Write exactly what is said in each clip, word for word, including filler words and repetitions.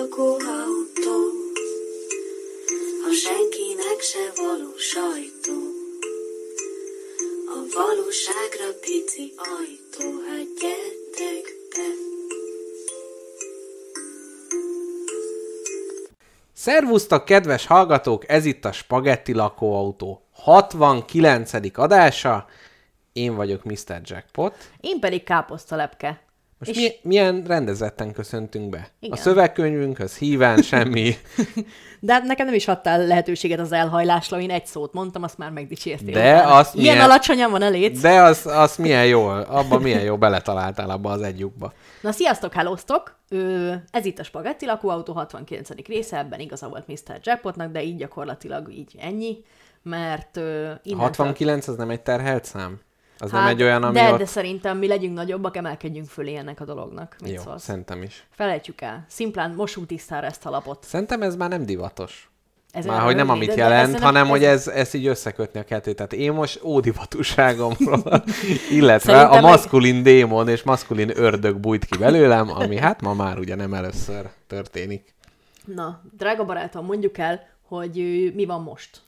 lakóautó, a senkinek se való sajtó, a valóságra pici ajtó, hát gyertek be. Szervusztok, kedves hallgatók! Ez itt a Spagetti lakóautó hatvankilencedik adása. Én vagyok miszter Jackpot. Én pedig káposztalepke. Most És... mi, milyen rendezetten köszöntünk be. Igen. A szövegkönyvünkhöz híven semmi. De hát nekem nem is adtál lehetőséget az elhajlásra, én egy szót mondtam, azt már megdicsértél. De azt Ilyen milyen... alacsonyan van a léc. De az, az milyen jól, abban milyen jó beletaláltál abba az egy lyukba. Na, sziasztok, hellóztok! Ez itt a Spagetti lakóautó hatvankilencedik része, ebben igaza volt miszter Jackpotnak, de így gyakorlatilag így ennyi, mert uh, innentől... hatvankilenc az nem egy terhelt szám? Az hát, nem egy olyan, ami de, ott... de szerintem mi legyünk nagyobbak, emelkedjünk fölé ennek a dolognak. Mit Jó, szólsz? szerintem is. Felejtsük el. Szimplán mossuk tisztára ezt a lapot. Szerintem ez már nem divatos. Ez már, hogy nem amit de, jelent, de hanem, ez... hogy ez, ez így összekötni a kettőt. Tehát én most ódivatúságomról, illetve szerintem a maszkulin meg... démon és maszkulin ördög bújt ki belőlem, ami hát ma már ugye nem először történik. Na, drága barátom, mondjuk el, hogy mi van most?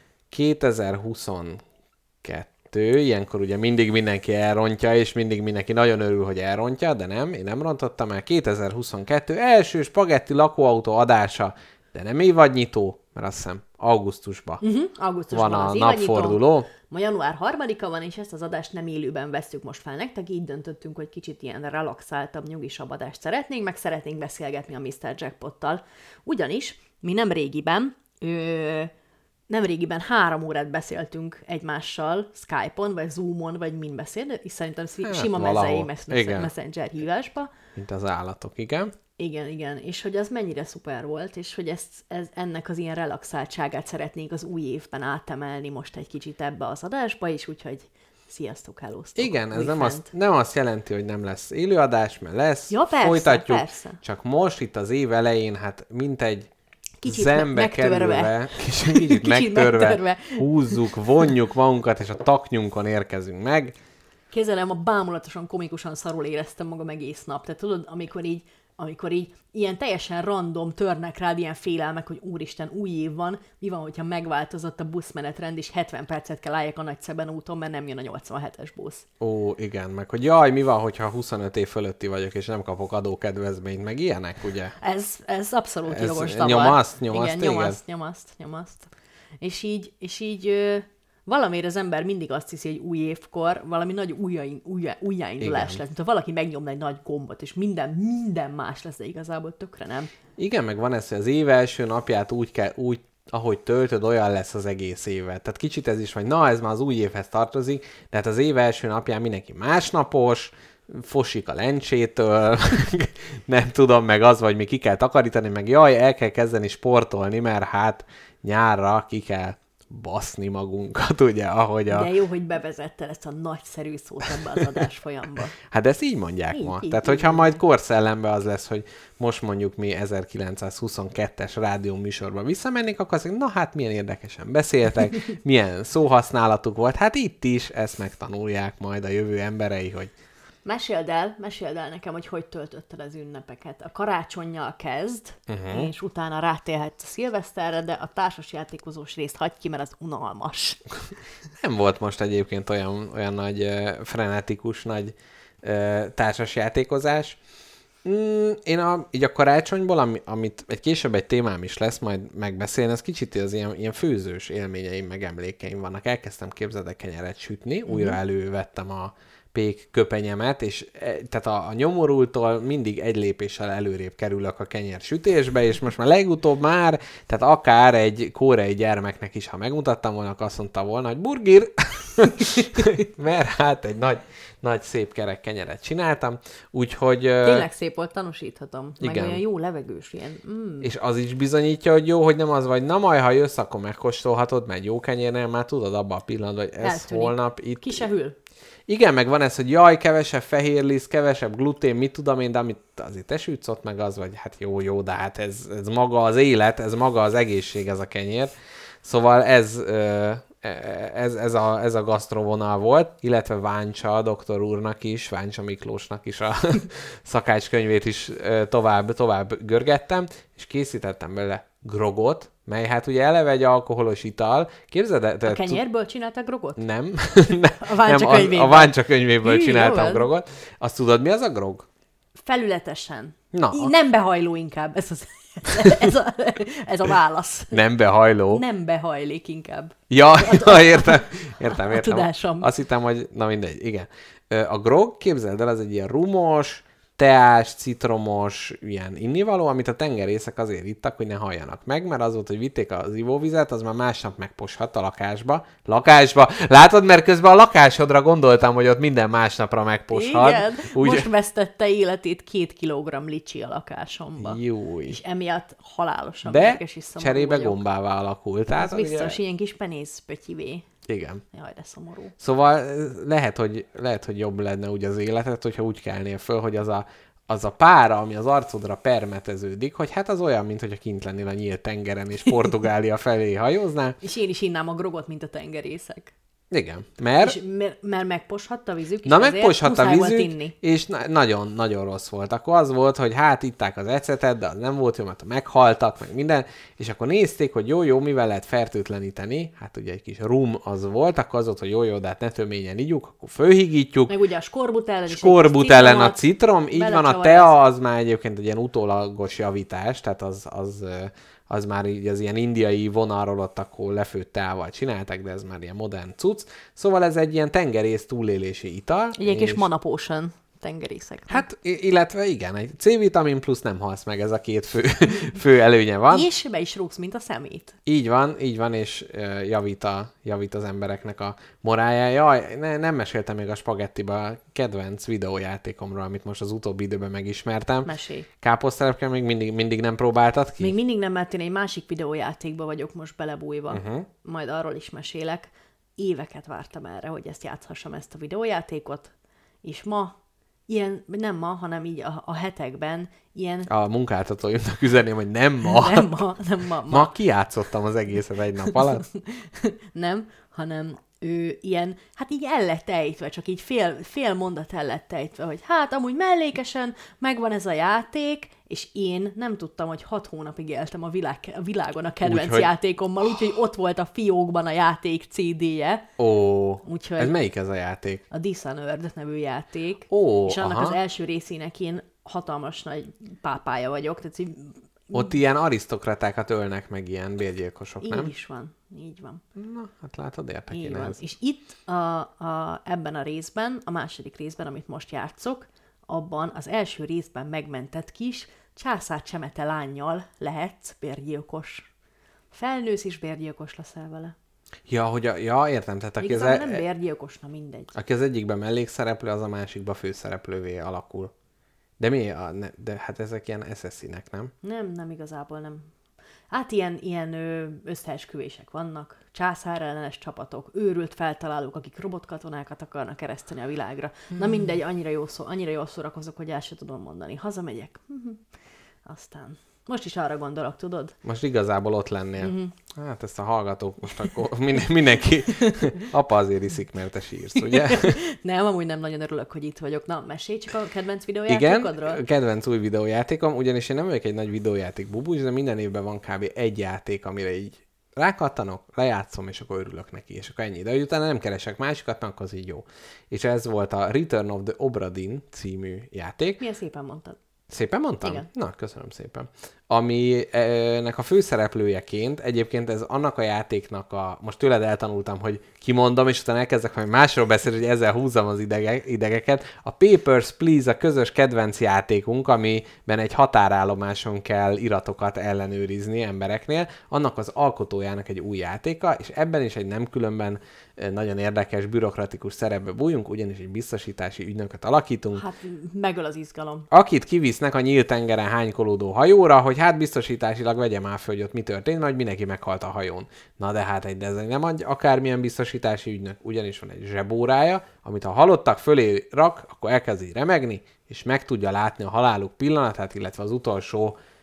kétezer-huszonkettő, ilyenkor ugye mindig mindenki elrontja, és mindig mindenki nagyon örül, hogy elrontja, de nem, én nem rontottam el. kétezer-huszonkettő első Spagetti lakóautó adása, de nem évadnyitó, mert azt hiszem augusztusban uh-huh, augusztusban van a az napforduló. Ma január harmadika van, és ezt az adást nem élőben vesszük most fel nektek, így döntöttünk, hogy kicsit ilyen relaxáltabb, nyugisabb adást szeretnénk, meg szeretnénk beszélgetni a miszter Jackpottal. Ugyanis mi nem régiben, ö, nem régiben három órát beszéltünk egymással Skype-on, vagy Zoom-on, vagy mind beszél, és szerintem hát, sima mezei messenger hívásba. Mint az állatok, igen. Igen, igen, és hogy az mennyire szuper volt, és hogy ezt, ez, ennek az ilyen relaxáltságát szeretnék az új évben átemelni most egy kicsit ebbe az adásba is, úgyhogy sziasztok, hellóztok. Igen, ez nem azt, nem azt jelenti, hogy nem lesz élőadás, mert lesz, ja, persze, folytatjuk, persze. Csak most itt az év elején, hát mint egy kicsit zembe megtörve. kerülve, kicsit, kicsit, kicsit megtörve, megtörve, húzzuk, vonjuk magunkat, és a taknyunkon érkezünk meg. Kézzelem, a bámulatosan, komikusan szarul éreztem magam egész nap. Tehát tudod, amikor így amikor így ilyen teljesen random törnek rád ilyen félelmek, hogy úristen, új év van, mi van, hogyha megváltozott a buszmenetrend, és hetven percet kell álljak a Nagyszeben úton, mert nem jön a nyolcvanhetes busz. Ó, igen, meg hogy jaj, mi van, hogyha huszonöt év fölötti vagyok, és nem kapok adókedvezményt, meg ilyenek, ugye? Ez, ez abszolút ez jogos tavar. Nyomaszt, nyomaszt, igen, nyomaszt, nyomaszt, nyomaszt. És így, és így ö, valamiért az ember mindig azt hiszi, hogy új évkor valami nagy újjáin, újjá, újjáindulás lesz, mint ha valaki megnyomna egy nagy gombot, és minden, minden más lesz, de igazából tökre nem. Igen, meg van ez, hogy az év első napját úgy kell, úgy, ahogy töltöd, olyan lesz az egész évet. Tehát kicsit ez is, hogy na, ez már az új évhez tartozik, de hát az év első napján mindenki másnapos, fosik a lencsétől, nem tudom, meg az, vagy még ki kell takarítani, meg jaj, el kell kezdeni sportolni, mert hát nyárra ki kell baszni magunkat, ugye, ahogy a... De jó, hogy bevezettel ezt a nagyszerű szót ebbe az adás folyamba. Hát ezt így mondják így, ma. Így, Tehát, így, hogyha így, majd korszellembe az lesz, hogy most mondjuk mi ezerkilencszázhuszonkettes rádió műsorba visszamennénk, akkor azt mondjuk, na hát milyen érdekesen beszéltek, milyen szóhasználatuk volt. Hát itt is ezt megtanulják majd a jövő emberei, hogy Meséld el, meséld el nekem, hogy hogy töltötted az ünnepeket. A karácsonnyal kezd, uh-huh. és utána rátérhetsz a szilveszterre, de a társasjátékozós részt hagyj ki, mert az unalmas. Nem volt most egyébként olyan, olyan nagy uh, frenetikus, nagy uh, társasjátékozás. Mm, én a, így a karácsonyból, ami, amit egy később egy témám is lesz, majd megbeszélni, ez kicsit az ilyen, ilyen főzős élményeim, meg emlékeim vannak. Elkezdtem képzeld kenyeret sütni, uh-huh. újra elővettem a pék köpenyemet, és tehát a, a nyomorultól mindig egy lépéssel előrébb kerülök a kenyér sütésbe, és most már legutóbb már, tehát akár egy koreai gyermeknek is, ha megmutattam volna, azt mondta volna, hogy burgir, mert hát egy nagy, nagy szép kerek kenyeret csináltam, úgyhogy... Tényleg szép volt, tanúsíthatom. Meg igen. Olyan jó levegős, ilyen... Mm. És az is bizonyítja, hogy jó, hogy nem az vagy, na majd, ha jössz, akkor megkóstolhatod, mert jó kenyérnél már tudod abban a pillanatban, hogy ez eltűnik. Holnap itt... Ki se hűl. Igen, meg van ez, hogy jaj, kevesebb fehérliszt, kevesebb glutén, mit tudom én, de amit azért te sütsz ott meg az, vagy hát jó, jó, de hát ez, ez maga az élet, ez maga az egészség, ez a kenyér. Szóval ez, ez, ez, a, ez a gasztrovonal volt, illetve Váncsa doktor úrnak is, Váncsa Miklósnak is a szakácskönyvét is tovább, tovább görgettem, és készítettem bele grogot, mely hát ugye eleve egy alkoholos ital. Képzeld, a te, kenyérből t... csináltál grogot? Nem. A Váncsa könyvéből. A Váncsa könyvéből Hű, csináltam jó, grogot. Azt tudod, mi az a grog? Felületesen. Na. Nem behajló inkább, ez, az, ez, a, ez a válasz. Nem behajló? Nem behajlik inkább. Ja, ja értem, értem, értem. A tudásom. Azt hittem, hogy na mindegy, igen. A grog, képzeld el, az egy ilyen rumos, teás, citromos, ilyen innivaló, amit a tengerészek azért ittak, hogy ne halljanak meg, mert az volt, hogy vitték az ivóvizet, az már másnap megposhat a lakásba. Lakásba? Látod, mert közben a lakásodra gondoltam, hogy ott minden másnapra megposhad. Igen, úgy... most vesztette életét két kilogramm licsi a lakásomba. Jó. És emiatt halálosan de mérges és szomorú cserébe vagyok. gombává alakult. Ez biztos, ugye... ilyen kis penész pötyivé. Igen. Jaj, de szomorú. Szóval lehet hogy, lehet, hogy jobb lenne úgy az életet, hogyha úgy kelnél föl, hogy az a, az a pára, ami az arcodra permeteződik, hogy hát az olyan, mint hogyha kint lennél a nyílt tengeren, és Portugália felé hajóznál. És én is innám a grogot, mint a tengerészek. Igen, mert... És mert, mert megposhatta a vízük, és Na, megposhatta a vízük, inni. és na- nagyon-nagyon rossz volt. Akkor az volt, hogy hát itták az ecetet, de az nem volt jó, mert meghaltak, meg minden, és akkor nézték, hogy jó-jó, mivel lehet fertőtleníteni, hát ugye egy kis rum az volt, akkor az volt, hogy jó-jó, de hát ne töményen igyuk, akkor fölhigítjuk. Meg ugye a skorbutellen. Skorbutellen a citrom, így van, a tea az már egyébként egy ilyen utólagos javítás, tehát az... az az már így az ilyen indiai vonalról ott akkor lefőtt teával csinálták, de ez már ilyen modern cucc. Szóval ez egy ilyen tengerész túlélési ital. Egy és... kis mana potion tengerészek. Hát, illetve igen, egy C-vitamin plusz nem halsz meg, ez a két fő, fő előnye van. És be is rúgsz, mint a szemét. Így van, így van, és javít, a, javít az embereknek a morálján. Jaj, ne, nem meséltem még a Spagettiba kedvenc videójátékomról, amit most az utóbbi időben megismertem. Mesélj. Káposztelepke még mindig, mindig nem próbáltad ki? Még mindig nem, mert én egy másik videójátékba vagyok most belebújva. Uh-huh. Majd arról is mesélek. Éveket vártam erre, hogy ezt játszhassam, ezt a videójátékot, és ma ilyen, nem ma, hanem így a, a hetekben ilyen... A munkáltatóimnak üzeném, hogy nem ma. Nem ma, nem ma. Ma, ma kijátszottam az egészet egy nap alatt. Nem, hanem ő ilyen, hát így el lett ejtve, csak így fél, fél mondat el lett ejtve, hogy hát amúgy mellékesen megvan ez a játék, és én nem tudtam, hogy hat hónapig éltem a, világ, a világon a kedvenc úgy, játékommal, hogy... úgyhogy ott volt a fiókban a játék cé dé-je. Ó, úgyhogy ez melyik ez a játék? A Dishonored nevű játék. Ó, és annak aha. az első részének én hatalmas nagy pápája vagyok. Tehát, hogy... Ott ilyen arisztokratákat ölnek meg, ilyen bérgyilkosok, így nem? Így is van, így van. Na, hát látod, értek így én van. ez. És itt a, a, ebben a részben, a második részben, amit most játszok, abban az első részben megmentett kis császár csemete lánnyal lehetsz bérgyilkos. Felnősz és bérgyilkos leszel vele. Ja, hogy a, ja, értem. Tehát aki az, e... nem bérgyilkos, na mindegy. Aki az egyikben mellékszereplő, az a másikban főszereplővé alakul. De mi? A, ne, de hát ezek ilyen es es i-nek, nem? Nem, nem igazából nem. Hát ilyen, ilyen összeesküvések vannak, császárellenes csapatok, őrült feltalálók, akik robotkatonákat akarnak ereszteni a világra. Hmm. Na mindegy, annyira jól, szó, annyira jól szórakozok, hogy el sem tudom mondani. Hazamegyek. Aztán... Most is arra gondolok, tudod? Most igazából ott lennél. Uh-huh. Hát ezt a hallgatók most akkor minden, mindenki... Apa azért iszik, mert te sírsz, ugye? Nem, amúgy nem nagyon örülök, hogy itt vagyok. Na, mesélj csak a kedvenc videójátékodról. Igen, kedvenc új videójátékom, ugyanis én nem vagyok egy nagy videójáték bubus, de minden évben van kb. Egy játék, amire így rákattanok, lejátszom, és akkor örülök neki, és akkor ennyi. De utána nem keresek másikat, mert akkor az így jó. És ez volt a Return of the Obra Dinn című játék. Milyen szépen mondtad. Szépen mondtam? Igen. Na, köszönöm szépen. Aminek a főszereplőjeként, egyébként ez annak a játéknak a... Most tőled eltanultam, hogy kimondom, és utána elkezdek majd másról beszélni, hogy ezzel húzzam az idege, idegeket. A Papers, Please a közös kedvenc játékunk, amiben egy határállomáson kell iratokat ellenőrizni embereknél. Annak az alkotójának egy új játéka, és ebben is egy nem különben nagyon érdekes, bürokratikus szerepbe bújunk, ugyanis egy biztosítási ügynököt alakítunk. Hát megöl az izgalom. Akit kivisznek a nyílt tengeren hánykolódó hajóra, hogy hát biztosításilag vegye már föl, hogy ott mi történt, majd mindenki meghalt a hajón. Na de hát egy, de ez nem akármilyen biztosítási ügynök, ugyanis van egy zsebórája, amit ha halottak fölé rak, akkor elkezd így remegni, és meg tudja látni a haláluk pillanatát, illetve az utolsó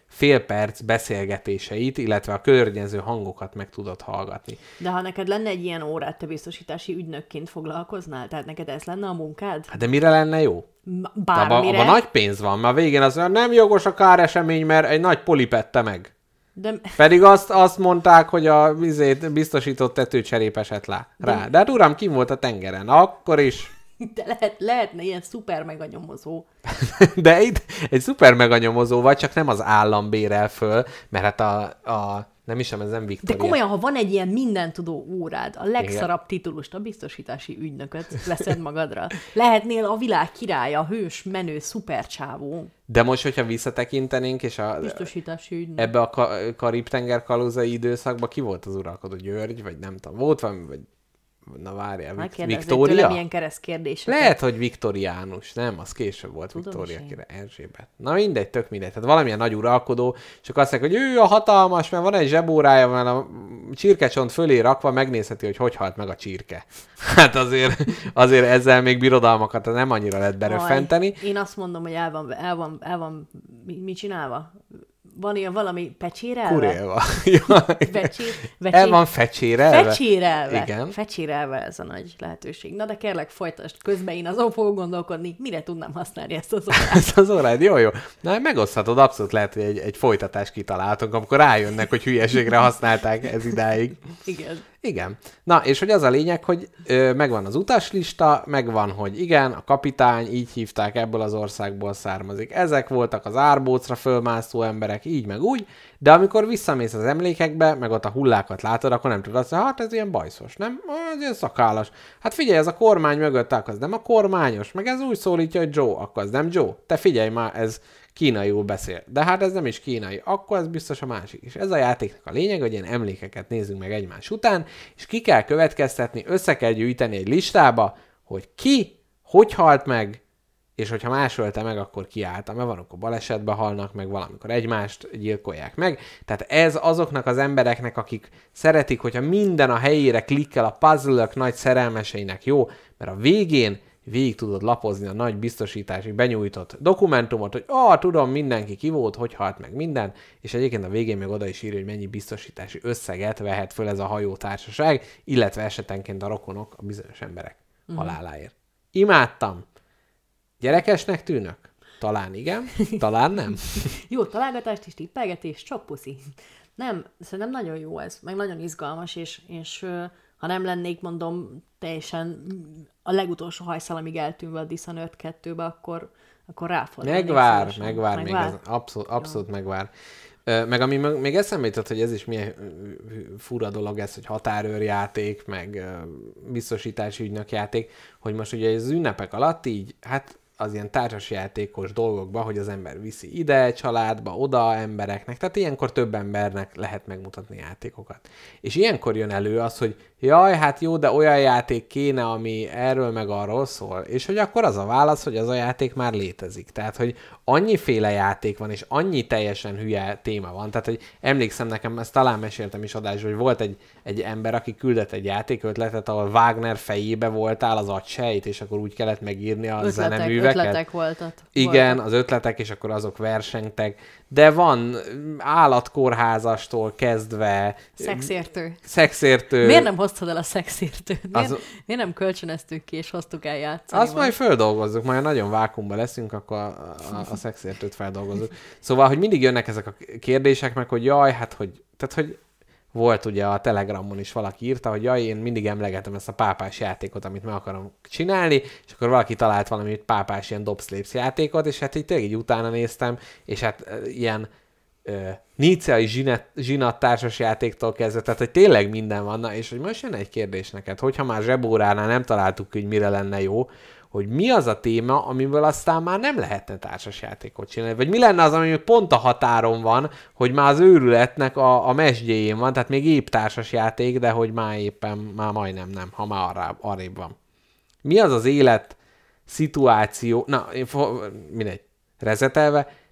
fél perc beszélgetéseit, illetve a környező hangokat meg tudod hallgatni. De ha neked lenne egy ilyen órát, te biztosítási ügynökként foglalkoznál? Tehát neked ez lenne a munkád? Hát de mire lenne jó? Bármire. Abban abba nagy pénz van, mert a végén az nem jogos a káresemény, mert egy nagy polipette meg. De... Pedig azt, azt mondták, hogy a vizét biztosított tetőcserép esett lá, rá. De... De hát uram, kim volt a tengeren? Akkor is. De lehet, lehetne ilyen szuper meganyomozó. De itt egy szuper meganyomozó vagy, csak nem az állam bérel föl, mert hát a, a nem is, ez nem Victoria. De komolyan, ha van egy ilyen mindentudó órád, a legszarabb igen. titulust, a biztosítási ügynököt veszed magadra. Lehetnél a világ királya, a hős, menő, szupercsávó. De most, hogyha visszatekintenénk, és a, biztosítási ügynök. Ebbe a ka- Karib-tenger kalózai időszakban ki volt az uralkodó? György, vagy nem tudom, volt valami, vagy na várjál, Vik- Viktória? Tőlem ilyen kereszt kérdéseket. Lehet, hogy Viktoriánus, nem? Az később volt. Tudom Viktória király, Erzsébet. Na mindegy, tök mindegy. Tehát valamilyen nagy uralkodó, csak azt mondják, hogy ő a hatalmas, mert van egy zsebórája, mert a csirkecsont fölé rakva megnézheti, hogy hogy halt meg a csirke. Hát azért, azért ezzel még birodalmakat nem annyira lehet beröffenteni. Aj, én azt mondom, hogy el van, el van, el van mi, mi csinálva? Van ilyen valami pecsérelve? Kurélva. Vecsé, vecsé, El van fecsérelve? Fecsérelve. Igen. Fecsérelve ez a nagy lehetőség. Na de kérlek, folytasd. Közben én azon fogok gondolkodni, mire tudnám használni ezt az órát. Ezt az órát, jó, jó. Na, megoszthatod, abszolút lehet, hogy egy, egy folytatást kitaláltunk, amikor rájönnek, hogy hülyeségre használták ez idáig. Igen. Igen. Na, és hogy az a lényeg, hogy ö, megvan az utaslista, megvan, hogy igen, a kapitány, így hívták, ebből az országból származik. Ezek voltak az árbócra fölmászó emberek, így meg úgy, de amikor visszamész az emlékekbe, meg ott a hullákat látod, akkor nem tudod azt, hogy hát ez ilyen bajszos, nem? Ez ilyen szakállas. Hát figyelj, ez a kormány mögött, akkor az nem a kormányos, meg ez úgy szólítja, hogy Joe, akkor az nem Joe. Te figyelj már, ez kínaiul beszél. De hát ez nem is kínai, akkor ez biztos a másik is. Ez a játéknak a lényeg, hogy ilyen emlékeket nézzünk meg egymás után, és ki kell következtetni, össze kell gyűjteni egy listába, hogy ki, hogy halt meg, és hogyha más ölte meg, akkor ki állta. Mert van, akkor balesetbe halnak meg, valamikor egymást gyilkolják meg. Tehát ez azoknak az embereknek, akik szeretik, hogyha minden a helyére klikkel, a puzzle-ök nagy szerelmeseinek jó, mert a végén végig tudod lapozni a nagy biztosítási benyújtott dokumentumot, hogy ah, tudom, mindenki ki volt, hogy halt meg minden, és egyébként a végén még oda is írja, hogy mennyi biztosítási összeget vehet föl ez a hajótársaság, illetve esetenként a rokonok, a bizonyos emberek uh-huh. haláláért. Imádtam. Gyerekesnek tűnök? Talán igen, talán nem. Jó találgatást és tippelgetést, csak puszi. Nem, szerintem nagyon jó ez, meg nagyon izgalmas, és, és ha nem lennék, mondom, teljesen a legutolsó hajszal, amíg eltűnve a Dishonored kettőbe, akkor, akkor ráfordulnék. Megvár, megvár, megvár, még ez abszolút, abszolút megvár. Meg ami még eszembe jutott, hogy ez is milyen fura dolog ez, hogy határőrjáték, meg biztosítási ügynök játék, hogy most ugye az ünnepek alatt így, hát az ilyen társasjátékos dolgokba, hogy az ember viszi ide, családba, oda embereknek, tehát ilyenkor több embernek lehet megmutatni játékokat. És ilyenkor jön elő az, hogy jaj, hát jó, de olyan játék kéne, ami erről meg arról szól. És hogy akkor az a válasz, hogy az a játék már létezik. Tehát, hogy annyiféle játék van, és annyi teljesen hülye téma van. Tehát, hogy emlékszem nekem, ezt talán meséltem is adásban, hogy volt egy, egy ember, aki küldött egy játékötletet, ahol Wagner fejébe voltál az agysejt, és akkor úgy kellett megírni a ötletek, zeneműveket. Ötletek voltat. Igen, voltak. Az ötletek, és akkor azok versengtek. De van állatkórházastól kezdve... Szexértő. Szexértő. Miért nem hoztad el a szexértőt? Miért, Az... miért nem kölcsönöztük ki, és hoztuk el játszani? Azt majd földolgozzuk, majd nagyon vákumba leszünk, akkor a, a, a szexértőt feldolgozzuk. Szóval, hogy mindig jönnek ezek a kérdések, meg hogy jaj, hát hogy... Tehát, hogy volt ugye a Telegramon is valaki írta, hogy jaj, én mindig emlegetem ezt a pápás játékot, amit meg akarom csinálni, és akkor valaki talált valami pápás ilyen dobszlépsz játékot, és hát így tényleg így utána néztem, és hát e, ilyen e, níceai zsinat, zsinat társas játéktól kezdve, tehát hogy tényleg minden van, na, és hogy most jön egy kérdés neked, hogyha már zsebóránál nem találtuk, hogy mire lenne jó, hogy mi az a téma, amiből aztán már nem lehetne társasjátékot csinálni. Vagy mi lenne az, ami pont a határon van, hogy már az őrületnek a, a mesdjéjén van, tehát még épp társasjáték, de hogy már éppen, már majdnem nem, ha már arra, arrébb van. Mi az az élet szituáció, na, mindegy, rezetelve,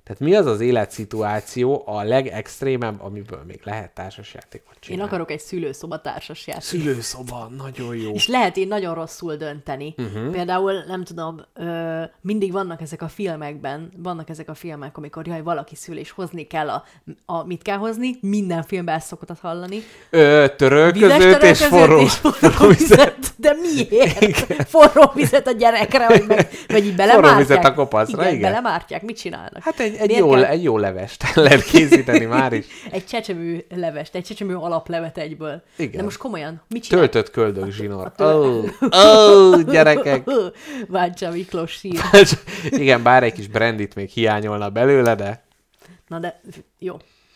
Tehát mi az az életszituáció a legextrémebb, amiből még lehet társasjátékot csinálni? Én akarok egy szülőszoba társasjátékot. Szülőszoba, nagyon jó. És lehet így nagyon rosszul dönteni. Uh-huh. Például, nem tudom, ö, mindig vannak ezek a filmekben, vannak ezek a filmek, amikor jaj, valaki szül, és hozni kell a, a mit kell hozni, minden filmben ezt szokott hallani. Ö, törölközőt és forró, és forró vizet. De miért? Igen. Forró vizet a gyerekre, vagy, meg, vagy így belemártják? Forró vizet a kopaszra, igen. igen. belemártják, mit csinálnak? Hát egy, egy, jó, egy jó levest lehet készíteni már is. Egy csecsemő levest, egy csecsemő alaplevet egyből. Igen. De most komolyan, mit csinál? Töltött köldög zsinór. Ó, oh, oh, gyerekek! Vágyja Miklós sír. Igen, bár egy kis brandit még hiányolna belőle, de... Na de, jó.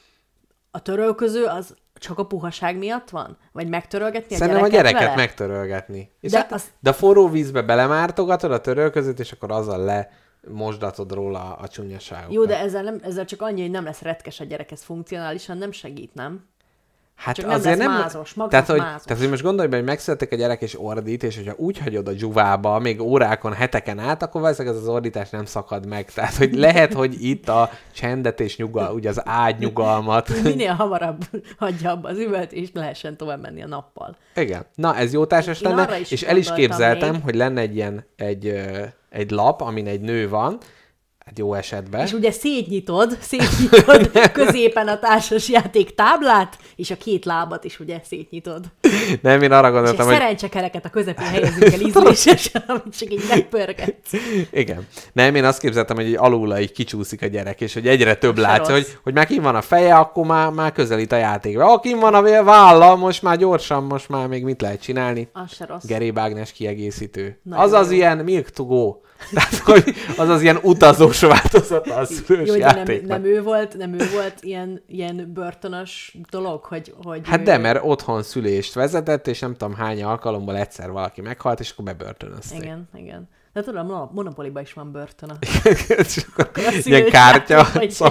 A törölköző az csak a puhaság miatt van? Vagy megtörölgetni a Szerintem gyereket a gyereket vele? megtörölgetni. És De, hát, az... de a forró vízbe belemártogatod a törölközőt, és akkor azzal le mosdatod róla a csúnyaságokat. Jó, de ezzel, nem, ezzel csak annyi, hogy nem lesz retkes a gyerek, ez funkcionálisan nem segít, nem? Hát csak nem azért lesz nem... mázos, magas tehát, hogy, mázos. tehát, hogy most gondolj be, hogy megszületik a gyerek és ordít, és hogyha úgy hagyod a dzsuvába, még órákon, heteken át, akkor valószínűleg ez az ordítás nem szakad meg. Tehát, hogy lehet, hogy itt a csendet és nyugal, ugye az ágynyugalmat. Minél hamarabb hagyja abba az üvölt, és lehessen tovább menni a nappal. Igen. Na, ez jó társas Én lenne, és el is képzeltem, még. hogy lenne egy ilyen, egy, egy lap, amin egy nő van, hát jó esetben. És ugye szétnyitod, szétnyitod középen a társasjáték táblát, és a két lábat is ugye szétnyitod. Nem, én arra És gondoltam, egy hogy... szerencsekereket a közepén helyezzük el ízlésesen, amit csak így megpörgetsz. Igen. Nem, én azt képzeltem, hogy alul így kicsúszik a gyerek, és hogy egyre több Se látsz, rossz. hogy, hogy már kim van a feje, akkor már, már közelít a játékba. Ha kim van a válla, most már gyorsan, most már még mit lehet csinálni? Az se rossz. Geréb Ágnes kiegészítő. Nagyon az az jó. ilyen milk to go. Tehát, hogy az az ilyen utazós változata a szülős Jó, de nem, játéknak. nem ő volt, nem ő volt ilyen, ilyen börtönös dolog, hogy... hogy Hát ő... de, mert otthon szülést vezetett, és nem tudom hány alkalommal egyszer valaki meghalt, és akkor bebörtönözték. Igen, igen. De tudom, a Monopoly-ban is van börtön. És akkor A ilyen szülős kártya. játék, hogy Szóval,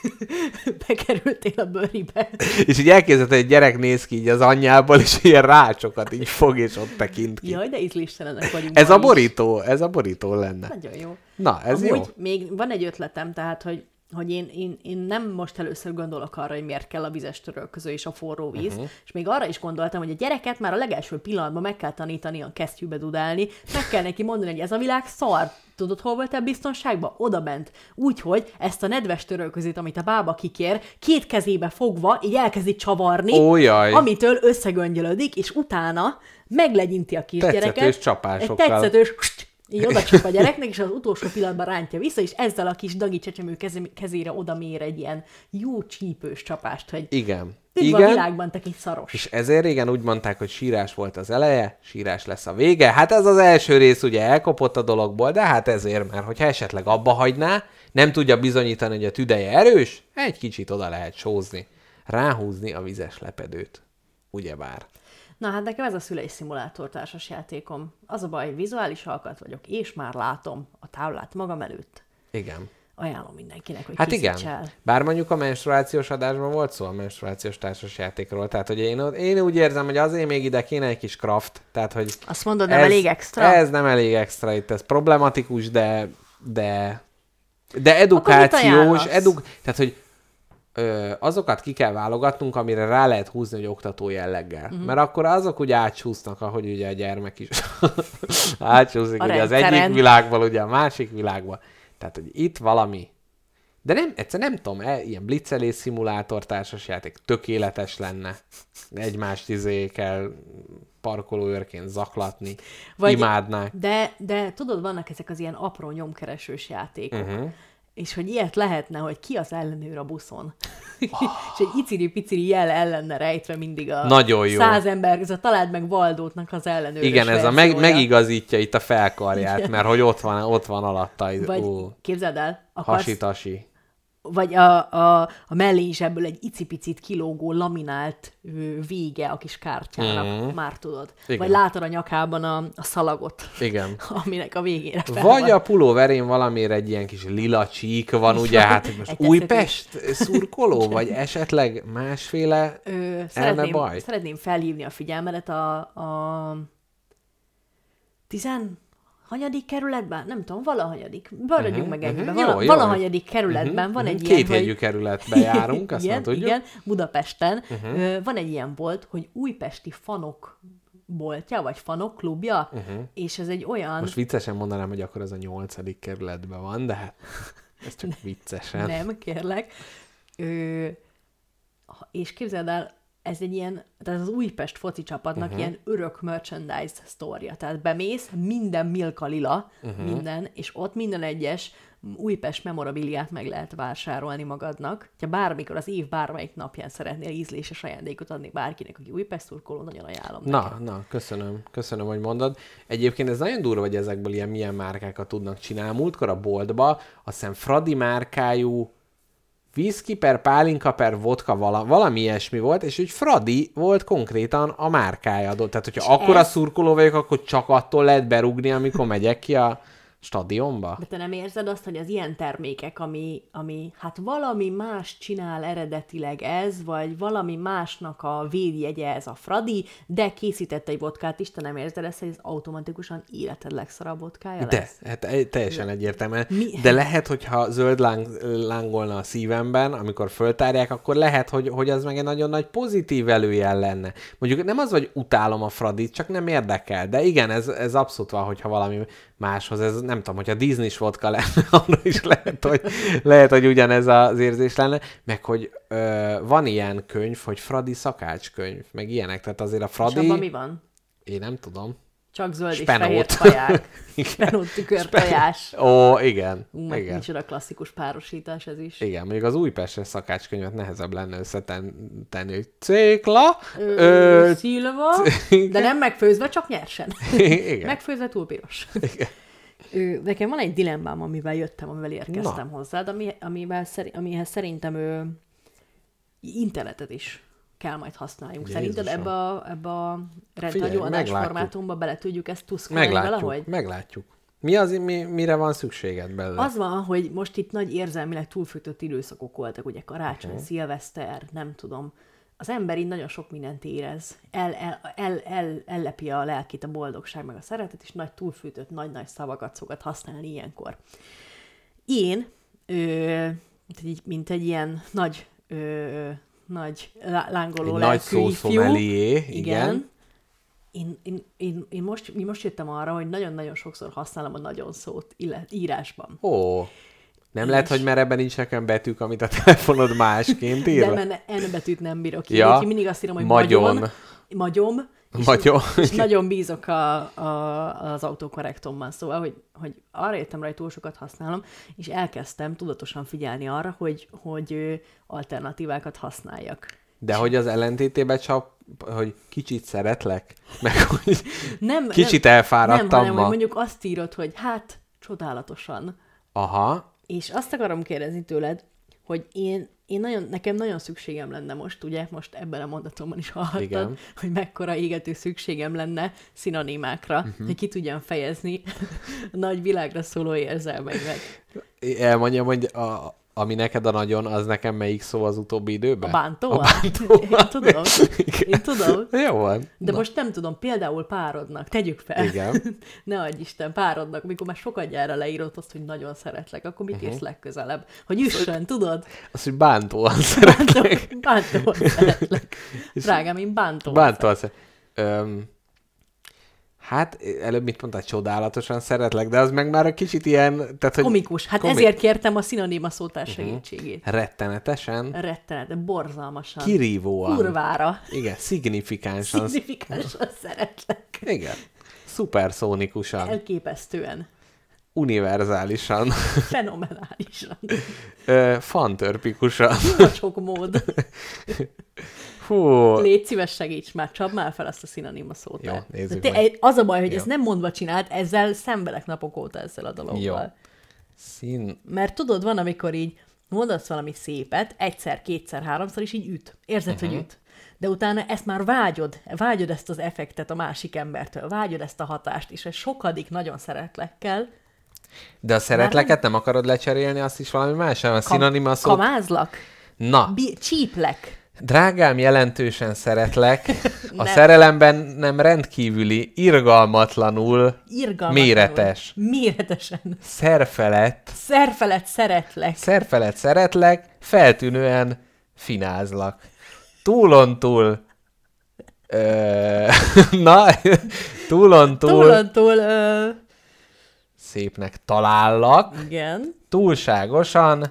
bekerültél a bőribe. és így elképzeled, hogy egy gyerek néz ki így az anyjából, és ilyen rácsokat így fog, és ott tekint ki. Jaj, de ízléstelenek vagyunk. Ez ma a is. borító, ez a borító lenne. Nagyon jó. Na, ez Amúgy jó. még van egy ötletem, tehát, hogy, hogy én, én, én nem most először gondolok arra, hogy miért kell a vizes törölköző és a forró víz, uh-huh. és még arra is gondoltam, hogy a gyereket már a legelső pillanatban meg kell tanítani a kesztyűbe dudálni, meg kell neki mondani, hogy ez a világ szar. Tudod, hol voltál biztonságban? Oda bent. Úgyhogy ezt a nedves törölközőt, amit a bába kikér, két kezébe fogva, így elkezdi csavarni, Ó, jaj. amitől összegöngyölödik, és utána meglegyinti a kisgyereket. Tetszetős csapásokkal. Egy tetszetős, így oda csap a gyereknek, és az utolsó pillanatban rántja vissza, és ezzel a kis dagi csecsemő kezére oda mér egy ilyen jó csípős csapást, hogy Igen. üdv Igen. a világban, te kis szaros. És ezért régen úgy mondták, hogy sírás volt az eleje, sírás lesz a vége. Hát ez az első rész ugye elkopott a dologból, de hát ezért, mert hogyha esetleg abba hagyná, nem tudja bizonyítani, hogy a tüdeje erős, egy kicsit oda lehet sózni, ráhúzni a vizes lepedőt. Ugyebár. Na hát nekem ez a szülei szimulátor társas játékom. Az a baj, vizuális alkat vagyok, és már látom a táblát magam előtt. Igen. Ajánlom mindenkinek, hogy Hát készíts igen. el. Bár mondjuk a menstruációs adásban volt szó a menstruációs társasjátékról, tehát hogy én, én úgy érzem, hogy azért még ide kéne egy kis craft, tehát hogy Azt mondod, nem ez, elég extra? Ez nem elég extra, itt ez problematikus, de de, de Akkor mit edukációs, ajánlasz? eduk, tehát hogy ö, azokat ki kell válogatnunk, amire rá lehet húzni, hogy oktató jelleggel. Uh-huh. Mert akkor azok úgy átsúsznak, ahogy ugye a gyermek is átsúszik A ugye az rendszeren. egyik világból ugye a másik világba. Tehát, hogy itt valami. De nem, egyszer nem tudom, e, ilyen blitzelés szimulátor társasjáték tökéletes lenne. Egymást izé kell parkolóőrként zaklatni, Vagy- imádnák. De, de tudod, vannak ezek az ilyen apró nyomkeresős játékok. Uh-huh. És hogy ilyet lehetne, hogy ki az ellenőr a buszon. és egy iciri-piciri jel el lenne rejtve mindig a Nagyon jó. száz ember, ez a Találd meg Valdótnak az ellenőrös Igen, ez a meg, verziója. megigazítja itt a felkarját, Igen. mert hogy ott van, ott van alatta. Vagy Ó, képzeld el, akarsz, hasitasi. vagy a, a, a mellé zsebből egy icipicit kilógó, laminált ö, vége a kis kártyának, Mhm. már tudod. Igen. Vagy látod a nyakában a, a szalagot, Igen. aminek a végére fel Vagy van. a pulóverén valamire egy ilyen kis lila csík van, ugye, hát hogy most Egy Újpest szurkoló, vagy esetleg másféle Ö, elme szeretném, baj? szeretném felhívni a figyelmedet a, a hanyadik kerületben? Nem tudom, valahanyadik. Maradjunk uh-huh, meg ennyiben. uh-huh. Vala, jó, jó. valahanyadik kerületben uh-huh, van egy uh-huh. ilyen, Kétjegyű hogy... kerületbe járunk, azt igen, nem tudjuk. Igen, Budapesten. Uh-huh. Van egy ilyen bolt, hogy újpesti fanok boltja, vagy fanok klubja, uh-huh. és ez egy olyan... Most viccesen mondanám, hogy akkor az a nyolcadik kerületben van, de hát ez csak viccesen. Nem, kérlek. Ö, és képzeld el, ez egy ilyen, tehát az Újpest foci csapatnak uh-huh. ilyen örök merchandise sztória. Tehát bemész, minden Milka lila, uh-huh. minden, és ott minden egyes Újpest memorabiliát meg lehet vásárolni magadnak. Ha bármikor az év bármelyik napján szeretnél ízléses ajándékot adni bárkinek, aki Újpest szurkoló, nagyon ajánlom Na, nekem. na, köszönöm. Köszönöm, hogy mondod. Egyébként ez nagyon durva, hogy ezekből ilyen milyen márkákat tudnak csinálni. Múltkor a boltba azt hiszem Fradi márkájú whisky per pálinka per vodka, vala, valami ilyesmi volt, és úgy Fradi volt konkrétan a márkája adott. Tehát, hogyha akkora ez... szurkoló vagyok, akkor csak attól lehet berúgni, amikor megyek ki a stadionba. De te nem érzed azt, hogy az ilyen termékek, ami, ami hát valami más csinál eredetileg ez, vagy valami másnak a védjegye ez a Fradi, de készített egy vodkát is, te nem érzed ezt, hogy ez automatikusan életed legszarabb vodkája lesz? De, hát teljesen egyértelműen. Mi? De lehet, hogyha zöld láng, lángolna a szívemben, amikor föltárják, akkor lehet, hogy, hogy az meg egy nagyon nagy pozitív előjel lenne. Mondjuk nem az, hogy utálom a Fradit, csak nem érdekel. De igen, ez, ez abszolút van, hogyha valami máshoz, ez nem tudom, hogyha Disney-s vodka lenne, arra is lehet, hogy, lehet, hogy ugyanez az érzés lenne, meg hogy ö, van ilyen könyv, hogy Fradi szakácskönyv, meg ilyenek, tehát azért a Fradi... És abban mi van? Én nem tudom. Csak zöld Spenót. és fehér kaják. Spenót tükörtojás. Ó, igen. Ú, meg igen. micsoda klasszikus párosítás ez is. Igen, mondjuk az újpestes szakácskönyvet nehezebb lenne összetenni, hogy cékla, Ö, ö, szilva, igen. de nem megfőzve, csak nyersen. Igen. Megfőzve túl piros. Igen. Ö, nekem van egy dilemmám, amivel jöttem, amivel érkeztem Na. hozzád, ami, amivel szeri, amihez szerintem ő, internetet is kell majd használjunk. Jézusom. Szerinted ebbe a, ebbe a rendhagyó Figyelj, adás meglátjuk. formátumba bele tudjuk ezt tuszkolni Meglátjuk, valahogy? meglátjuk. Mi az, mi, mire van szükséged belőle? Az van, hogy most itt nagy érzelmileg túlfűtött időszakok voltak, ugye karácsony, uh-huh. szilveszter, nem tudom. Az ember így nagyon sok mindent érez. El, el, el, el, ellepi a lelkét a boldogság, meg a szeretet, és nagy túlfűtött, nagy-nagy szavakat szokott használni ilyenkor. Én, ö, mint egy ilyen nagy, ö, nagy lángoló egy lelkű nagy ifjú, szószomelié, igen. igen. Én, én, én, én, most, én most jöttem arra, hogy nagyon-nagyon sokszor használom a nagyon szót illet, írásban. Ó, nem És... lehet, hogy mert ebben nincs olyan betűk, amit a telefonod másként ír? De mert N betűt nem bírok írni, ja, mindig azt írom, hogy magyon. magyon, magyom, és, Magyon. és nagyon bízok a, a, az autokorrektomban, szóval, hogy, hogy arra jöttem rá, hogy túl sokat használom, és elkezdtem tudatosan figyelni arra, hogy, hogy alternatívákat használjak. De hogy az ellentétében csak, hogy kicsit szeretlek, meg hogy nem, kicsit nem, elfáradtam nem, hanem, ma. hogy mondjuk azt írod, hogy hát, csodálatosan. Aha. És azt akarom kérdezni tőled, hogy én, én nagyon, nekem nagyon szükségem lenne most, ugye, most ebben a mondatomban is hallhattad, Igen. hogy mekkora égető szükségem lenne szinonimákra, uh-huh. hogy ki tudjam fejezni a nagy világra szóló érzelmeimet. Elmondjam, hogy a, ami neked a nagyon, az nekem melyik szó az utóbbi időben? A bántó? A bántó. Én tudom. Én tudom. Jó van. De Na. most nem tudom, például párodnak, tegyük fel. Igen. Ne adj Isten, párodnak, amikor már sokadjára leírod azt, hogy nagyon szeretlek, akkor mit Uh-huh. írsz legközelebb? Hogy üssön, tudod? Az, hogy bántóan szeretlek. Bántó, bántóan szeretlek. Drágám, én bántóan Bántóan szeretlek. Öm, hát, előbb mit mondtál, csodálatosan szeretlek, de az meg már egy kicsit ilyen... Tehát, hogy komikus. Hát komik... ezért kértem a szinoníma szótár Uh-huh. segítségét. Rettenetesen. Rettenet, de borzalmasan. Kirívóan. Kurvára. Igen, szignifikánsan. Szignifikánsan szeretlek. Igen. Szuperszónikusan. Elképesztően. Univerzálisan. Fenomenálisan. Ö, fantörpikusan. Nagyon sok mód. Hú. Légy szíves, segíts már, csapd már fel azt a szinonima szót. Jó, nézzük te, meg. az a baj, hogy Jó. ezt nem mondva csinált, ezzel szenvedek napok óta ezzel a dologgal. Jó. Szín... Mert tudod, van, amikor így mondasz valami szépet, egyszer, kétszer, háromszor, és így üt. Érzed, uh-huh. hogy üt. De utána ezt már vágyod, vágyod ezt az effektet a másik embertől, vágyod ezt a hatást, és ez sokadik nagyon szeretlekkel. De a szeretleket nem akarod lecserélni, azt is valami más? A szinonima szó... Kamázlak? Na. Bi- csíplek? Drágám, jelentősen szeretlek. A Nem. szerelemben nem rendkívüli, irgalmatlanul, Irgalmatlanul. méretes, Méretesen. szerfelett, Szerfelett szeretlek. szerfelett szeretlek, feltűnően finázlak. Túlontúl, ö, na, túlontúl Túlontúl, ö... szépnek talállak, igen. túlságosan,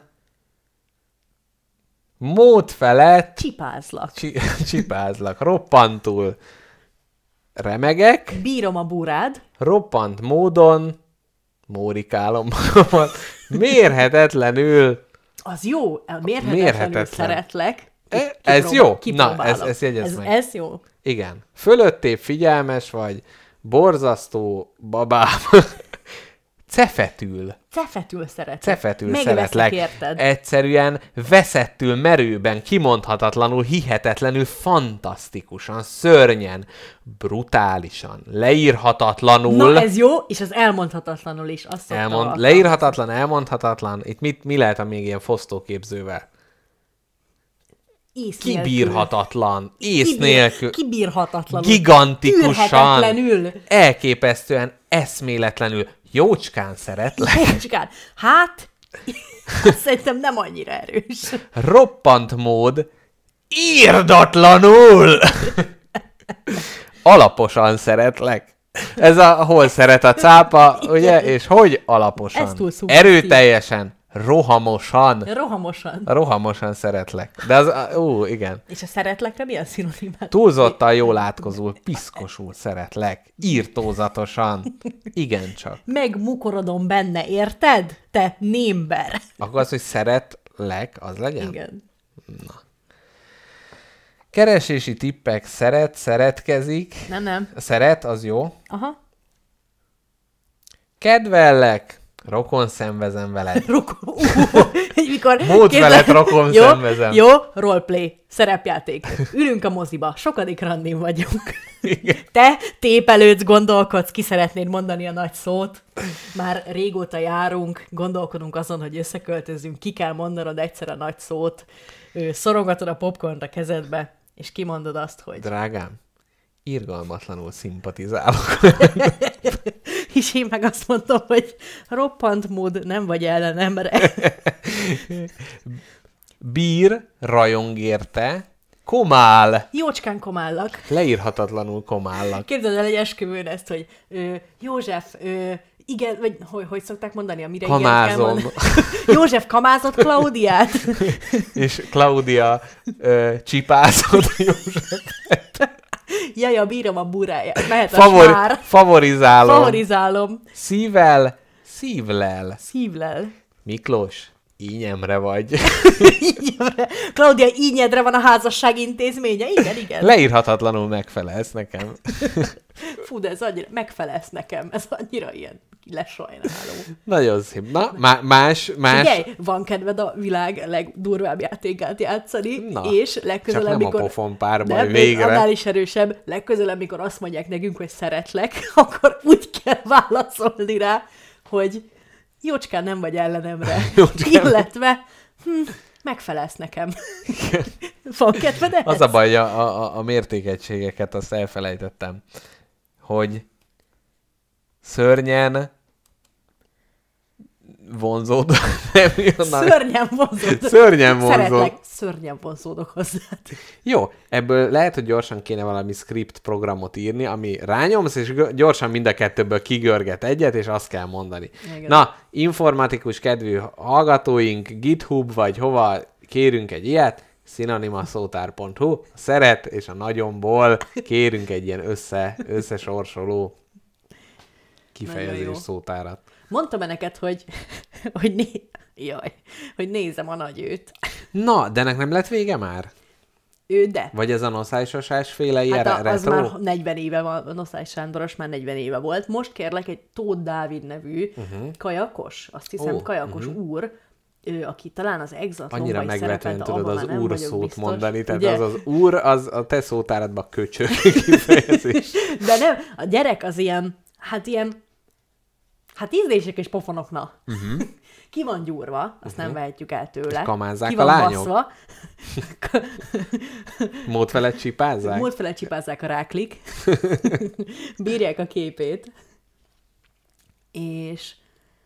mód felett Csipázlak. csi, csipázlak, roppantul remegek, Bírom a burád. roppant módon mórikálom magamat, mérhetetlenül, Az jó. Mérhetetlenül, Mérhetetlen. szeretlek. E, ez Kipróbál- jó? Na, kipróbálom. ez, ez jegyez ez, meg. ez jó. Igen. Fölöttébb figyelmes vagy, borzasztó babám, cefetül, Cefetül szeretlek. cefetül Megveszlek szeretlek. érted. Egyszerűen veszettül, merőben, kimondhatatlanul, hihetetlenül, fantasztikusan, szörnyen, brutálisan, leírhatatlanul, Na, ez jó, és az elmondhatatlanul is. Azt szoktam elmond, alkalmazni. leírhatatlan, elmondhatatlan. Itt mit, mi lehet a még ilyen fosztóképzővel? Ész nélkül. Kibírhatatlan, ész Kibír- nélkül, Kibírhatatlanul. gigantikusan, Tűrhetetlenül. elképesztően, eszméletlenül, jócskán szeretlek, Jócskán. Hát, azt szerintem nem annyira erős. roppant mód, írdatlanul, alaposan szeretlek. Ez a hol szeret a cápa, ugye? És hogy alaposan? Ez túl szubjektív. Erőteljesen, rohamosan, Rohamosan. rohamosan szeretlek. De az, ú, igen. És a szeretlekre mi a szinonimát? Túlzottan jól átkozul, piszkosul szeretlek, írtózatosan, igencsak. Megmukorodom benne, érted? Te némber. Akkor az, hogy szeretlek, az legyen? Igen. Keresési tippek, szeret, szeretkezik, Nem, nem. szeret, az jó. Aha. Kedvellek, rokon szenvezem veled. Rokon. Uh, mikor... Mód képzel- veled rokon jó, szenvezem. Jó, roleplay, szerepjáték. Ülünk a moziba, sokadik randin vagyunk. Igen. Te tépelődsz, gondolkodsz, ki szeretnéd mondani a nagy szót. Már régóta járunk, gondolkodunk azon, hogy összeköltözünk, ki kell mondanod egyszer a nagy szót. Ö, Szorongatod a popcornt a kezedbe, és kimondod azt, hogy... Drágám, irgalmatlanul szimpatizálok. És én meg azt mondom, hogy roppant mód, nem vagy ellenemre. Bír, rajong érte, komál, Jócskán komállak. leírhatatlanul komállak. Képzeld el egy esküvőn ezt, hogy ö, József, ö, igen, vagy hogy, hogy szokták mondani, amire igen kell Kamázom. mondani. József kamázott Klaudiát. És Klaudia ö, csipázott Józsefet. Jaja, bírom a buráját. Mehet a Favor, smár. favorizálom. Favorizálom. Szívvel, szívlel. Szívlel. Miklós, ínyemre vagy. Ínyedre. Klaudia, ínyedre van a házasság intézménye? Igen, igen. Leírhatatlanul megfelelsz nekem. Fú, de ez annyira, megfelelsz nekem. Ez annyira ilyen lesajnáló. Nagyon szép. Na, má- más, más. Figyelj, van kedved a világ legdurvább játékát játszani, Na, és Csak legközelebb, nem mikor... a pofon párbaj Nem, még végre. annál is erősebb, legközelebb, mikor azt mondják nekünk, hogy szeretlek, akkor úgy kell válaszolni rá, hogy jócskán nem vagy ellenemre. Jócskán. Illetve hm, megfelelsz nekem. Van kedved ehhez? Az a baj, hogy a, a, a mértékegységeket azt elfelejtettem, hogy szörnyen vonzódó. Nem jön a- Szörnyen vonzódok. Szörnyen vonzód. Szeretlek, szörnyen vonzódok hozzád. Jó, ebből lehet, hogy gyorsan kéne valami script programot írni, ami rányomsz, és gö- gyorsan mind a kettőből kigörget egyet, és azt kell mondani. Igen. Na, informatikus kedvű hallgatóink, GitHub vagy hova kérünk egy ilyet, szinonimasszótár pont hu, a szeret és a nagyomból kérünk egy ilyen össze, összesorsoló Nagyon kifejezés jó. szótárat. Mondtam-e neked, hogy, hogy, né... Jaj, hogy nézem a nagy őt. Na, de ennek nem lett vége már? Ő de. Vagy ez a noszájsosás féle ilyen Hát a, az retro? már negyven éve van, Noszály Sándoros már negyven éve volt. Most kérlek egy Tóth Dávid nevű uh-huh. kajakos, azt hiszem Ó, kajakos uh-huh. úr, ő, aki talán az Exatlonban Annyira is megvetően szerepelt, tudod abban az már nem úr vagyok szót biztos. mondani, tehát Ugye? az az úr, az a te szótáradban köcsög kifejezés. De nem, a gyerek az ilyen, hát ilyen Hát ízlések és pofonok, na. Uh-huh. Ki van gyúrva, azt uh-huh. nem vehetjük el tőle. És kamázzák Ki a van lányok? baszva. Módfele csipázzák? Módfele csipázzák a ráklik. Bírják a képét. És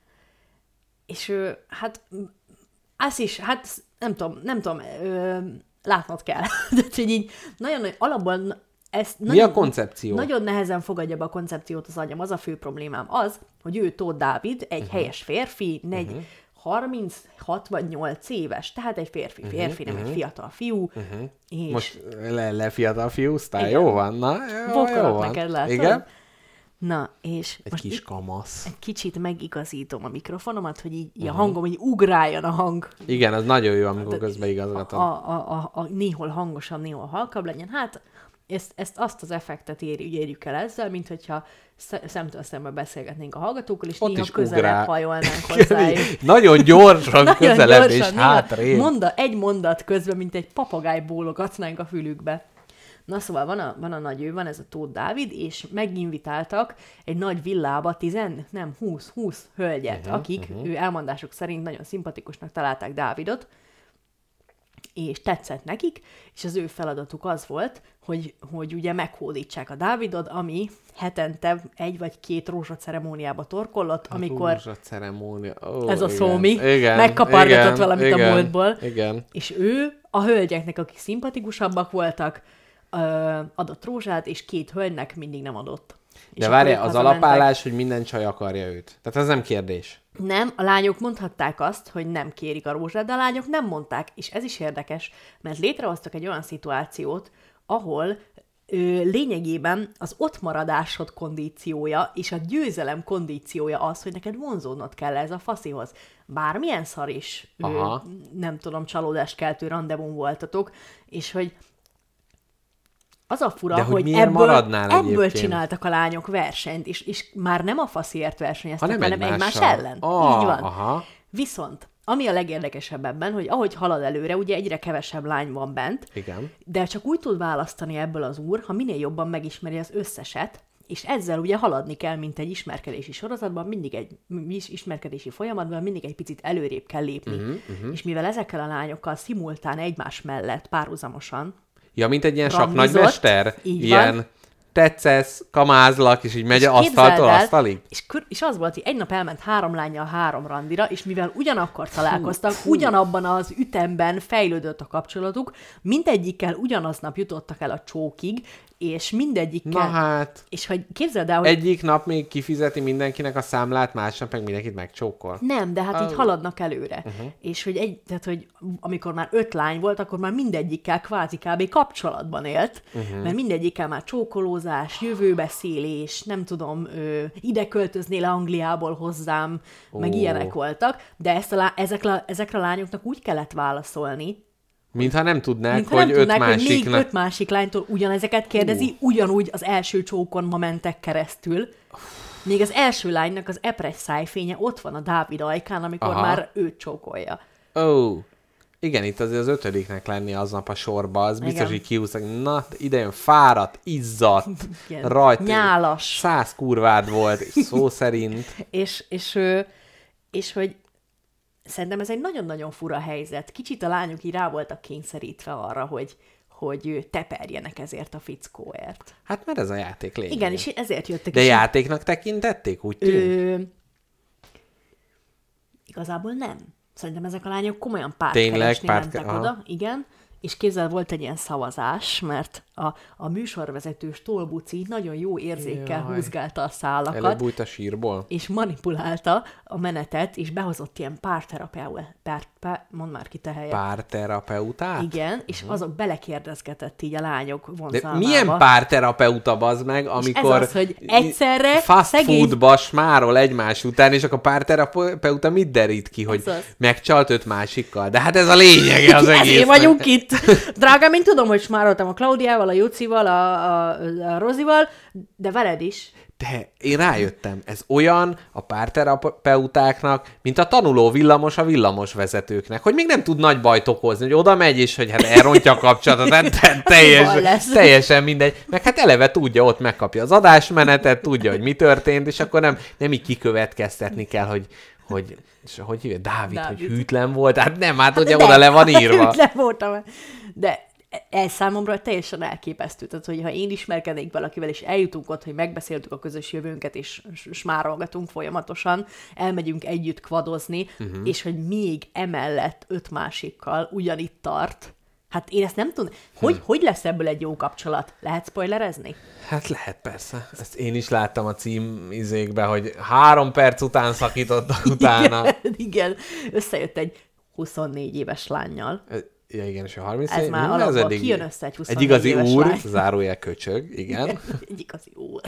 és ő, hát az is, hát nem tudom, nem tudom, ö, látnod kell. Tehát, hogy így nagyon, alapból ezt Mi nagyon, a koncepció? Nagyon nehezen fogadja be a koncepciót az agyam. Az a fő problémám az, hogy ő Tóth Dávid, egy uh-huh. helyes férfi, negy, uh-huh. harminchat vagy nyolc éves, tehát egy férfi, férfi, uh-huh. nem uh-huh. egy fiatal fiú. Uh-huh. És most le, le fiatal fiúztál? Jó van, na, jó, jó van. Neked, látod? Igen? Na, és egy most kis kamasz. Egy kicsit megigazítom a mikrofonomat, hogy így uh-huh. a hangom, hogy ugráljon a hang. Igen, az nagyon jó, amikor közben igazgatom. A, a, a, a, néhol hangosabb, néhol halkabb legyen. Hát ezt, ezt azt az effektet ér, érjük el ezzel, mint hogyha szemtől szembe beszélgetnénk a hallgatókkal, és ott néha is közelebb ugrál. hajolnánk hozzájuk. Nagyon gyorsan Nagyon közelebb gyorsan, és hátrébb. Monda, egy mondat közben, mint egy papagáj bólogatnánk a fülükbe. Na szóval van a, van a nagy ő, van ez a Tóth Dávid, és meginvitáltak egy nagy villába tizen, nem, húsz, húsz hölgyet, uh-huh, akik uh-huh. ő elmondások szerint nagyon szimpatikusnak találták Dávidot, és tetszett nekik, és az ő feladatuk az volt, hogy, hogy ugye meghódítsák a Dávidot, ami hetente egy vagy két rózsaceremóniába torkollott, a amikor rózsaceremónia. Oh, ez a igen, szómi igen, megkapargatott igen, valamit igen, a múltból, igen. És ő a hölgyeknek, akik szimpatikusabbak voltak, adott rózsát, és két hölgynek mindig nem adott. De várjál, az alapállás, hogy minden csaj akarja őt. Tehát ez nem kérdés. Nem, a lányok mondhatták azt, hogy nem kérik a rózsát, de a lányok nem mondták, és ez is érdekes, mert létrehoztak egy olyan szituációt, ahol ö, lényegében az ottmaradásod kondíciója és a győzelem kondíciója az, hogy neked vonzódnod kell ez a faszihoz. Bármilyen szar is, ö, nem tudom, csalódást keltő randevún voltatok, és hogy az a fura, de hogy, hogy ebből, ebből egyébként? Csináltak a lányok versenyt, és, és már nem a fasziért versenyeztek, hanem hanem egymás ellen. Oh, Így van. Aha. Viszont, ami a legérdekesebb ebben, hogy ahogy halad előre, ugye egyre kevesebb lány van bent, igen. De csak úgy tud választani ebből az úr, ha minél jobban megismeri az összeset, és ezzel ugye haladni kell, mint egy ismerkedési sorozatban, mindig egy ismerkedési folyamatban, mindig egy picit előrébb kell lépni. Uh-huh, uh-huh. És mivel ezekkel a lányokkal szimultán egymás mellett párhuzamosan ja, mint egy ilyen sakknagymester? Ilyen van. Tetszesz, kamázlak, és így megy és asztaltól asztalig? És, és az volt, hogy egy nap elment három lánnyal három randira, és mivel ugyanakkor találkoztak, fú, fú. ugyanabban az ütemben fejlődött a kapcsolatuk, mindegyikkel ugyanaznap jutottak el a csókig, és mindegyikkel... Na hát... És hogy képzeld el, hogy... Egyik nap még kifizeti mindenkinek a számlát, másnap meg mindenkit megcsókol. Nem, de hát oh. így haladnak előre. Uh-huh. És hogy, egy, tehát, hogy amikor már öt lány volt, akkor már mindegyikkel kvázi kb. Kapcsolatban élt, uh-huh. mert mindegyikkel már csókolózás, jövőbeszélés, nem tudom, ö, ide költöznél Angliából hozzám, oh. meg ilyenek voltak, de ezt a lá- ezekre, ezekre a lányoknak úgy kellett válaszolni, mintha nem tudnák, mintha hogy nem öt tudnák, másiknak... hogy még öt másik lánytól ugyanezeket kérdezi, uh. ugyanúgy az első csókon ma mentek keresztül. Még az első lánynak az epres szájfénye ott van a Dávid ajkán, amikor aha. már őt csókolja. Ó, oh. Igen, itt azért az ötödiknek lenni aznap a sorba, az biztos, igen. hogy kiúszak, na, idejön fáradt, izzadt, rajta, nyálas. Száz kurvád volt, szó szerint. és, és, és hogy szerintem ez egy nagyon-nagyon fura helyzet. Kicsit a lányok így rá voltak kényszerítve arra, hogy, hogy teperjenek ezért a fickóért. Hát mert ez a játék lényeg. Igen, és ezért jöttek. De játéknak tekintették, úgy tűnt? Ö... Igazából nem. Szerintem ezek a lányok komolyan párt keresni párt... mentek Aha. oda. Igen. És képzel, volt egy ilyen szavazás, mert a, a műsorvezető Stolbuci nagyon jó érzékkel Jaj. húzgálta a szálakat. Előbújt a sírból. És manipulálta a menetet, és behozott ilyen párterapeutát. Pár, pár, mondd már ki te helyet. Párterapeutát? Igen, és uh-huh. azok belekérdezgetett így a lányok vonzalmába. De milyen párterapeuta bazd meg, amikor és ez az, hogy egyszerre fast szegény... foodba smárol egymás után, és akkor a párterapeuta mit derít ki, hogy megcsalt öt másikkal. De hát ez a lényege az egész. Ezért vagyunk itt. Drágám, én tudom, hogy smároltam a Klaudiával, a Jucival, a, a, a Rozival, de veled is. De én rájöttem, ez olyan a párterapeutáknak, mint a tanuló villamos a villamos vezetőknek, hogy még nem tud nagy bajt okozni, hogy oda megy, és hogy hát elrontja a kapcsolatot, hát teljes, teljesen mindegy. Meg hát eleve tudja, ott megkapja az adásmenetet, tudja, hogy mi történt, és akkor nem, nem így kikövetkeztetni kell, hogy, hogy és hogy hívja, Dávid, Dávid, hogy hűtlen volt. Hát nem, hát, hát ugye oda le van írva. Hűtlen voltam. De ez számomra teljesen elképesztő. Tehát, hogy ha én ismerkednék valakivel, és eljutunk ott, hogy megbeszéltük a közös jövőnket, és smárolgatunk folyamatosan, elmegyünk együtt kvadozni, uh-huh. és hogy még emellett öt másikkal ugyanitt tart. Hát én ezt nem tudom. Hogy, hm. hogy lesz ebből egy jó kapcsolat? Lehet spoilerezni? Hát lehet, persze. Ezt én is láttam a címizékben, hogy három perc után szakítottak utána. Igen, igen. Összejött egy huszonnégy éves lánnyal. Ja, igen, és a harminc Ez már alapból eddig... kijön össze egy huszonnégy Egy igazi éves úr, lány. zárójel köcsög, igen. Egy igazi úr.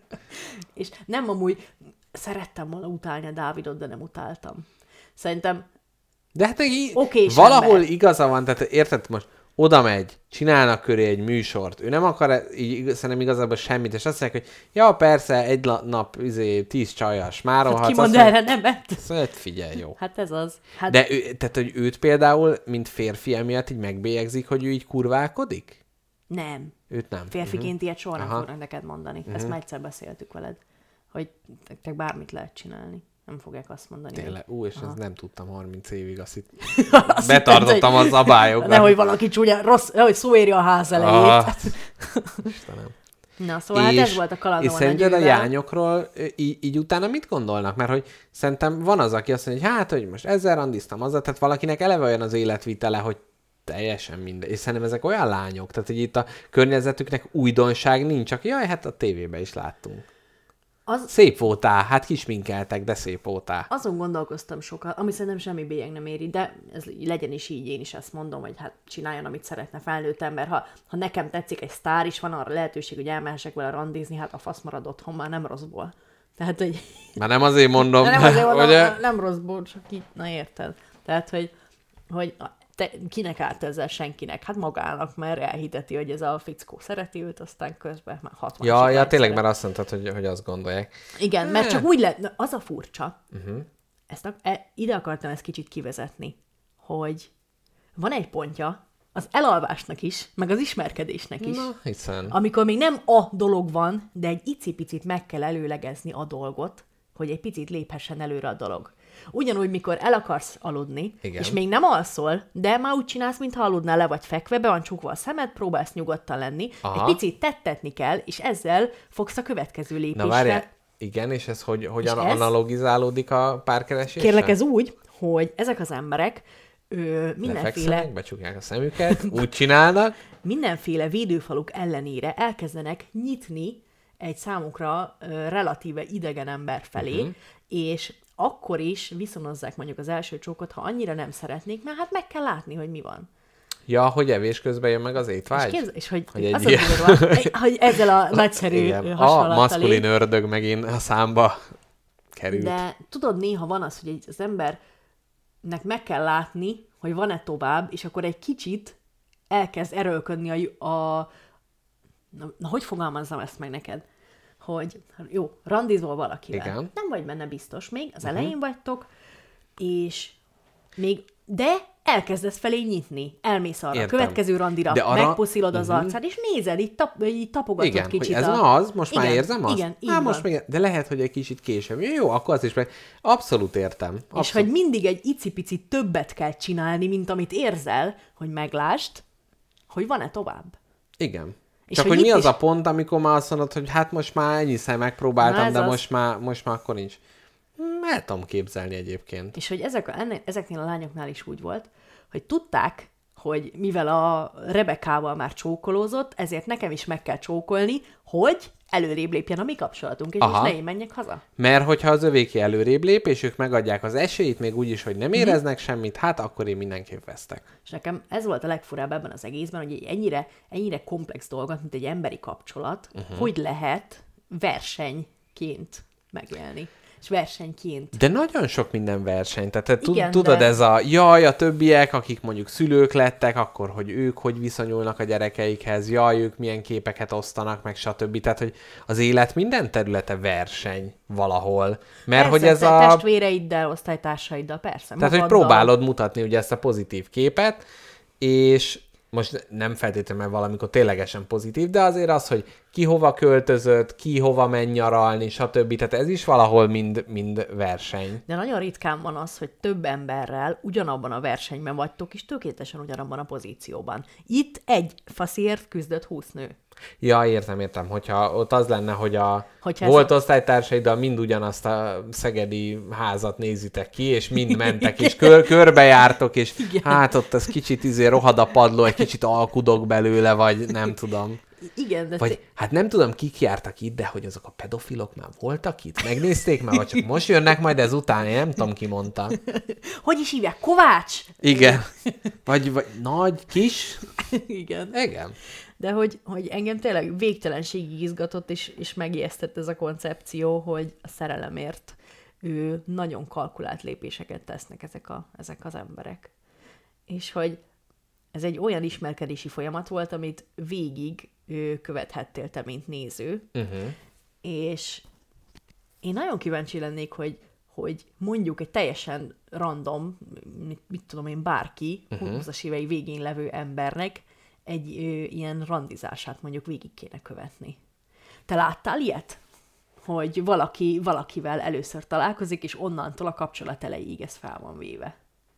És nem amúgy szerettem volna utálni a Dávidot, de nem utáltam. Szerintem de hát így okés valahol ember. Igaza van, tehát érted most, oda megy, csinálnak köré egy műsort, ő nem akar így szerintem igazából semmit, és azt mondják, hogy ja, persze, egy nap izé, tíz csajas márolhatsz. Hát ki mond erre nemet? Szóval figyelj, jó. Hát ez az. Hát... De ő, tehát, hogy őt például, mint férfi emiatt így megbélyegzik, hogy ő így kurválkodik? Nem. Őt nem. Férfiként uh-huh. ilyet soha nem Aha. fognak neked mondani. Uh-huh. Ezt már egyszer beszéltük veled, hogy te bármit lehet csinálni. Nem fogják azt mondani. Tényleg, ú, és Aha. ezt nem tudtam harminc évig, azt itt azt betartottam a szabályokat. Nehogy valaki csúnya, rossz, nehogy szó érje a ház elejét. Ah, Istenem. Na, szóval és, hát ez volt a kalandom. És szerinted a jányokról így, így utána mit gondolnak? Mert hogy szerintem van az, aki azt mondja, hogy hát, hogy most ezzel randiztam, azzal, tehát valakinek eleve olyan az életvitele, hogy teljesen minden. És szerintem ezek olyan lányok, tehát hogy itt a környezetüknek újdonság nincs, csak jaj, hát a tévében is láttunk. Az... Szép voltál, hát kisminkeltek, de szép voltál. Azon gondolkoztam sokat, ami szerintem semmi bélyeg nem éri, de ez legyen is így, én is ezt mondom, hogy hát csináljon, amit szeretne felnőtt ember. Ha, ha nekem tetszik egy sztár is, van arra lehetőség, hogy elmehessek vele randizni, hát a fasz marad otthon, már nem rosszból. Tehát, hogy... Már nem azért mondom. nem azért mondom, ugye? nem, nem rosszból, csak így, na érted. Tehát, hogy, hogy te, kinek árt ezzel senkinek? Hát magának, mert elhiteti, hogy ez a fickó szereti őt, aztán közben már hat másik. Ja, ja tényleg, mert azt mondtad, hogy, hogy azt gondolják. Igen, mert csak úgy lett, az a furcsa, uh-huh. ezt a, e, ide akartam ezt kicsit kivezetni, hogy van egy pontja az elalvásnak is, meg az ismerkedésnek is. Na, hiszen. Amikor még nem a dolog van, de egy icipicit meg kell előlegezni a dolgot, hogy egy picit léphessen előre a dolog. Ugyanúgy, mikor el akarsz aludni, igen. és még nem alszol, de már úgy csinálsz, mintha aludnál, le vagy fekve, be van csukva a szemed, próbálsz nyugodtan lenni, Aha. egy picit tettetni kell, és ezzel fogsz a következő lépésre. Na várjál, igen, és ez hogy, hogyan és analogizálódik a párkereséssel? Kérlek, ez úgy, hogy ezek az emberek ö, mindenféle... becsukják a szemüket, úgy csinálnak. Mindenféle védőfaluk ellenére elkezdenek nyitni egy számukra ö, relatíve idegen ember felé, uh-huh. és akkor is viszonozzák mondjuk az első csókot, ha annyira nem szeretnék, mert hát meg kell látni, hogy mi van. Ja, hogy evés közben jön meg az étvágy? És, képzel, és hogy, hogy, az ilyen... az durva, hogy ezzel a nagyszerű hasonlattal... A maszkulin ördög megint a számba került. De tudod, néha van az, hogy az embernek meg kell látni, hogy van-e tovább, és akkor egy kicsit elkezd erőlködni a... a na, na, hogy fogalmazzam ezt meg neked? Hogy jó, randizol valakivel. Igen. Nem vagy benne biztos még, az uh-huh. elején vagytok, és még, de elkezdesz felé nyitni, elmész arra, Értem. következő randira, arra... megpuszilod az uh-huh. arcát, és nézed, így, tap, így tapogatod Igen, kicsit. Igen, ez a... ma az, most igen, már érzem azt? Igen, Há, most még... De lehet, hogy egy kicsit később. Jó, akkor az is meg. Abszolút értem. Abszolút. És hogy mindig egy icipici többet kell csinálni, mint amit érzel, hogy meglásd, hogy van-e tovább. Igen. És csak hogy, hogy mi is... az a pont, amikor már azt mondod, hogy hát most már ennyiszer megpróbáltam, de az... most már, most már akkor nincs. El tudom képzelni egyébként. És hogy ezek a, enne, ezeknél a lányoknál is úgy volt, hogy tudták, hogy mivel a Rebekával már csókolózott, ezért nekem is meg kell csókolni, hogy előrébb lépjen a mi kapcsolatunk, és Aha. most ne én menjek haza. Mert hogyha az övéki előrébb lép, és ők megadják az esélyt, még úgy is, hogy nem éreznek hmm. semmit, hát akkor én mindenképp vesztek. És nekem ez volt a legfurább ebben az egészben, hogy egy ennyire, ennyire komplex dolgot, mint egy emberi kapcsolat, uh-huh. hogy lehet versenyként megélni. és versenyként. De nagyon sok minden verseny. Tehát Igen, tudod, de... ez a jaj, a többiek, akik mondjuk szülők lettek, akkor, hogy ők hogy viszonyulnak a gyerekeikhez, jaj, ők milyen képeket osztanak, meg stb. Tehát, hogy az élet minden területe verseny valahol. Mert persze, hogy ez te a... testvéreiddel, osztálytársaiddal, persze. Tehát, magaddal. Hogy próbálod mutatni ugye ezt a pozitív képet, és most nem feltétlenül valamikor ténylegesen pozitív, de azért az, hogy ki hova költözött, ki hova menj nyaralni, stb. Tehát ez is valahol mind, mind verseny. De nagyon ritkán van az, hogy több emberrel ugyanabban a versenyben vagytok, és tökéletesen ugyanabban a pozícióban. Itt egy faszért küzdött húsz nő. Ja, értem, értem. Hogyha ott az lenne, hogy a Hogyha volt a... osztálytársaiddal mind ugyanazt a szegedi házat nézitek ki, és mind mentek, és kör, körbejártok, és igen. Hát ott ez kicsit izé rohad a padló, egy kicsit alkudok belőle, vagy nem tudom. Igen, de... Vagy, te... hát nem tudom, kik jártak itt, de hogy azok a pedofilok már voltak itt? Megnézték már, vagy csak most jönnek majd ezután? Én nem tudom, ki mondta. Hogy is hívják? Kovács? Igen. Vagy, vagy nagy, kis? Igen. Igen. De hogy, hogy engem tényleg végtelenségig izgatott, és, és megijesztett ez a koncepció, hogy a szerelemért ő nagyon kalkulált lépéseket tesznek ezek, a, ezek az emberek. És hogy ez egy olyan ismerkedési folyamat volt, amit végig ő, követhettél te, mint néző, uh-huh. és én nagyon kíváncsi lennék, hogy, hogy mondjuk egy teljesen random, mit, mit tudom én, bárki, uh-huh. húszas évei végén levő embernek egy ö, ilyen randizását mondjuk végig kéne követni. Te láttál ilyet? Hogy valaki valakivel először találkozik, és onnantól a kapcsolat elejéig ez fel van véve.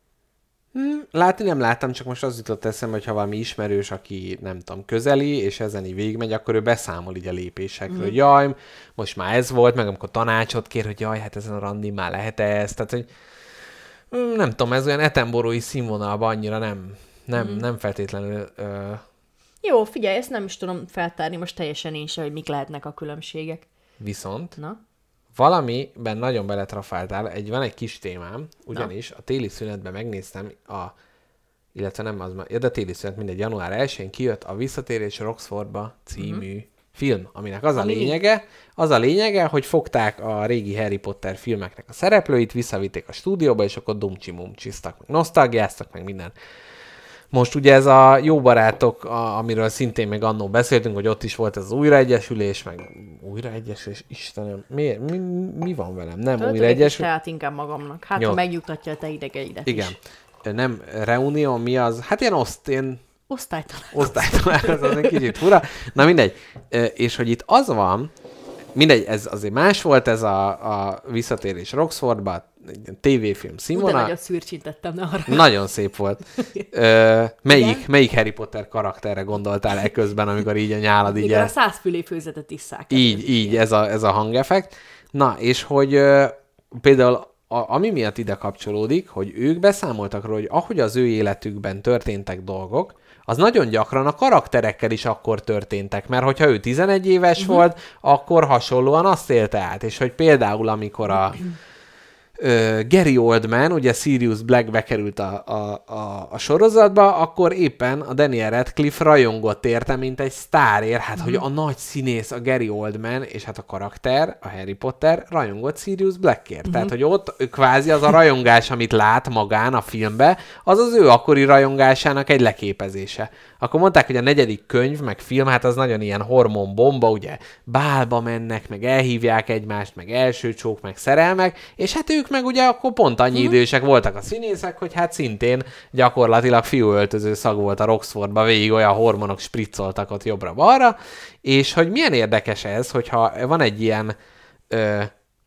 Hmm, látni nem láttam, csak most az jutott eszembe, hogy ha valami ismerős, aki nem tudom, közeli, és ezen így végigmegy, akkor ő beszámol így a lépésekről, mm. hogy jaj, most már ez volt, meg amikor tanácsot kér, hogy jaj, hát ezen a randin már lehet ez, tehát, hogy nem tudom, ez olyan etenborói színvonalban annyira nem, nem, mm. nem feltétlenül... Ö... Jó, figyelj, ezt nem is tudom feltárni most teljesen én sem, hogy mik lehetnek a különbségek. Viszont... Na? Valamiben nagyon beletrafáltál, egy, van egy kis témám, ugyanis Na. a téli szünetben megnéztem, a, illetve nem az már, ja, de téli szünet, mindegy, január elsején kijött a Visszatérés Roxfordba című uh-huh. film, aminek az Ami a lényege, az a lényege, hogy fogták a régi Harry Potter filmeknek a szereplőit, visszavitték a stúdióba, és akkor dumcsi-mumcsiztak, meg nosztalgiáztak, meg minden. Most ugye ez a Jó barátok, a, amiről szintén még annó beszéltünk, hogy ott is volt ez az újraegyesülés, meg újraegyesülés, Istenem, mi, mi, mi van velem? Nem újraegyesülés. Tehát inkább magamnak. Hát, Jó. ha megjutatja a te idegeidet Igen. is. Nem, reunió, mi az? Hát ilyen oszt, ilyen... Osztálytalálkozó. Osztálytalálkozó, az egy kicsit fura. Na mindegy. És hogy itt az van, mindegy, ez azért más volt, ez a, a Visszatérés Roxfordba, egy tévéfilm színvonal. De nagyot szürcsítettem, ne arra. Nagyon szép volt. Ö, melyik, melyik Harry Potter karakterre gondoltál eközben, amikor így a nyálad így... Igen, el... a százfülé főzetet isszák. Így, így, ez a, ez a hangeffekt. Na, és hogy ö, például a, ami miatt ide kapcsolódik, hogy ők beszámoltak róla, hogy ahogy az ő életükben történtek dolgok, az nagyon gyakran a karakterekkel is akkor történtek, mert hogyha ő tizenegy éves uh-huh. volt, akkor hasonlóan azt élte át, és hogy például amikor a uh, Gary Oldman, ugye Sirius Black bekerült a, a, a, a sorozatba, akkor éppen a Daniel Radcliffe rajongott érte, mint egy sztárért, hát uh-huh. hogy a nagy színész, a Gary Oldman, és hát a karakter, a Harry Potter rajongott Sirius Blackért. Uh-huh. Tehát, hogy ott kvázi az a rajongás, amit lát magán a filmbe, az az ő akkori rajongásának egy leképezése. Akkor mondták, hogy a negyedik könyv, meg film, hát az nagyon ilyen hormonbomba, ugye bálba mennek, meg elhívják egymást, meg első csók, meg szerelmek, és hát ők meg ugye akkor pont annyi uh-huh. idősek voltak a színészek, hogy hát szintén gyakorlatilag fiúöltöző szag volt a Roxfordba, végig olyan hormonok spriccoltak ott jobbra-balra, és hogy milyen érdekes ez, hogyha van egy ilyen ö,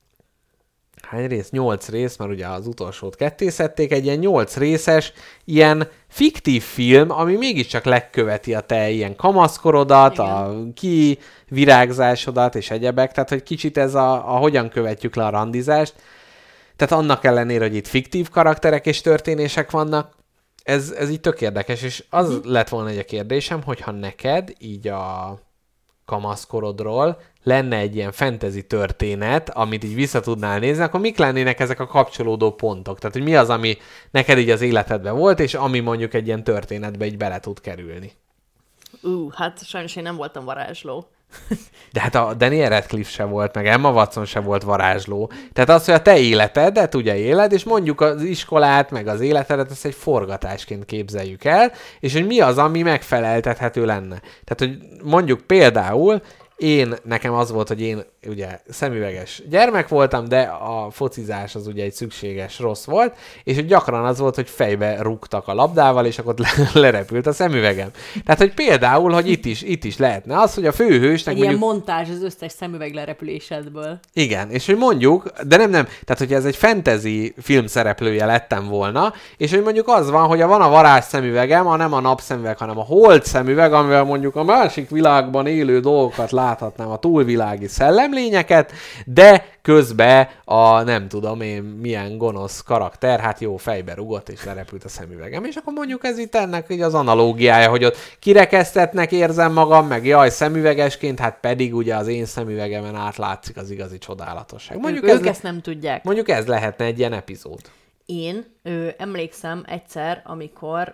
hány rész? Nyolc rész, mert ugye az utolsót kettészették, egy ilyen nyolc részes, ilyen fiktív film, ami mégiscsak legköveti a te ilyen kamaszkorodat, Igen. a kivirágzásodat és egyebek, tehát hogy kicsit ez a, a hogyan követjük le a randizást. Tehát annak ellenére, hogy itt fiktív karakterek és történések vannak, ez, ez így tök érdekes, és az mm. lett volna egy a kérdésem, hogyha neked így a kamaszkorodról lenne egy ilyen fantasy történet, amit így vissza tudnál nézni, akkor mik lennének ezek a kapcsolódó pontok? Tehát, hogy mi az, ami neked így az életedben volt, és ami mondjuk egy ilyen történetbe így bele tud kerülni? Ú, uh, hát sajnos én nem voltam varázsló. De hát a Daniel Radcliffe se volt, meg Emma Watson se volt varázsló. Tehát az, hogy a te életedet ugye éled, és mondjuk az iskolát, meg az életedet, ezt egy forgatásként képzeljük el, és hogy mi az, ami megfeleltethető lenne. Tehát, hogy mondjuk például én, nekem az volt, hogy én ugye szemüveges gyermek voltam, de a focizás az ugye egy szükséges rossz volt, és hogy gyakran az volt, hogy fejbe rúgtak a labdával, és akkor lerepült a szemüvegem. Tehát, hogy például, hogy itt is, itt is lehetne az, hogy a főhősnek egy mondjuk... ilyen montázs az összes szemüveg lerepülésedből. Igen, és hogy mondjuk, de nem, nem, tehát hogyha ez egy fantasy film szereplője lettem volna, és hogy mondjuk az van, hogy van a varázs szemüvegem, ha nem a napszemüveg, hanem a hold szemüveg, amivel mondjuk a másik világban élő dolgokat láthatnám, a túlvilági szellemlényeket, de közben a nem tudom én milyen gonosz karakter, hát jó, fejbe rugott és lerepült a szemüvegem. És akkor mondjuk ez itt ennek így az analógiája, hogy ott kirekesztetnek érzem magam, meg jaj, szemüvegesként, hát pedig ugye az én szemüvegemen átlátszik az igazi csodálatosság. Mondjuk ők ez ők le... ezt nem tudják. Mondjuk ez lehetne egy ilyen epizód. Én ö, emlékszem egyszer, amikor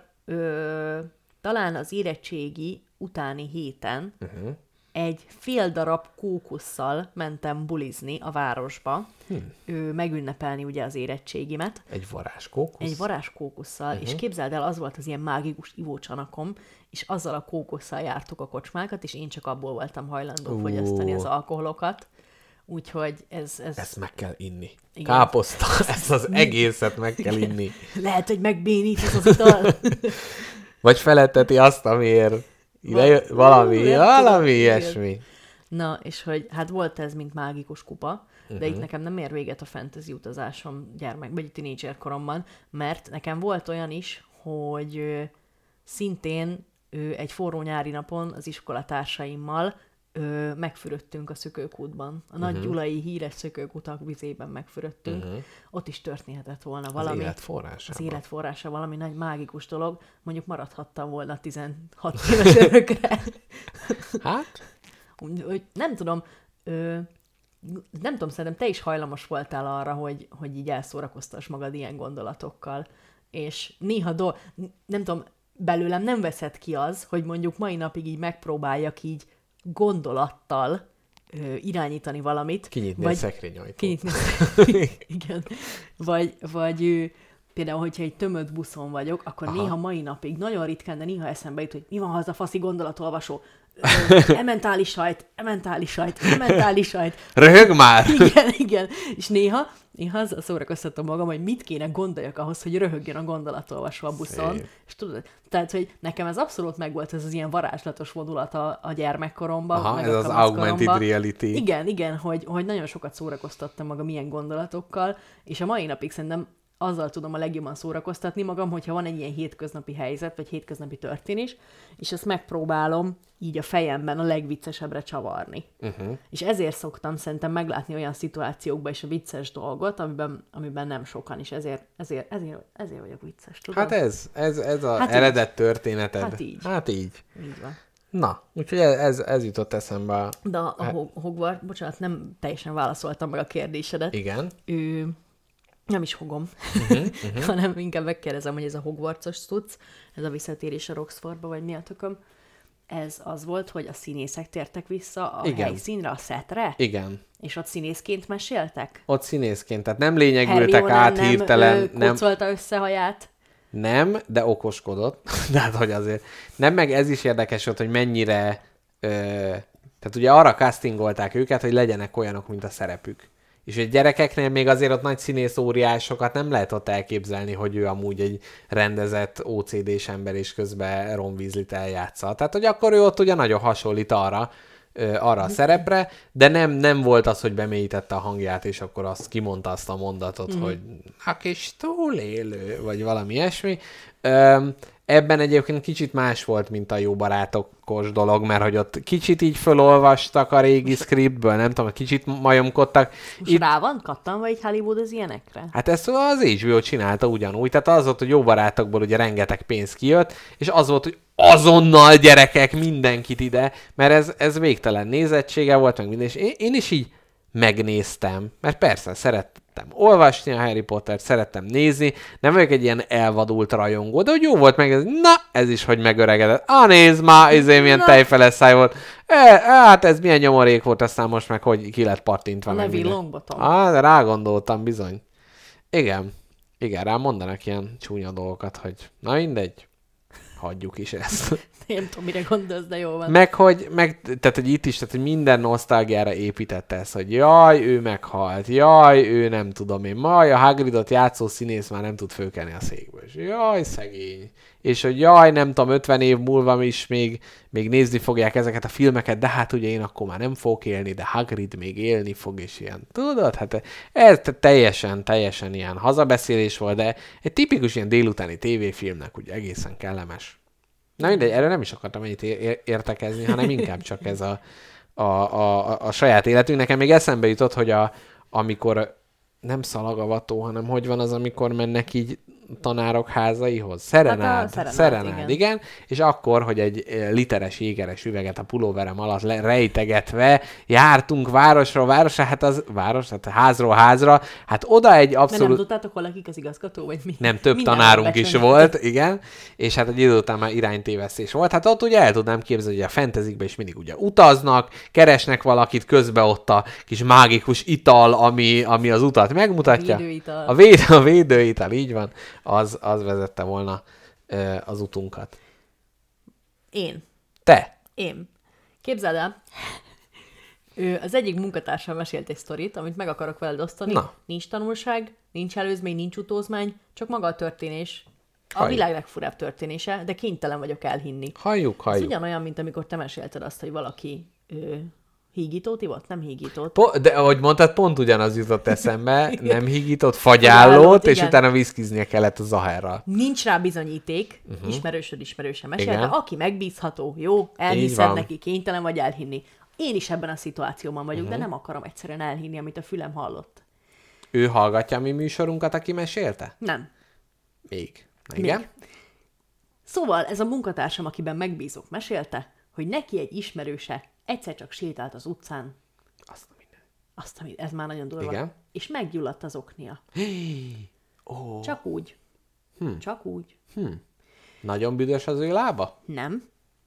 ö, talán az érettségi utáni héten Uh-huh. egy fél darab kókusszal mentem bulizni a városba, Hmm. ő megünnepelni ugye az érettségimet. Egy varázskókusz? Egy varázskókusszal, uh-huh. és képzeld el, az volt az ilyen mágikus ivócsanakom, és azzal a kókusszal jártuk a kocsmákat, és én csak abból voltam hajlandó Uh. fogyasztani az alkoholokat. Úgyhogy ez... ez... Ezt meg kell inni. Igen. Káposzta, ezt az egészet meg kell inni. Lehet, hogy megbénítasz az ital. Vagy feletteti azt, amiért ide jö- valami, nem valami tudom, ilyesmi. Na, és hogy hát volt ez, mint mágikus kupa, de Uh-huh. itt nekem nem ér véget a fantasy utazásom gyermek, vagy tínédzser koromban, mert nekem volt olyan is, hogy ö, szintén ö, egy forró nyári napon az iskolatársaimmal ö, megfürödtünk a Szökőkútban. A nagy Uh-huh. gyulai híres Szökőkutak vizében megfürödtünk. Uh-huh. Ott is történhetett volna Az valami. élet forrása. Az élet forrása valami nagy mágikus dolog. Mondjuk maradhattam volna tizenhat éves örökre. Hát? Úgy, hogy nem tudom, ö, nem tudom, szerintem te is hajlamos voltál arra, hogy, hogy így elszórakoztass magad ilyen gondolatokkal. És néha, do, nem tudom, belőlem nem veszed ki az, hogy mondjuk mai napig így megpróbáljak így gondolattal ö, irányítani valamit. Kinyitni vagy a szekrényajtót. Kinyitni. Igen. Vagy, vagy ö, például, hogyha egy tömött buszon vagyok, akkor Aha. néha mai napig, nagyon ritkán, de néha eszembe jut, hogy mi van, ha az a faszi gondolatolvasó. Ö, ementális sajt, ementális sajt, ementális sajt. Röhög már! Igen, igen. És néha, néha azzal szórakoztatom magam, hogy mit kéne gondoljak ahhoz, hogy röhögjön a gondolatolvasó a buszon. Szép. És tudod, tehát, hogy nekem ez abszolút megvolt ez az ilyen varázslatos vonulat a, a gyermekkoromban. Aha, meg ez a az kamaszkoromban. augmented reality. Igen, igen, hogy, hogy nagyon sokat szórakoztattam magam ilyen gondolatokkal, és a mai napig szerintem azzal tudom a legjobban szórakoztatni magam, hogyha van egy ilyen hétköznapi helyzet, vagy hétköznapi történés, és ezt megpróbálom így a fejemben a legviccesebbre csavarni. Uh-huh. És ezért szoktam szerintem meglátni olyan szituációkban is a vicces dolgot, amiben, amiben nem sokan is, ezért, ezért, ezért, ezért vagyok vicces, tudod? Hát ez, ez, ez a Hát eredet így. történeted. Hát így. Hát így. Így van. Na, úgyhogy ez, ez jutott eszembe. A... De a, a Hog- Hogwarts, bocsánat, nem teljesen válaszoltam meg a kérdésedet. Igen. Ő, nem is fogom, Uh-huh, uh-huh. hanem inkább megkérdezem, hogy ez a Hogwartsos cucc, ez a visszatérés a Roxfordba, vagy mi a tököm, ez az volt, hogy a színészek tértek vissza a Igen. helyszínre, a szetre, Igen. és ott színészként meséltek? Ott színészként, tehát nem lényegültek át nem, hirtelen. Ö, Nem, kocolta össze haját. nem, de okoskodott. De hát, hogy azért. Nem, meg ez is érdekes volt, hogy mennyire... Ö, tehát ugye arra castingolták őket, hogy legyenek olyanok, mint a szerepük. És egy gyerekeknél még azért ott nagy színész óriásokat nem lehet ott elképzelni, hogy ő amúgy egy rendezett ó cé dés ember, és közben Ron Weasley-t eljátsza. Tehát, hogy akkor ő ott ugye nagyon hasonlít arra, ö, arra a szerepre, de nem, nem volt az, hogy bemélyítette a hangját, és akkor azt kimondta azt a mondatot, mm. hogy a kis túlélő, vagy valami ilyesmi. Ö, ebben egyébként kicsit más volt, mint a Jó barátokos dolog, mert hogy ott kicsit így fölolvastak a régi scriptből, nem tudom, kicsit majomkodtak. Most Itt, rá van kattanva egy Hollywood az ilyenekre? hát ezt az há bé o csinálta ugyanúgy, tehát az volt, hogy Jó barátokból ugye rengeteg pénz kijött, és az volt, hogy azonnal gyerekek, mindenkit ide, mert ez, ez végtelen nézettsége volt, meg minden, és én, én is így megnéztem, mert persze szeret, szerettem olvasni a Harry Pottert, szerettem nézni, nem vagyok egy ilyen elvadult rajongó, de hogy jó volt meg, ez, na, ez is, hogy megöregedett. Ah, nézd már, izé milyen tejfele száj volt. E, hát ez milyen nyomorék volt, aztán most meg hogy ki lett pattintva. A meg Neville minden. Longbottom. Ah, de rágondoltam, bizony. Igen, igen, rám mondanak ilyen csúnya dolgokat, hogy na mindegy, hagyjuk is ezt. Nem tudom, mire gondolsz, de jó van. Meg, hogy, meg, tehát, hogy itt is, tehát, hogy minden nosztalgiára építette ezt, hogy jaj, ő meghalt, jaj, ő nem tudom én, majd a Hagridot játszó színész már nem tud fölkelni a székből. És jaj, szegény. És hogy jaj, nem tudom, ötven év múlva is még, még nézni fogják ezeket a filmeket, de hát ugye én akkor már nem fogok élni, de Hagrid még élni fog, és ilyen, tudod, hát ez teljesen, teljesen ilyen hazabeszélés volt, de egy tipikus ilyen délutáni tévéfilmnek ugye egészen kellemes. Na mindegy, erről nem is akartam ennyit értekezni, hanem inkább csak ez a, a, a, a saját életünk. Nekem még eszembe jutott, hogy a, amikor nem szalagavató, hanem hogy van az, amikor mennek így tanárok házaihoz? Szerenád. Hát szerenád, szerenád igen. igen. igen. És akkor, hogy egy literes jégeres üveget a pulóverem alatt le, rejtegetve jártunk városról városra, hát az város, hát házról házra, hát oda egy abszolút... Mert nem tudtátok, hol lakik az igazgató, vagy mi? Nem, több Minden tanárunk is becsöngetett. volt, igen, és hát egy idő után már iránytévesztés volt. Hát ott ugye el tudnám képzelni, hogy a fantasyzikben is mindig ugye utaznak, keresnek valakit, közben ott a kis mágikus ital, ami, ami az utat megmutatja. A védőital. A, véd, a védőital, így van, az, az vezette volna ö, az utunkat. Én. Te? Én. Képzeld el, ő az egyik munkatársam mesélt egy sztorit, amit meg akarok veled osztani. Na. Nincs tanulság, nincs előzmény, nincs utózmány, csak maga a történés. A Halljuk. világ legfurább történése, de kénytelen vagyok elhinni. Halljuk, Ez halljuk. ugyanolyan, mint amikor te mesélted azt, hogy valaki ö, hígítót ivott, nem hígítót. Po- de ahogy mondtad, pont ugyanaz jutott eszembe, nem higított, Fagyállót, fagyállót, és igen. utána viszkiznie kellett a Zahárral. Nincs rá bizonyíték, Mhm. uh-huh. ismerősöd ismerősen mesélte, Igen. aki megbízható, jó, Így elhiszed van. neki, kénytelen vagy elhinni. Én is ebben a szituációban vagyok, Mhm. uh-huh. de nem akarom egyszerűen elhinni, amit a fülem hallott. Ő hallgatja a mi műsorunkat, aki mesélte? Nem. Még. Na, igen? Még. Szóval ez a munkatársam, akiben megbízok, mesélte, hogy neki egy ismerőse egyszer csak sétált az utcán, Azt a minden. azt, ami, ez már nagyon durva, Igen. és meggyulladt az oknia. Ó, Csak úgy. Hm. Csak úgy. nagyon büdös az ő lába? Nem.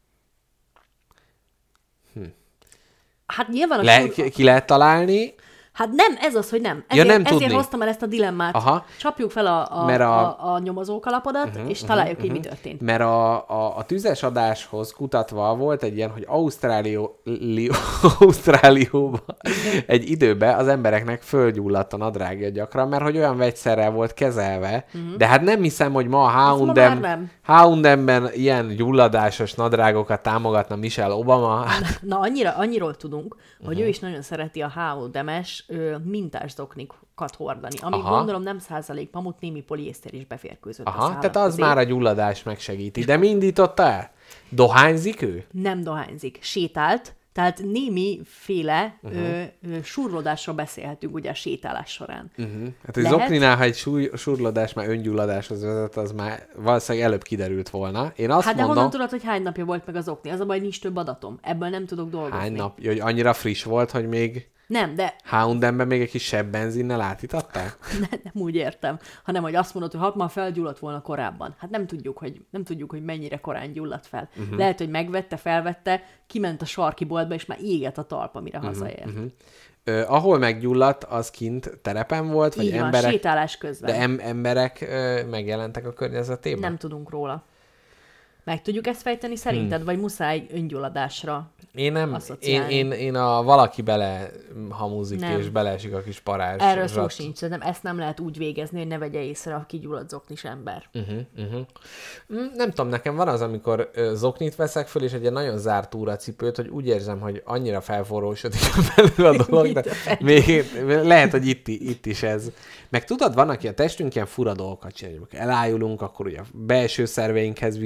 Hm. Hát nyilván a Le, sur- ki, ki lehet találni, Hát nem, ez az, hogy nem. Ezért, nem ezért tudni. hoztam el ezt a dilemmát. Aha. Csapjuk fel a, a, Mert a... a- a, a nyomozókalapodat, uh-huh, és találjuk, uh-huh, hogy mi történt. mert a, a, a tüzes adáshoz kutatva volt egy ilyen, hogy Ausztrálió, li, Ausztrálióban egy időben az embereknek fölgyulladt a nadrágja gyakran, mert hogy olyan vegyszerrel volt kezelve, uh-huh. de hát nem hiszem, hogy ma a ma már Houndem, nem. Houndemben ilyen gyulladásos nadrágokat támogatna Michelle Obama. Hát, Na, annyira, annyiról tudunk, hogy uh-huh. ő is nagyon szereti a há o demes mintás zoknikat hordani, ami Aha. gondolom nem százalék pamut, némi poliészter is beférkőzött a aha, szálak tehát az közé. már a gyulladás megsegíti. De mi indította el? Dohányzik ő? Nem dohányzik. Sétált, tehát némi féle uh-huh. ö, ö, surlódásról beszélhetünk ugye a sétálás során. Uh-huh. Hát, hogy Lehet? zokninál, ha egy súly, surlódás már öngyulladáshoz vezet, az már valószínűleg előbb kiderült volna. Én azt Hát de mondom, honnan tudod, hogy hány napja volt meg az okni? Az a baj, nincs több adatom. Ebből nem tudok dolgozni. hány nap, hogy annyira friss volt, hogy még Nem, de Houndemben még egy kis sebb benzinnel átítatták? ne, nem úgy értem, hanem hogy azt mondod, hogy hat már felgyulladt volna korábban. Hát nem tudjuk, hogy, nem tudjuk, hogy mennyire korán gyulladt fel. Uh-huh. Lehet, hogy megvette, felvette, kiment a sarki boltba, és már éget a talp, amire uh-huh, hazaér. Uh-huh. Ö, ahol meggyulladt, az kint terepen volt, vagy Így van, emberek, sétálás közben. de em- emberek ö, megjelentek a környezetében? Nem tudunk róla. Meg tudjuk ezt fejteni szerinted, hmm. vagy muszáj öngyulladásra Én nem, én, asszociálni? én, én a valaki bele hamúzik, Nem. és beleesik a kis parázs. Erről szó sincs, szerintem ezt nem lehet úgy végezni, hogy ne vegye észre a kigyulladt zoknis ember. Uh-huh, uh-huh. Nem tudom, nekem van az, amikor ö, zoknit veszek föl, és egy ilyen nagyon zárt túracipőt, hogy úgy érzem, hogy annyira felforrósodik belül a dolog, de még lehet, hogy itt, itt is ez. Meg tudod, van, aki a testünk ilyen fura dolgokat csinálja, amikor elájulunk, akkor ugye a belső szerveinkhez viszi a vér,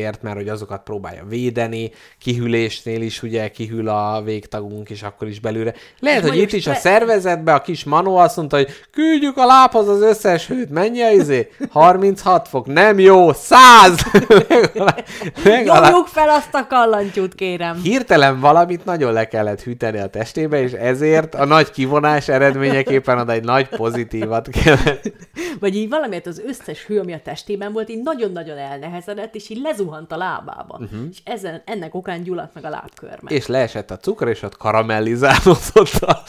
azért, mert hogy azokat próbálja védeni, kihűlésnél is ugye kihűl a végtagunk, és akkor is belőle. Lehet, hogy itt is a szervezetben a kis Manó azt mondta, hogy küldjük a lábhoz az összes hőt, mennyi a izé? harminchat fok, nem jó, száz! Nyomjuk fel azt a kallantyút, kérem. Hirtelen valamit nagyon le kellett hűteni a testébe, és ezért a nagy kivonás eredményeképpen oda egy nagy pozitívat kellett. Vagy így valamiért az összes hő, ami a testében volt, így nagyon-nagyon elnehezedett, és így lezuhant a lábába. Uh-huh. És ezen, ennek okán gyulladt meg a lábkörme. És leesett a cukor, és ott karamellizálódott a...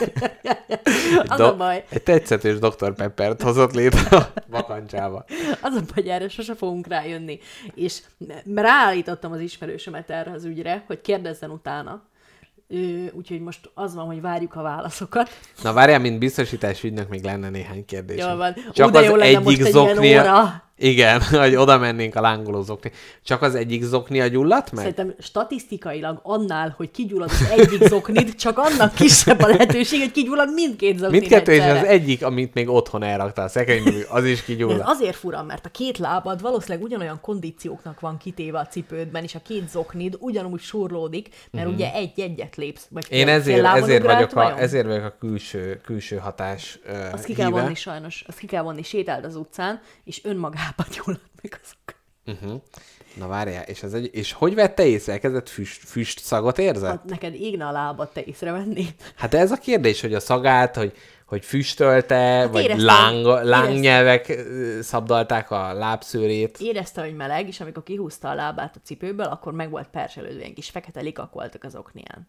Az do- a baj. Egy tetszetős doktor Peppert hozott létre a vakancsába. Az a baj, erre sose fogunk rájönni. És ráállítottam az ismerősömet erre az ügyre, hogy kérdezzen utána. Úgyhogy most az van, hogy várjuk a válaszokat. Na várjál, mint biztosítás ügynök még lenne néhány kérdés. Jól van. Csak Ú, de jó lenne most egy zoknia... ilyen óra. Igen, hogy oda mennénk a lángoló zokni. Csak az egyik zoknia gyulladt meg? Szerintem statisztikailag annál, hogy kigyullad az egyik zoknid, csak annak kisebb a lehetőség, hogy kigyullad mindkét zoknid. Mindkettő, és az egyik, amit még otthon elraktál a szekrényben, az is kigyullad. Ez azért fura, mert a két lábad valószínűleg ugyanolyan kondícióknak van kitéve a cipődben, és a két zoknid ugyanúgy surlódik, mert mm-hmm. ugye egy-egyet lépsz. Vagy Én ezért, ezért, vagyok a, ezért vagyok a külső, külső hatás uh, Azt ki kell vonni sajnos, azt ki kell vonni, sétáld az utcán, és önmagában gyulladt meg azok. Uh-huh. Na várjál, és, az egy, és hogy vette észre? Elkezdett füst, füst szagot érzett? Hát neked égne a lábad, te észrevenni. Hát ez a kérdés, hogy a szagát, hogy, hogy füstölte, hát vagy láng, lángnyelvek szabdalták a lábszőrét. Érezte, hogy meleg, és amikor kihúzta a lábát a cipőből, akkor meg volt perselődve, ilyen kis fekete likak voltak az oknián.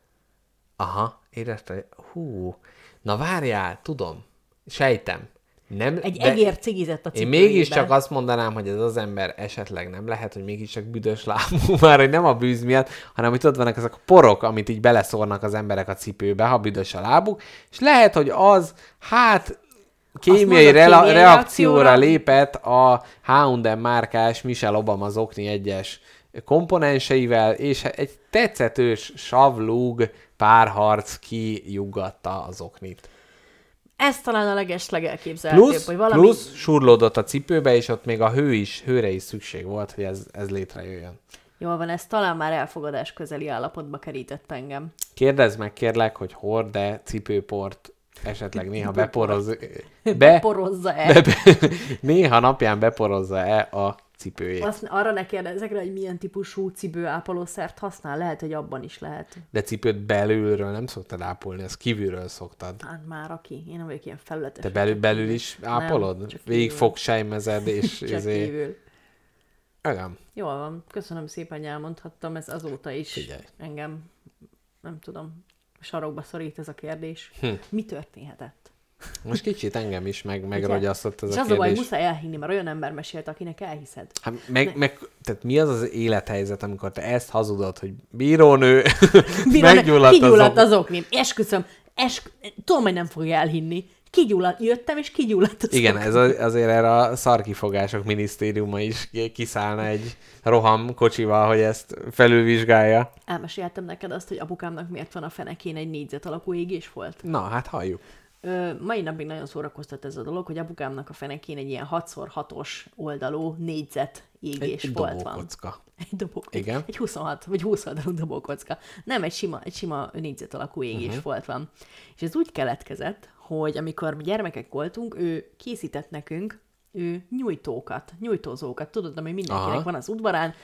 Aha, érezte, hogy hú, na várjál, tudom, sejtem. Nem, egy egér cigizett a cipőjében. Én mégiscsak azt mondanám, hogy ez az ember esetleg nem lehet, hogy mégiscsak büdös lábú, már hogy nem a bűz miatt, hanem hogy ott vannak ezek a porok, amit így beleszórnak az emberek a cipőbe, ha büdös a lábuk, és lehet, hogy az, hát kémiai re- reakcióra, reakcióra lépett a há és em márkás Michelle Obama zokni egyes komponenseivel, és egy tetszetős savlúg párharc kijuggatta az oknit. Ez talán a legesleg elképzelhetőbb, plusz, hogy valami... Plusz surlódott a cipőbe, és ott még a hő is, hőre is szükség volt, hogy ez, ez létrejöjjön. Jól van, ez talán már elfogadás közeli állapotba kerített engem. Kérdezd meg kérlek, hogy hord-e cipőport esetleg néha beporoz... Be... Beporozza-e? Be, be, néha napján beporozza-e a cipőjét. Azt arra ne kérdezzek rá, hogy milyen típusú cipőápolószert használ. Lehet, hogy abban is lehet. De cipőt belülről nem szoktad ápolni, ezt kívülről szoktad. Hát már aki. Én nem vagyok ilyen felületes. Te belül, belül is ápolod? Nem, végig fogsejmezed és... csak ezért... kívül. Igen. Jól van. Köszönöm szépen, hogy elmondhattam. Ez azóta is Figyelj. engem, nem tudom, sarokba szorít ez a kérdés. Hm. Mi történhetett? Most kicsit engem is meg, megrogyasztott ez és a az kérdés. a baj, muszáj elhinni, mert olyan ember mesélt, akinek elhiszed. Hát meg, meg, tehát mi az az élethelyzet, amikor te ezt hazudod, hogy bírónő meggyulladt kigyulladt az oknim. Esküszöm, esk... tudom, hogy nem fogja elhinni. Kigyulladt, jöttem, és kigyulladt az Igen, oknim. ez az, azért erre a szarkifogások minisztériuma is kiszállna egy roham kocsival, hogy ezt felülvizsgálja. Elmeséltem neked azt, hogy apukámnak miért van a fenekén egy négyzet alakú égésfolt? Na, hát halljuk. Ö, mai napig nagyon szórakoztat ez a dolog, hogy apukámnak a fenekén egy ilyen hat szor hatos oldalú négyzet égésfolt egy van. dobókocka. Egy dobókocka. Igen. Egy huszonhat vagy húsz oldalú dobókocka. Nem, egy sima, egy sima négyzet alakú égésfolt uh-huh. van. És ez úgy keletkezett, hogy amikor mi gyermekek voltunk, ő készített nekünk ő nyújtókat, nyújtózókat. Tudod, ami mindenkinek Aha. van az udvarán.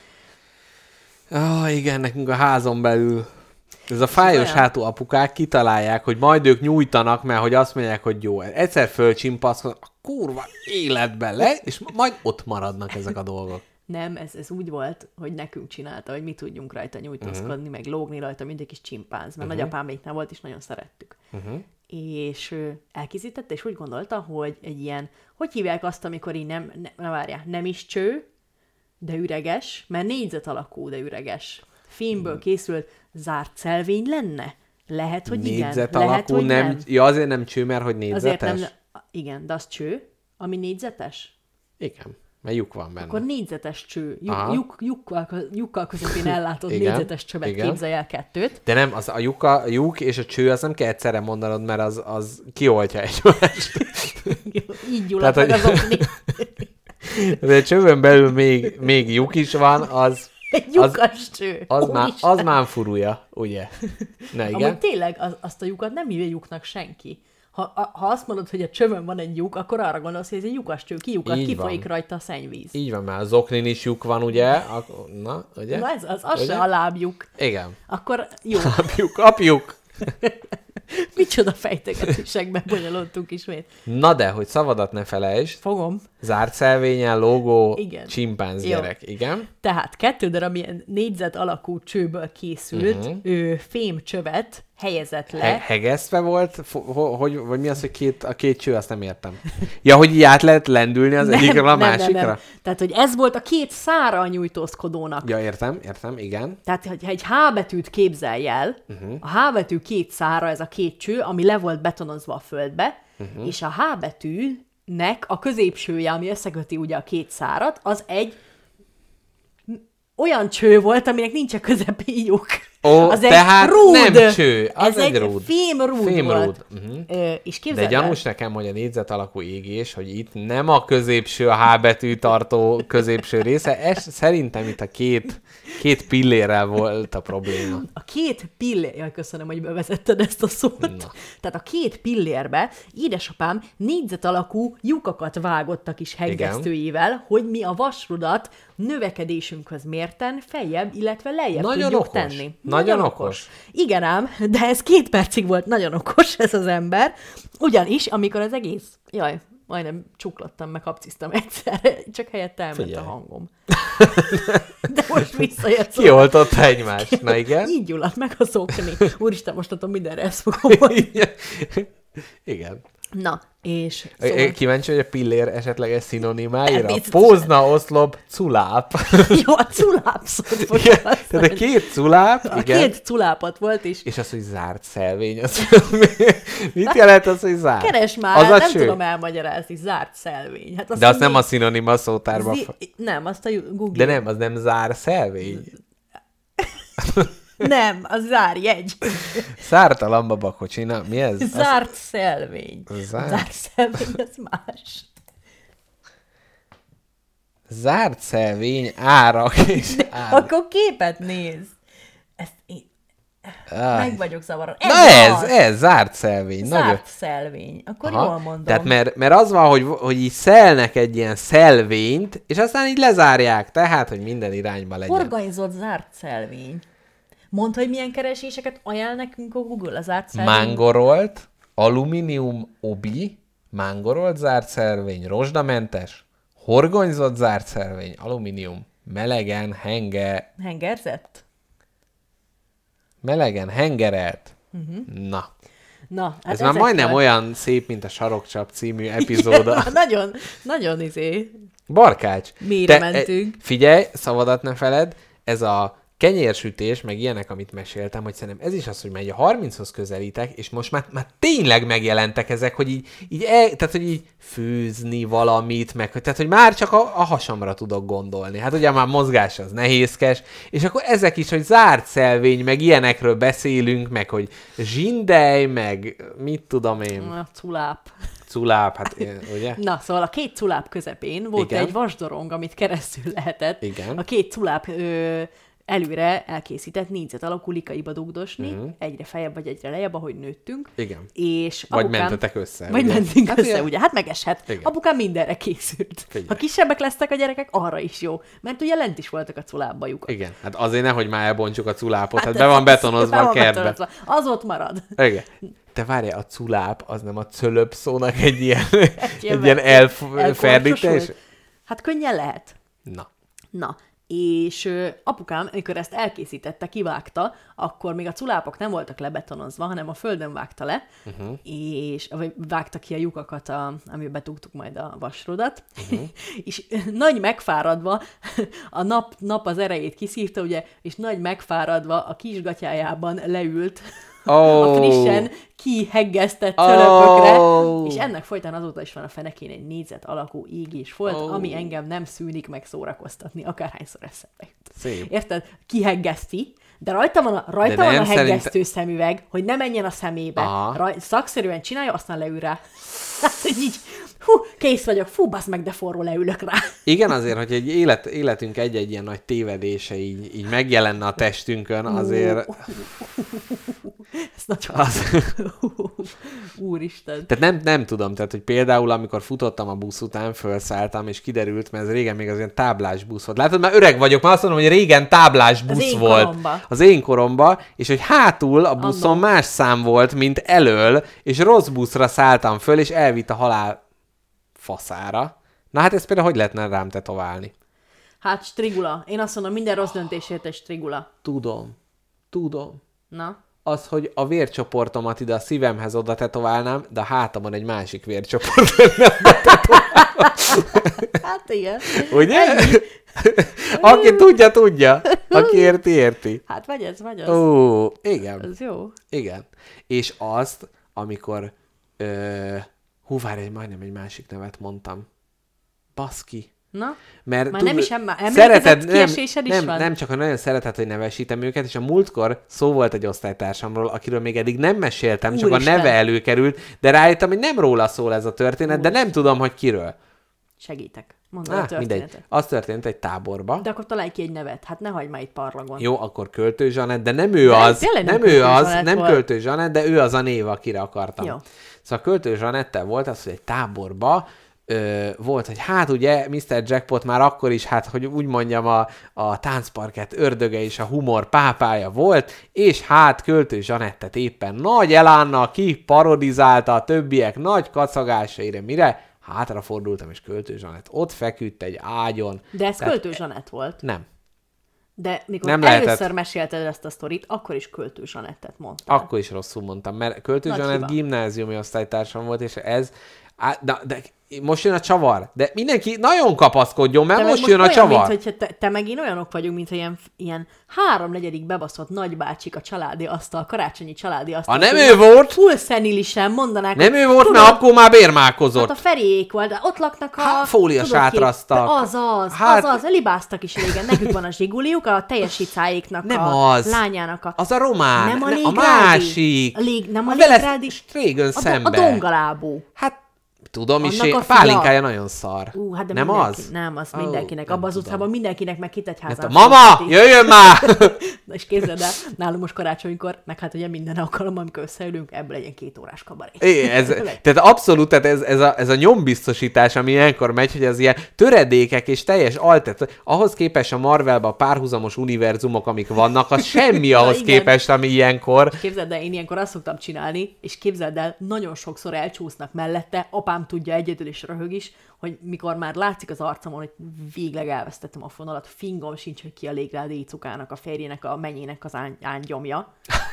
Ah, igen, nekünk a házon belül. Ez a fájos hátú apukák kitalálják, hogy majd ők nyújtanak, mert hogy azt mondják, hogy jó. Egyszer fölcsimpaszkodnak, a kurva életben le, és majd ott maradnak ezek a dolgok. Nem, ez, ez úgy volt, hogy nekünk csinálta, hogy mi tudjunk rajta nyújtózkodni, uh-huh. meg lógni rajta, mint egy kis csimpánz, mert uh-huh. nagyapáméknál volt, és nagyon szerettük. Uh-huh. És elkészítette, és úgy gondolta, hogy egy ilyen, hogy hívják azt, amikor így nem, ne, na várjál, nem is cső, de üreges, mert négyzet alakú, de üreges. Fémből készült zárt szelvény lenne? Lehet, hogy igen. Négyzet Lehet, alakú, hogy nem. nem. Ja, azért nem cső, mert hogy négyzetes? Azért nem, igen, de az cső, ami négyzetes? Igen, mert lyuk van benne. Akkor négyzetes cső. Lyuk, lyuk, lyukkal, lyukkal közepén ellátott igen, négyzetes csövet igen. képzelj el kettőt. De nem, az a lyuk, a lyuk és a cső, az nem kell egyszerre mondanod, mert az, az kioltja egymást. Így gyulladt meg az okni. De csövön belül még, még lyuk is van, az... Egy lyukas cső. Az, Ó, már, Isten. az már furúja, ugye? Na igen. Amúgy tényleg az, azt a lyukat nem hívja lyuknak senki. Ha, a, ha azt mondod, hogy a csövön van egy lyuk, akkor arra gondolsz, hogy ez egy lyukas cső, kilyukat, Így kifolyik van. rajta a szennyvíz. Így van, már az oknin is lyuk van, ugye? Ak- Na, ugye? Na ez az, az Ugye? se a láblyuk. Igen. Akkor jó, Apjuk, apjuk. micsoda fejtegetésekben bonyolultunk ismét. Na de, hogy szavadat ne felejtsd, Fogom. zárt szelvényen lógó Igen. csimpánz Jó. gyerek. Igen. Tehát kettő darab ilyen négyzet alakú csőből készült Mhm. uh-huh. ő, fém csövet helyezett le. He- hegesztve volt? Fo- ho- hogy, vagy mi az, hogy két, a két cső, azt nem értem. Ja, hogy így át lehet lendülni az egyikről a másikra? Nem, nem. Tehát, hogy ez volt a két szára a nyújtózkodónak. Ja, értem, értem, igen. Tehát, hogyha egy H betűt képzelj el, uh-huh. a H betű két szára, ez a két cső, ami le volt betonozva a földbe, uh-huh. és a H betűnek a középsője, ami összeköti ugye a két szárat, az egy olyan cső volt, aminek nincs a közepén lyuk. Ó, az egy tehát rúd. nem cső, az Ez egy egy rúd. fémrúd Fémrúd. volt. Uh-huh. Ö, és De képzeld el, gyanús nekem, hogy a négyzet alakú égés, hogy itt nem a középső, a H betű tartó középső része, ez szerintem itt a két, két pillérrel volt a probléma. a két pillér... Jaj, köszönöm, hogy bevezetted ezt a szót. Na. Tehát a két pillérbe édesapám négyzet alakú lyukakat vágott a kis hegesztőjével, hogy mi a vasrudat növekedésünkhöz mérten feljebb, illetve lejjebb Nagyon tudjuk okos. tenni. Nagyon okos. Igen ám, de ez két percig volt nagyon okos ez az ember, ugyanis, amikor az egész... Jaj, majdnem csuklottam, meg kapciztam egyszerre, csak helyette elment Figyelj. a hangom. De most visszajött. Kioltotta egymást. Na igen. Így gyulladt meg a szokni. Úristen, most tudom, mindenre ezt fogom mondani. Igen. Na, és Szóval... szóval... Kíváncsi, hogy a pillér esetleges szinonimáira? Természetesen. Pózna, oszlop, culáp. Jó, a culápszot volt. Igen, tehát a két culáp, A igen. két culápat volt, és És az, hogy zárt szelvény, az mit jelent az, hogy zárt? keres már, az a nem cső. tudom elmagyarázni, zárt szelvény. Hát De azt nem a mondja, szinonima szótárban. zi- Nem, azt a Google. De nem, az nem zár szelvény. Nem, az zárjegy. Szárt a lambabakocsi, na, mi ez? Az... Zárt szelvény. Zárt. Zárt szelvény, az más. Zárt szelvény, árak és árak. Akkor képet néz. Ezt én... Áj. Meg vagyok zavaron. Na ez, az. ez, zárt szelvény. Zárt Nagyon. szelvény. Akkor Aha. jól mondom. Tehát mert, mert az van, hogy, hogy így szelnek egy ilyen szelvényt, és aztán így lezárják, tehát, hogy minden irányba legyen. Organizott zárt szelvény. Mondd, hogy milyen kereséseket ajánl nekünk a Google a zárt szelvény. Mángorolt, alumínium obi, mángorolt zárt szelvény, rozsdamentes, horgonyzott zárt szelvény, alumínium, melegen, henge, Hengerzett? melegen, hengerelt. Mhm. Uh-huh. Na, Na, hát ez már ezek majdnem a- olyan szép, mint a Sarokcsap című epizóda. Igen, nagyon, nagyon izé. Barkács. Mélyre Te, mentünk. E, figyelj, szavadat ne feled, ez a kenyérsütés, meg ilyenek, amit meséltem, hogy szerintem ez is az, hogy megy a harminchoz közelítek, és most már, már tényleg megjelentek ezek, hogy így, így el, tehát, hogy így főzni valamit, meg, hogy- tehát, hogy már csak a, a hasamra tudok gondolni. Hát ugye már mozgás az nehézkes, és akkor ezek is, hogy zárt szelvény, meg ilyenekről beszélünk, meg hogy zsindej, meg mit tudom én, A culáp. culáp, hát ilyen, ugye? Na, szóval a két culáp közepén volt Igen. egy vasdorong, amit keresztül lehetett. Igen. A két culáp ö, előre elkészített négyzet alakú likaiba dugdosni, Mhm. egyre feljebb vagy egyre lejjebb, ahogy nőttünk. Igen. És Vagy apukám... mentetek össze. Vagy ugye? mentünk Hát össze, ilyen- ugye? Hát megeshet. Igen. Apukám mindenre készült. Figyelj. Ha kisebbek lesznek a gyerekek, arra is jó. Mert ugye lent is voltak a culábba lyukak. Igen, hát azért nehogy már elbontjuk a culápot, hát, hát ez- be van ez- betonozva be a van kertbe. betonozva. Az ott marad. Igen. Te várjál, a culáp, az nem a cölöp szónak egy ilyen, egy ilyen ilyen Elkorcosult? elferdítés? Hát könnyen lehet. Na. Na, és ö, apukám, amikor ezt elkészítette, kivágta, akkor még a culápok nem voltak lebetonozva, hanem a földön vágta le, uh-huh. és vagy vágta ki a lyukakat, a, amiben dugtuk majd a vasrudat, uh-huh. és nagy megfáradva, a nap, nap az erejét kiszívta, ugye, és nagy megfáradva a kisgatyájában leült Oh. A frissen kiheggesztett cölöpökre, Oh. és ennek folytán azóta is van a fenekén egy négyzet alakú égés folt, Oh. ami engem nem szűnik meg szórakoztatni, akárhányszor eszembe jut. Szép. Érted? Kiheggeszti, de rajta van a, rajta De van nem a heggesztő szerint- szemüveg, hogy ne menjen a szemébe. Aha. Raj, szakszerűen csinálja, aztán leül rá. Hát, hogy így, hú, kész vagyok, fú, basz meg, de forró leülök rá. Igen, azért, hogy egy élet, életünk egy-egy ilyen nagy tévedése így, így megjelenne a testünkön, azért... Ez nagyon... Az... Úristen. Tehát nem, nem tudom, tehát hogy például amikor futottam a busz után, felszálltam, és kiderült, mert ez régen még az ilyen táblás busz volt. Látod, már öreg vagyok, már azt mondom, hogy régen táblás busz én volt. koromba. Az én koromba, és hogy hátul a buszon Andom. más szám volt, mint elől, és rossz buszra szálltam föl, és elvitt a halál faszára. Na hát ezt például hogy lehetne rám tetoválni? Hát strigula. Én azt mondom, minden rossz döntésért egy strigula. Tudom. Tudom. Na? Az, hogy a vércsoportomat ide a szívemhez oda tetoválnám, de a hátamon egy másik vércsoport lenne. Hát igen. Ugye? Aki tudja, tudja. Aki érti, érti. Hát vagy ez, vagy az. Ó, igen. Ez jó. Igen. És azt, amikor... Ö, hú, várj, egy, majdnem egy másik nevet mondtam. Baszki. Na? Mert Már tud, nem is em- emlékezett szereted, nem, kiesésed is nem, van? nem, csak nagyon szereted, hogy nevesítem őket, és a múltkor szó volt egy osztálytársamról, akiről még eddig nem meséltem, csak Úristen. a neve előkerült, de rájöttem, hogy nem róla szól ez a történet, Úristen. de nem tudom, hogy kiről. Segítek. Mondd el a Ah, mindegy. történetet. Az történt egy táborba. De akkor találj ki egy nevet. Hát ne hagyd már itt parlagon. Jó, akkor Költő Zsanett, de nem ő De az, tényleg nem nem, Költő ő az, Zsanett nem volt. Költő Zsanett, de ő az a név, akire akartam. Jó. Szóval Költő Zsanettel volt az, hogy egy táborba ö, volt, hogy hát ugye miszter Jackpot már akkor is, hát hogy úgy mondjam, a, a táncparkett ördöge és a humor pápája volt, és hát Költő Zsanettet éppen nagy elánnal ki parodizálta a többiek nagy kacagásaira, mire hátrafordultam, és Költő Zsanett ott feküdt egy ágyon. De ez Tehát- Költő Zsanett volt. Nem. De mikor Nem először lehetett. mesélted ezt a sztorit, akkor is Költő Zsanettet mondtál. Akkor is rosszul mondtam, mert Költő Nagy Zsanett hiba. gimnáziumi osztálytársam volt, és ez... Á, de, de most jön a csavar. De mindenki nagyon kapaszkodjon, mert Te meg most jön a olyan, csavar. mint, hogyha te, te meg én olyanok vagyunk, mint ilyen, ilyen háromnegyedik bebaszott nagybácsik a családi asztal, karácsonyi családi asztal. Ha nem ő volt, Full szenilisen mondanák. nem hogy ő volt, tudod, mert akkor már bérmálkozott. Hát a Feriék volt, de ott laknak a... Hát, fólia tudod ki- sátraztak. de Az az, Hát- az az, libáztak is régen. Nekük van a zsiguliuk, a teljesítszáéknak Nem a az. lányának a... Az a román, Nem a ne- a Légrádi. másik. A lég, nem a, A vele Légrádi. Strégön A, do- a szembe. dongalábú. Hát, tudom is, Annak én, a a fia. pálinkája nagyon szar. Ú, hát de nem mindenki, az? Nem, az Ó, mindenkinek. nem Abban az tudom. utcában mindenkinek meg kit egy Hát házán. a mama, jöjjön már! Na és képzeld el, nálunk most karácsonykor, meg hát ugye minden alkalommal, amikor összeülünk, ebből legyen két órás kabaré. É, ez, tehát abszolút, tehát ez, ez, a, ez a nyombiztosítás, ami ilyenkor megy, hogy az ilyen töredékek és teljes altet, ahhoz képest a Marvelben a párhuzamos univerzumok, amik vannak, az semmi ahhoz igen. képest, ami ilyenkor. Képzeld el, én ilyenkor azt szoktam csinálni, és képzeld el, nagyon sokszor elcsúsznak mellette, apám tudja egyedül is röhög is, hogy mikor már látszik az arcomon, hogy végleg elvesztettem a fonalat, fingom sincs, hogy ki a Légrádi Icukának, a férjének, a mennyének az ány- ángyomja.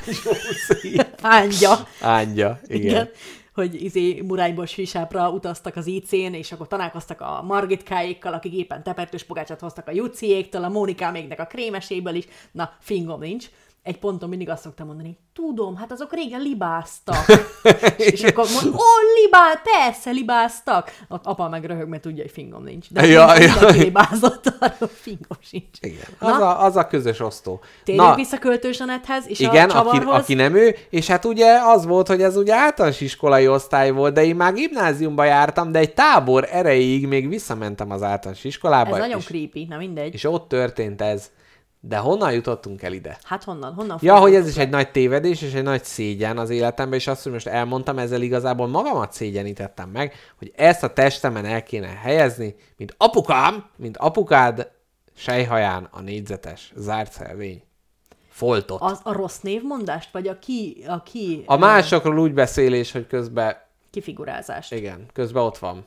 Ángya. Ángya, igen. Igen. Hogy izé Murányból Sisápra utaztak az í cén, és akkor találkoztak a Margitkáékkal, akik éppen tepertős pogácsát hoztak a Juciéktől, a Mónikáméknek a krémeséből is. Na, fingom nincs. Egy ponton mindig azt szoktam mondani, tudom, hát azok régen libáztak. És akkor mond, ó, libá, persze, libáztak. A apa meg röhög, mert tudja, hogy fingom nincs. De Ja, ja, ja. mindenki libázott, arról fingom sincs. Igen. Na? Az, a, az a közös osztó. Térjünk vissza Költő Zsanetthez, és igen, a aki, csavarhoz. aki nem ő, és hát ugye az volt, hogy ez ugye általános iskolai osztály volt, de én már gimnáziumba jártam, de egy tábor erejéig még visszamentem az általános iskolába. Ez nagyon és, creepy, na mindegy. és ott történt ez. De honnan jutottunk el ide? Hát honnan? Honnan Ja, hogy ez fordultunk is le? egy nagy tévedés, és egy nagy szégyen az életemben, és azt, hogy most elmondtam, ezzel igazából magamat szégyenítettem meg, hogy ezt a testemen el kéne helyezni, mint apukám, mint apukád sejhaján a négyzetes zárt szelvény. Foltot. A, Az a rossz névmondást, vagy a ki... A, ki, a másokról úgy beszélés, hogy közben, kifigurázást. igen, közben ott van.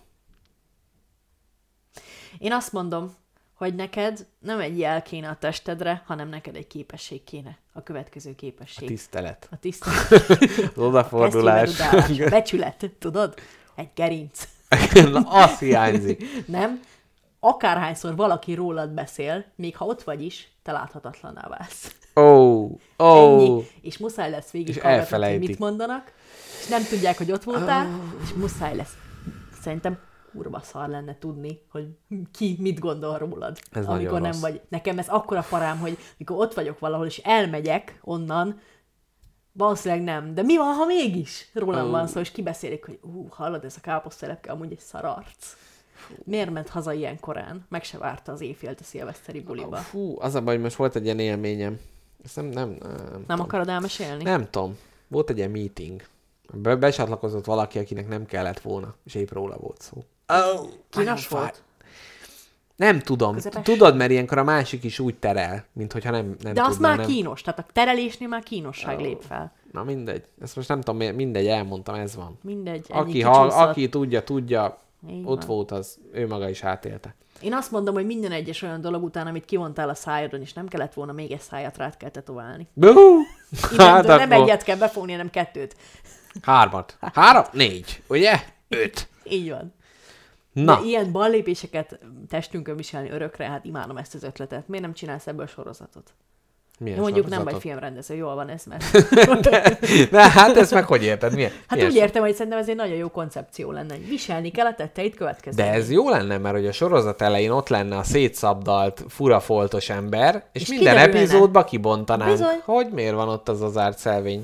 Én azt mondom, hogy neked nem egy jel kéne a testedre, hanem neked egy képesség kéne. A következő A képesség. tisztelet. A tisztelet. Az odafordulás. Becsület, tudod? Egy gerinc. Na, az hiányzik. Nem? akárhányszor valaki rólad beszél, még ha ott vagy is, te láthatatlanná válsz. Ó, oh, ó. Oh. Ennyi. És muszáj lesz végig hallgatni, hogy mit mondanak, és nem tudják, hogy ott voltál, oh. és muszáj lesz. Szerintem kurva szar lenne tudni, hogy ki mit gondol rólad, ez amikor nem rossz. Vagy. Nekem ez akkora parám, hogy mikor ott vagyok valahol, és elmegyek onnan, valószínűleg nem. De mi van, ha mégis rólam oh. van szó, és kibeszélik, hogy ú, hallod, ez a káposztelepke amúgy egy szararc. Miért ment haza ilyen korán? Meg se várta az éjfélt a szilveszteri buliba. Fú, az a baj, hogy most volt egy ilyen élményem. Ezt nem, nem, nem, nem, nem akarod elmesélni? Nem tudom. Volt egy ilyen meeting. Be- besatlakozott valaki, akinek nem kellett volna, és épp róla volt szó. Oh, Kínos volt? Nem tudom. Közepes? Tudod, mert ilyenkor a másik is úgy terel, mint hogyha nem, nem De az tudná, már nem... kínos, tehát a terelésnél már kínosság oh. lép fel. Na mindegy. Ezt most nem tudom, mindegy, elmondtam, ez van. Mindegy, aki, ha, aki tudja, tudja, így ott van. Volt, az ő maga is átélte. Én azt mondom, hogy minden egyes olyan dolog után, amit kivontál a szájadon, és nem kellett volna még egy szájat rád kell tetoválni. Hát nem akkor... egyet kell befogni, hanem kettőt. Hármat. Három? Négy. Ugye? Öt. Így van. Na. De ilyen ballépéseket testünkön viselni örökre, hát imádom ezt az ötletet. Miért nem csinálsz ebből sorozatot? Milyen mondjuk sorozatot? Nem vagy filmrendező, jól van ez, mert... de, de hát ezt meg hogy érted? Milyen? Hát milyen úgy sor... értem, hogy szerintem ez egy nagyon jó koncepció lenne, hogy viselni kell a tetteit következően. De ez jó lenne, mert hogy a sorozat elején ott lenne a szétszabdalt, furafoltos ember, és, és minden kiderülne. Epizódba kibontanánk, bizony. Hogy miért van ott az az zárt szelvény.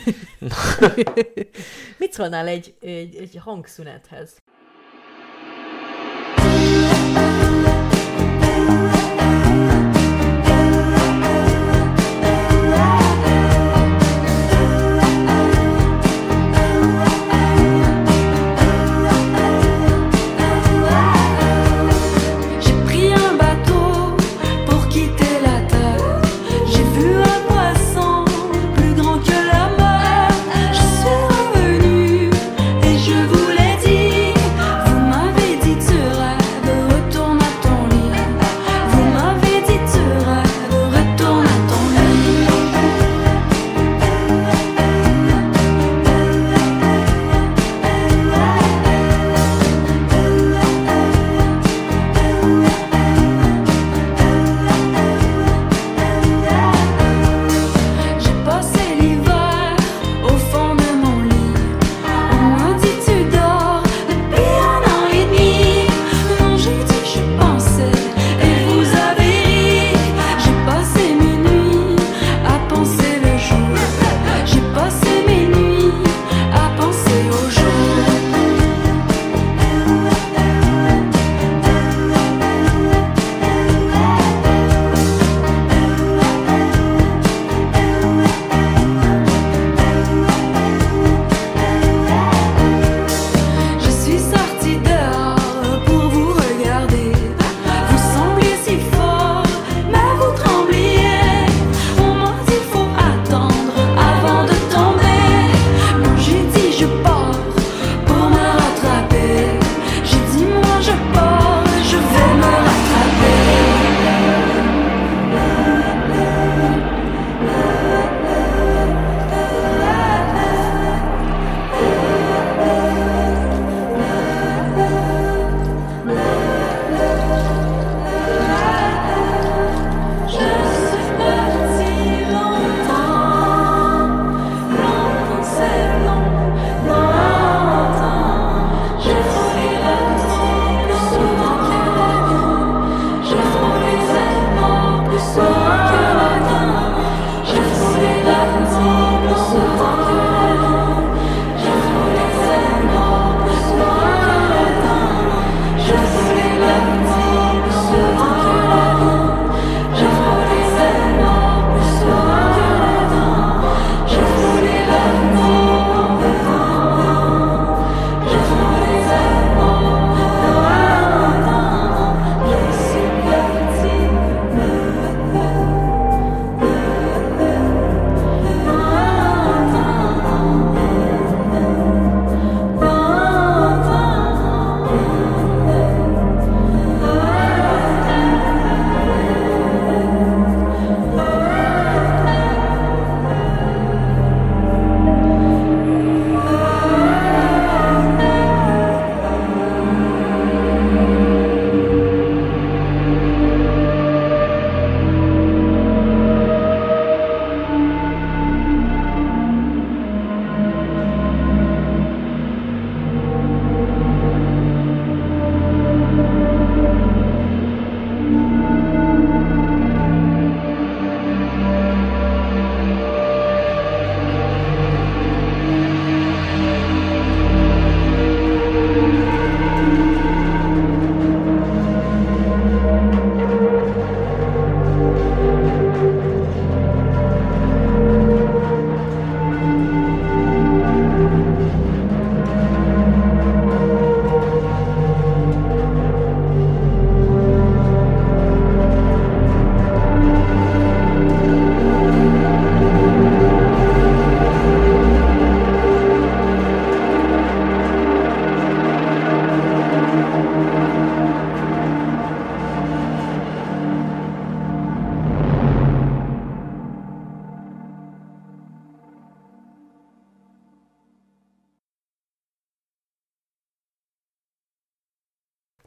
Mit szólnál egy, egy, egy hangszünethez? Je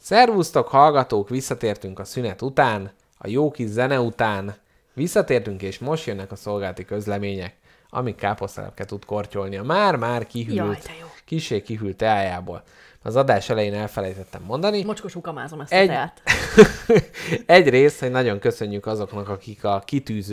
Szervusztok, hallgatók, visszatértünk a szünet után, a jó kis zene után, visszatértünk, és most jönnek a szolgálati közlemények, amik káposztelepke tud kortyolni a már-már kihűlt, kissé kihűlt teájából. Az adás elején elfelejtettem mondani. Mocskos ukamázom ezt Egy... a teát. Egyrészt, hogy nagyon köszönjük azoknak, akik a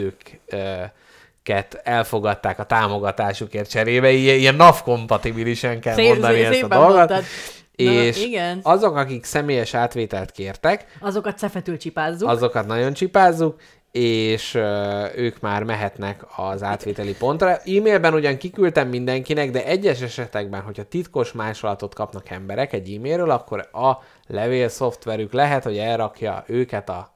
kitűzőket elfogadták a támogatásukért cserébe. Ilyen, ilyen NAV-kompatibilisen kell Szép, mondani szép, ezt a szépen dolgot. mondtad. És Na, igen. azok, akik személyes átvételt kértek, Azokat cefetül csipázzuk. azokat nagyon csipázzuk, és uh, ők már mehetnek az átvételi pontra. E-mailben ugyan kiküldtem mindenkinek, de egyes esetekben, hogyha titkos másolatot kapnak emberek egy e-mailről, akkor a levél szoftverük lehet, hogy elrakja őket a...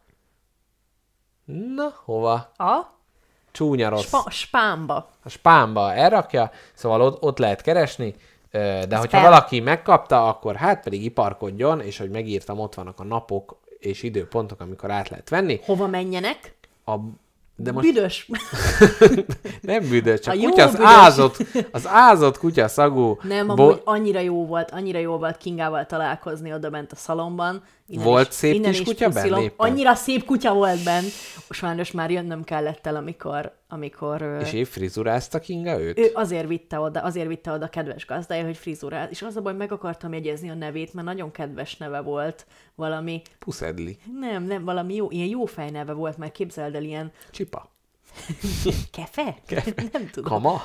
Na, hova? A? Csúnya rossz. Spa- spámba. A spámba elrakja, szóval ott, ott lehet keresni, de Ez hogyha fel. valaki megkapta, akkor hát pedig iparkodjon, és hogy megírtam, ott vannak a napok és időpontok, amikor át lehet venni. Hova menjenek? A... De most Büdös. nem büdös, csak A jó kutya, az büdös. ázott, az ázott kutya szagú. Nem, bo- amúgy annyira jó volt, annyira jó volt Kingával találkozni oda bent a szalomban. Innen Volt is, szép innen kis is kutya puszilom. benn éppen? Annyira szép kutya volt bent. Sajnos már jönnöm kellett el, amikor... amikor ö, És épp frizurázta Kinga őt? ő azért vitte oda, azért vitte oda kedves gazdája, hogy frizuráz. És az a baj, meg akartam jegyezni a nevét, mert nagyon kedves neve volt. Valami... Puszedli. Nem, nem, valami jó, ilyen jó fejneve volt, mert képzeld el ilyen... Csipa. Kefe? Kefe. Nem tudom. Kama?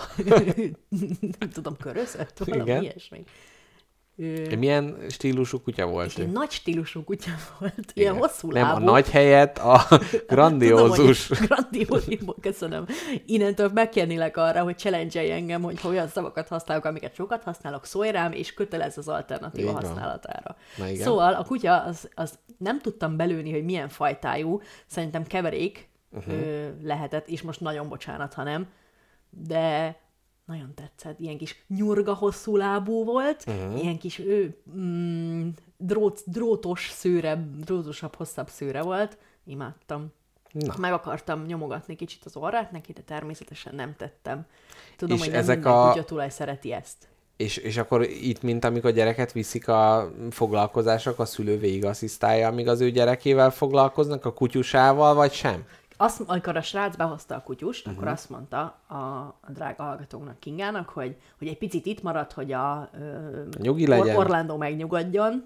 Nem tudom, körözött? Valami Igen. ilyesmi. Ő... Milyen stílusú kutya volt És ő? egy nagy stílusú kutya volt, ilyen Igen. hosszú Nem, lábú. a nagy helyett a grandiózus. Tudom, hogy grandiózus, köszönöm. Innentől megkérnélek arra, hogy challenge-elj engem, hogy olyan szavakat használok, amiket sokat használok, szólj rám, és kötelezz az alternatíva Így van. használatára. Na igen. Szóval a kutya, az, az nem tudtam belőni, hogy milyen fajtájú, szerintem keverék uh-huh. ö, lehetett, és most nagyon bocsánat, ha nem, de... nagyon tetszett. Ilyen kis nyurga hosszú lábú volt, uh-huh. ilyen kis ő, mm, drót, drótos szőre, drótosabb, hosszabb szőre volt. Imádtam. Na. Meg akartam nyomogatni kicsit az orrát neki, de természetesen nem tettem. Tudom, És hogy nem ezek minden a- kutyatulaj szereti ezt. És, és akkor itt, mint amikor gyereket viszik a foglalkozások, a szülő végig asszisztálja, amíg az ő gyerekével foglalkoznak, a kutyusával, vagy sem? Azt, amikor a srác behozta a kutyust, uh-huh. akkor azt mondta a, a drága hallgatónak, Kingának, hogy, hogy egy picit itt marad, hogy a, ö, Nyugi legyen. Or- Orlando megnyugodjon.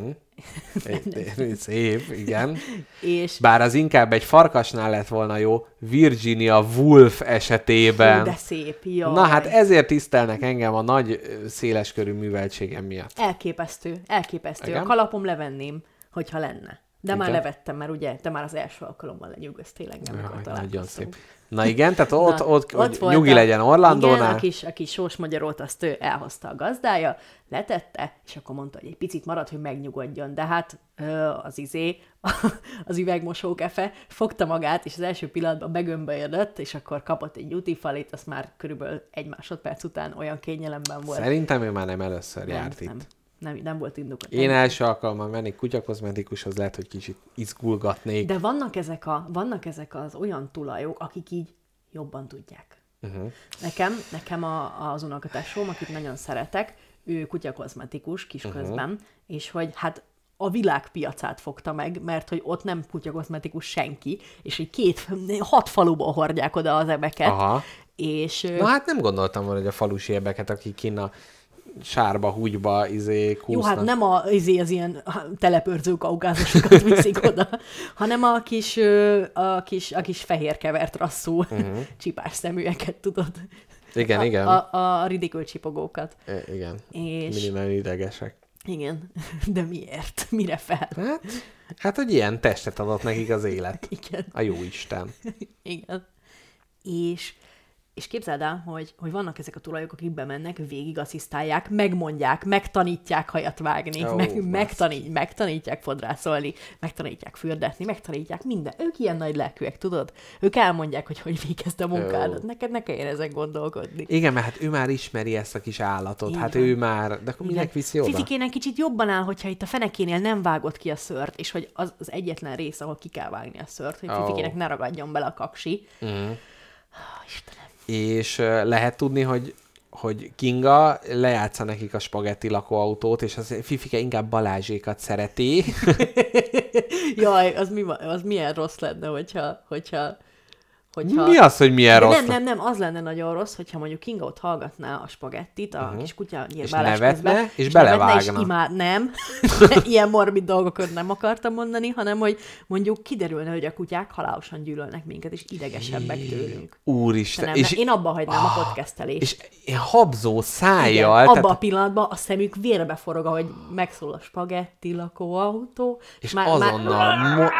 Uh-huh. Szép, igen. És Bár az inkább egy farkasnál lett volna jó, Virginia Woolf esetében. Hú, de szép, jaj. Na hát ezért tisztelnek engem a nagy ö, széleskörű műveltségem miatt. Elképesztő, elképesztő. Igen? A kalapom levenném, hogyha lenne. De már Igen? levettem, mert ugye te már az első alkalommal lenyűgöztél engem, amikor Jaj, találkoztunk. nagyon szép. Na igen, tehát ott, Na, ott, ott volt nyugi a- legyen Orlandónál. Igen, a kis, a kis sós magyarót azt ő elhozta a gazdája, letette, és akkor mondta, hogy egy picit marad, hogy megnyugodjon. De hát ö, az izé, az üvegmosókefe fogta magát, és az első pillanatban begömbölyödött, és akkor kapott egy nyújtifalit, azt már körülbelül egy másodperc után olyan kényelemben volt. Szerintem ő már nem először nem, járt nem, itt. nem, nem volt indokot. Én Nem. első alkalommal mennék kutyakozmetikushoz, lehet, hogy kicsit izgulgatnék. De vannak ezek, a, vannak ezek az olyan tulajok, akik így jobban tudják. Uh-huh. Nekem, nekem a, az unokatásom, akit nagyon szeretek, ő kutyakozmetikus kisközben, uh-huh. és hogy hát a világpiacát fogta meg, mert hogy ott nem kutyakozmetikus senki, és hogy két, hat faluból hordják oda az ebeket, Aha. és... ö, Na hát nem gondoltam volna, hogy a falusi érdeket, akik kinn a sárba, húgyba izé Jó, kúsznak. hát nem a, izé, az ilyen telepőrző kaukázusokat viszik oda, hanem a kis, ö, a kis, a kis fehér kevert rasszú uh-huh. csipás szeműeket, tudod? Igen, a, igen. A, a, a ridikül csipogókat. E, igen. És Mindig nagyon idegesek. igen, de miért? Mire fel? Hát, hát, hogy ilyen testet adott nekik az élet. Igen, A jó Isten. igen. És, és képzeld el, hogy, hogy vannak ezek a tulajok, akik bemennek, végig asszisztálják, megmondják, megtanítják hajat vágni, Ó, meg, basz. megtanít, megtanítják fodrászolni, megtanítják fürdetni, megtanítják minden. Ők ilyen nagy lelkűek, tudod? Ők elmondják, hogy hogy végezd a munkádat. Ó. Neked ne kelljen ezen gondolkodni. Igen, mert hát ő már ismeri ezt a kis állatot. Így hát van. ő már... De akkor minek viszi oda? Fifikének kicsit jobban áll, hogyha itt a fenekénél nem vágott ki a szőrt, és hogy az az egyetlen rész, ahol ki kell vágni a szőrt, hogy Ó. Fifikének ne ragadjon bele a kaksi. Mhm. Oh, Istenem. És uh, lehet tudni, hogy hogy Kinga lejátsza nekik a spagetti lakóautót, és az Fifike inkább Balázsékat szereti. Jaj, az, mi, az milyen rossz lenne, hogyha... hogyha Hogyha... Mi az, hogy milyen De rossz? nem, nem, nem, az lenne nagyon rossz, hogyha mondjuk Kinga ott hallgatná a spagettit, a uh-huh. kis kutya nyírbálás és nevetne, közben, és, és belevágna. Nevetne, és imád, nem. Ilyen morbid dolgokat nem akartam mondani, hanem hogy mondjuk kiderülne, hogy a kutyák halálosan gyűlölnek minket, és idegesebbek tőlünk. Úristen. Nem, és én abba hagynám ah, a podcastelést. És én habzó szájjal. Igen, tehát... abban a pillanatban a szemük vérbe forog, ahogy megszól a spagetti lakóautó. És már, azonnal... Már... Mo...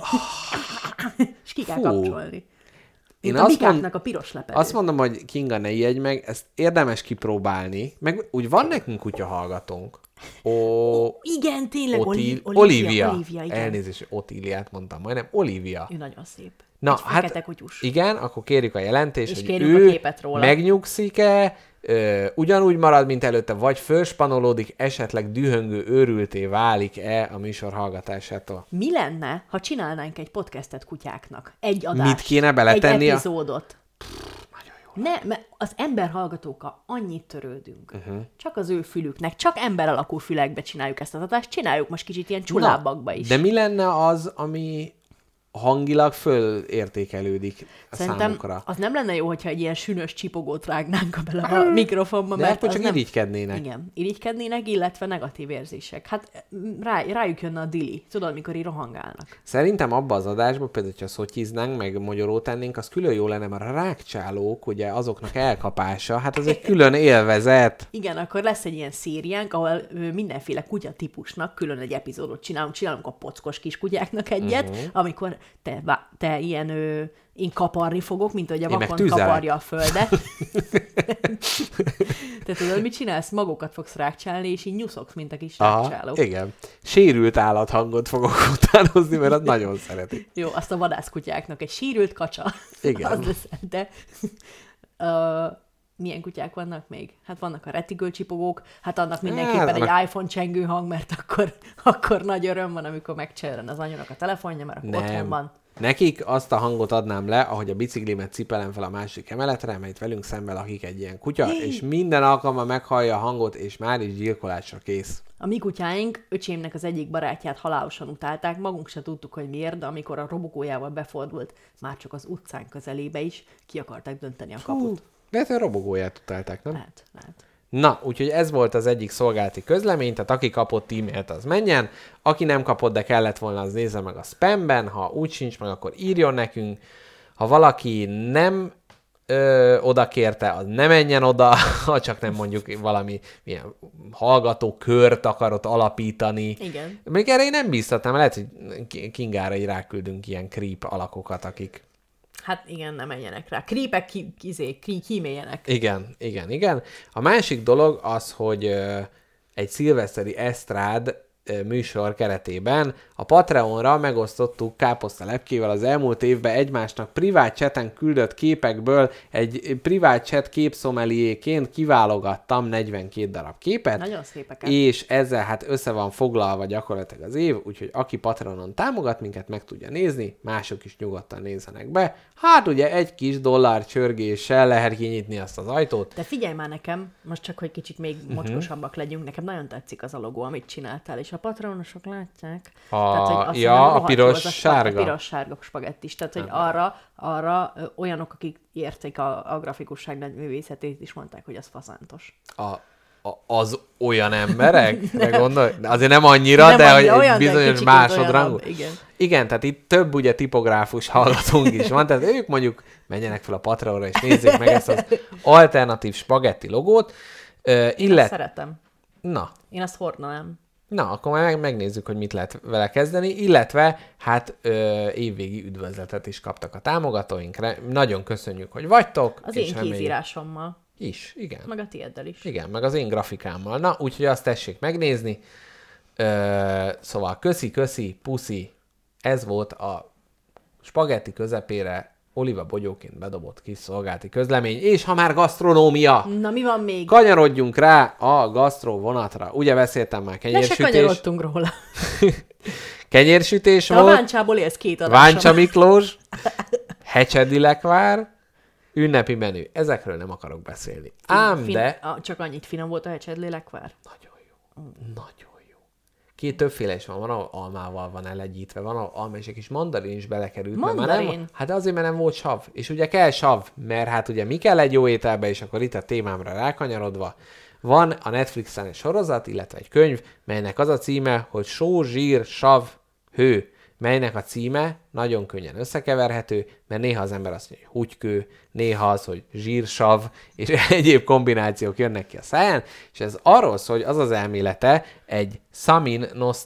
és ki kell kapcsolni. Én a azt, mond, a piros lepedő. azt mondom, hogy Kinga, ne ijedj meg, ezt érdemes kipróbálni. Meg úgy van nekünk kutya hallgatónk. O... Oh, igen, tényleg, Otil... Olivia. Olivia. Olivia igen. Elnézést, Otíliát mondtam majdnem. Olivia. Ő nagyon szép. Na, egy hát fekete kutyus. igen, akkor kérjük a jelentést, és hogy ő a képet róla. megnyugszik-e, ö, ugyanúgy marad, mint előtte, vagy fölspanolódik, esetleg dühöngő őrülté válik-e a műsor hallgatásától. Mi lenne, ha csinálnánk egy podcastet kutyáknak? Egy adást. Mit kéne beletenni? Egy epizódot. A... Nagyon jó. Ne, mert az emberhallgatókkal annyit törődünk. Uh-huh. Csak az ő fülüknek, csak ember alakú fülekbe csináljuk ezt az adást, csináljuk most kicsit ilyen csulábbakba is. De mi lenne az, ami hangilag fölértékelődik a Szerintem számukra? Az nem lenne jó, hogyha egy ilyen sünös csipogót rágnánk bele a mikrofonba, de mert akkor csak nem... irigykednének. Igen, irigykednének, illetve negatív érzések. Hát rá, rájuk jönne a dili, tudod, mikor így rohangálnak. Szerintem abban az adásban, például, ha szotyiznánk, meg magyarót tennénk, az külön jó lenne, mert a rákcsálók, ugye azoknak elkapása, hát az egy külön élvezet. Igen, akkor lesz egy ilyen szériánk, ahol mindenféle kutyatípusnak külön egy epizódot csinálunk, csinálunk a pockos kis kutyáknak egyet, uh-huh. amikor te, te ilyen, ö, én kaparni fogok, mint hogy a vakon kaparja a földet. Te tudod, mit csinálsz? Magokat fogsz rákcsálni, és így nyuszogsz, mint a kis rákcsáló. Igen. Sérült állathangot fogok utánozni, mert az nagyon szeretik. Jó, azt a vadászkutyáknak egy sérült kacsa. Igen. Az lesz, de... Uh, milyen kutyák vannak még? Hát vannak a retigőcsipogók, hát annak mindenképpen hát, egy annak... iPhone csengő hang, mert akkor, akkor nagy öröm van, amikor megcsörren az anyunak a telefonja, mert akkor otthon van. Nekik azt a hangot adnám le, ahogy a biciklimet cipelem fel a másik emeletre, mert velünk szemben lakik egy ilyen kutya, Hé. és minden alkalommal meghallja a hangot, és már is gyilkolásra kész. A mi kutyáink öcsémnek az egyik barátját halálosan utálták, magunk se tudtuk, hogy miért, de amikor a robogójával befordult, már csak az utcán közelébe is, ki akarták dönteni a kaput. Hú. Lehet, hogy a robogóját utálták, nem? Lehet, lehet. Na, úgyhogy ez volt az egyik szolgálati közlemény, tehát aki kapott e-mailt, az menjen, aki nem kapott, de kellett volna, az nézze meg a spamben, ha úgy sincs meg, akkor írjon nekünk, ha valaki nem ö, oda kérte, az ne menjen oda, ha csak nem mondjuk valami ilyen hallgatókört akarott alapítani. Igen. Még erre én nem bíztatnám, lehet, hogy Kingára így ráküldünk ilyen creep alakokat, akik... Hát igen, nem menjenek rá. Creepek ki, kizé, ki, kíméljenek. Igen, igen, igen. A másik dolog az, hogy ö, egy szilveszteri esztrád ö, műsor keretében a Patreonra megosztottuk Káposzta lepkével az elmúlt évben egymásnak privát chaten küldött képekből egy privát chat képszomeliéként kiválogattam negyvenkét darab képet. Nagyon szépeket. És ezzel hát össze van foglalva gyakorlatilag az év, úgyhogy aki Patreonon támogat minket, meg tudja nézni, mások is nyugodtan nézzenek be. Hát ugye egy kis dollár csörgéssel lehet kinyitni azt az ajtót. De figyelj már nekem, most csak, hogy kicsit még uh-huh. mocskosabbak legyünk, nekem nagyon tetszik az a logó, amit csináltál, és a patronosok látják. A... Tehát, hogy azt ja, a piros-sárga. A piros-sárga spagettis. Tehát, hogy arra, arra ö, olyanok, akik érték a, a grafikusság nagy művészetét is mondták, hogy az fazántos. A... az olyan emberek? De gondolj? Azért nem annyira, nem de annyira, hogy olyan, egy bizonyos másodrangú. Igen. Igen, tehát itt több ugye tipográfus hallgatónk is van, tehát ők mondjuk menjenek fel a Patreonra és nézzék meg ezt az alternatív spagetti logót. Uh, illet... Azt szeretem. Na. Én azt hordanám. Na, akkor majd megnézzük, hogy mit lehet vele kezdeni, illetve hát ö, évvégi üdvözletet is kaptak a támogatóinkra. Nagyon köszönjük, hogy vagytok. Az és én reméljük... kézírásommal. Is, igen. Meg a tiéddel is. Igen, meg az én grafikámmal. Na, úgyhogy azt tessék megnézni. Ö, szóval köszi, köszi, puszi. Ez volt a spagetti közepére Oliva bogyóként bedobott kis szolgálati közlemény. És ha már gasztronómia! Na, mi van még? Kanyarodjunk rá a gasztró vonatra. Ugye beszéltem már kenyérsütés. Ne se kanyarodtunk róla. Kenyérsütés Te volt. a Váncsából élsz két adásom. Váncsa Miklós. Hecsedi lekvár. Ünnepi menü. Ezekről nem akarok beszélni. Ám Fin- de... a, csak annyit finom volt a hecsedlélekvár? Nagyon jó. Nagyon jó. Két többféle is van. Van, ahol almával van elegyítve, van, ahol alma és egy kis mandarin is belekerült. Mandarin? Már nem, hát azért, mert nem volt sav. És ugye kell sav, mert hát ugye mi kell egy jó ételbe, és akkor itt a témámra rákanyarodva. Van a Netflixen egy sorozat, illetve egy könyv, melynek az a címe, hogy Só, zsír, sav, hő, melynek a címe nagyon könnyen összekeverhető, mert néha az ember azt mondja, hogy húgykő, néha az, hogy zsírsav, és egyéb kombinációk jönnek ki a száján, és ez arról szól, hogy az az elmélete egy Samin Nos-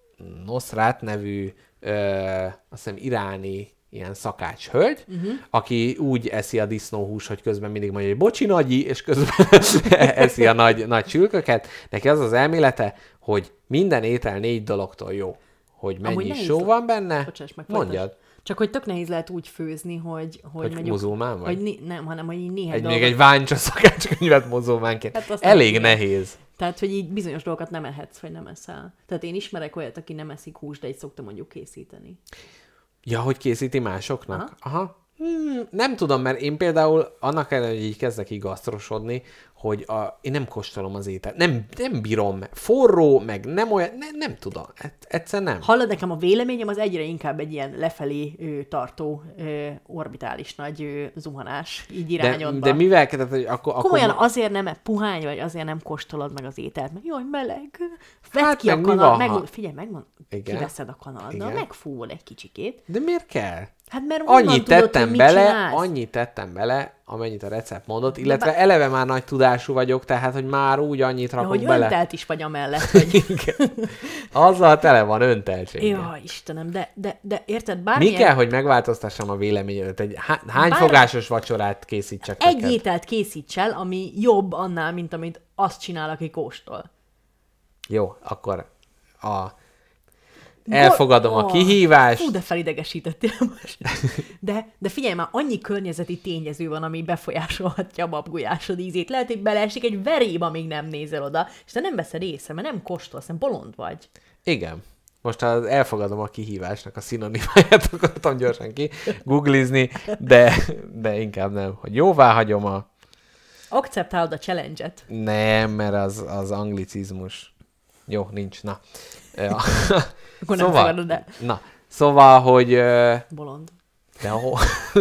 Nosrat nevű, ö, azt hiszem iráni ilyen szakács hölgy, uh-huh. aki úgy eszi a disznóhús, hogy közben mindig mondja, hogy bocsi nagyi, és közben eszi a nagy, nagy csülköket. Neki az az elmélete, hogy minden étel négy dologtól jó. Hogy mennyi só van benne, Bocsáss meg, mondjad. Csak hogy tök nehéz lehet úgy főzni, hogy... Hogy, hogy mondjuk, muzulmán vagy? Hogy ni- nem, hanem hogy így néhány egy, dolgot... Még egy váncsa szakácskönyvet muzulmánként. Hát azt elég nem nehéz. Tehát, hogy így bizonyos dolgokat nem ehetsz, vagy nem eszel. Tehát én ismerek olyat, aki nem eszik húst, de így szokta mondjuk készíteni. Ja, hogy készíti másoknak? Aha. Aha. Hmm, nem tudom, mert én például annak ellenére, hogy így kezdek így gasztrosodni, hogy a, én nem kóstolom az ételt. Nem, nem bírom. Forró, meg nem olyan, ne, nem tudom. Egyszer nem. Hallod, nekem a véleményem az egyre inkább egy ilyen lefelé ő, tartó, ö, orbitális nagy ő, zuhanás, így irányodva. De, de mivel kezdett, hogy akkor... Komolyan akkor... azért nem puhány vagy, azért nem kóstolod meg az ételt, mert jaj, meleg. Vedd Hát ki a meg mi kanal, van, meg, ha- figyelj, megmond, Igen. kiveszed a kanaladdal, Igen. megfúvol egy kicsikét. De miért kell? Hát mert onnan Annyit tudod, tettem hogy mit bele, csinálsz. annyit tettem bele, amennyit a recept mondott, illetve eleve már nagy tudású vagyok, tehát, hogy már úgy annyit Ja, rakok hogy bele. öntelt is vagy amellett, hogy... Azzal tele van önteltséggel. Jaj, Istenem, de, de, de érted, bármilyen... Mi kell, hogy megváltoztassam a véleményedet? Egy há- hány Bár- fogásos vacsorát készítsek Egy neked? ételt készíts el, ami jobb annál, mint amit azt csinál, aki kóstol. Jó, akkor a... elfogadom a Oh, kihívást. Fú, de felidegesítettél most. De, de figyelj már, annyi környezeti tényező van, ami befolyásolhatja a babgulyásod ízét. Lehet, hogy beleesik egy veréb, amíg nem nézel oda, és te nem veszed észre, mert nem kóstolsz, nem bolond vagy. Igen. Most az elfogadom a kihívásnak a szinonimáját, akartam gyorsan ki googlizni, de, de inkább nem. Hogy jóvá hagyom a... Akceptálod a challenge-et. Nem, mert az, az anglicizmus. Jó, nincs, na. Ja. Akkor nem fogadod el. Na, szóval, hogy... ö, Bolond. De hol,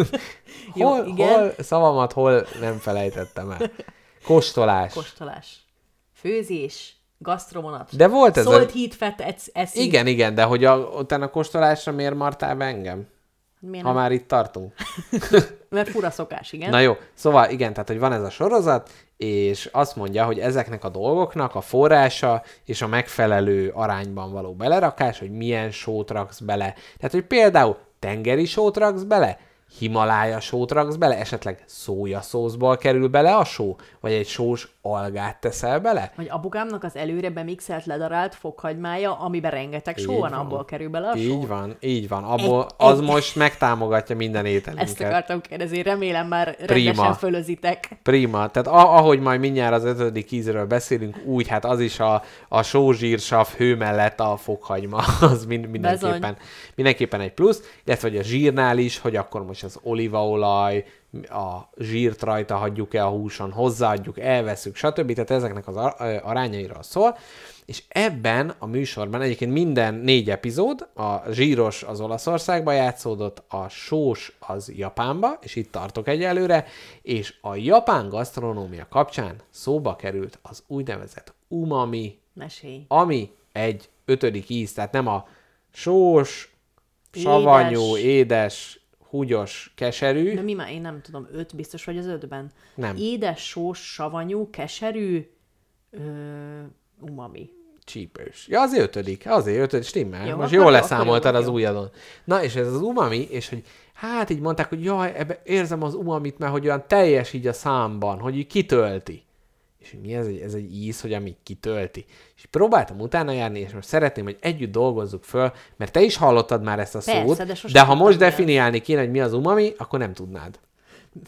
Jó, hol, igen. hol szavamat hol nem felejtettem el. Kóstolás. Kóstolás. Főzés. Gasztrovonat. De volt ez Szólt a... hídfett esz- eszik. Igen, igen, de hogy a, utána a kóstolásra miért martál be engem? Miért Ha nem? már itt tartunk. Mert fura szokás, igen. Na jó, szóval igen, tehát hogy van ez a sorozat, és azt mondja, hogy ezeknek a dolgoknak a forrása és a megfelelő arányban való belerakás, hogy milyen sót raksz bele. Tehát, hogy például tengeri sót raksz bele, Himalája sót raksz bele, esetleg szójaszószból kerül bele a só, vagy egy sós algát teszel bele. Vagy apukámnak az előre bemixelt, ledarált fokhagymája, amiben rengeteg só Így van, van. abból kerül bele a só. Így van, így van. Abból, Egy- az egy- most megtámogatja minden ételünket. Ezt akartam kérdezni, remélem már Prima. rendesen fölözitek. Prima. Tehát a- ahogy majd mindjárt az ötödik ízről beszélünk, úgy hát az is a, a sózsírsav hő mellett a fokhagyma, az mind, mindenképpen, mindenképpen egy plusz, illetve hogy a zsírnál is, hogy akkor most az olívaolaj, a zsírt rajta hagyjuk-e a húson, hozzáadjuk, elveszünk, stb. Tehát ezeknek az ar- arányairól szól, és ebben a műsorban egyébként minden négy epizód, a zsíros az Olaszországba játszódott, a sós az Japánba, és itt tartok egyelőre, és a japán gasztronómia kapcsán szóba került az úgynevezett umami, Mesélj. ami egy ötödik íz, tehát nem a sós, savanyú, Édes. édes, húgyos, keserű. De mi már, én nem tudom, öt biztos vagy az ötben. Nem. Édes, sós, savanyú, keserű, ö, umami. Csípős. Ja, azért ötödik, azért ötödik, stimmel. Jó, Most akkor jól jó, leszámoltad akkor jó, az jó. ujjadon. Na, és ez az umami, és hogy hát így mondták, hogy jaj, ebbe érzem az umamit, mert hogy olyan teljes így a számban, hogy így kitölti. És hogy mi ez egy, ez egy íz, hogy ami kitölti. És próbáltam utána járni, és most szeretném, hogy együtt dolgozzuk föl, mert te is hallottad már ezt a Persze, szót, de de, sosem de ha tudtam, most mi az. definiálni kéne, hogy mi az umami, akkor nem tudnád.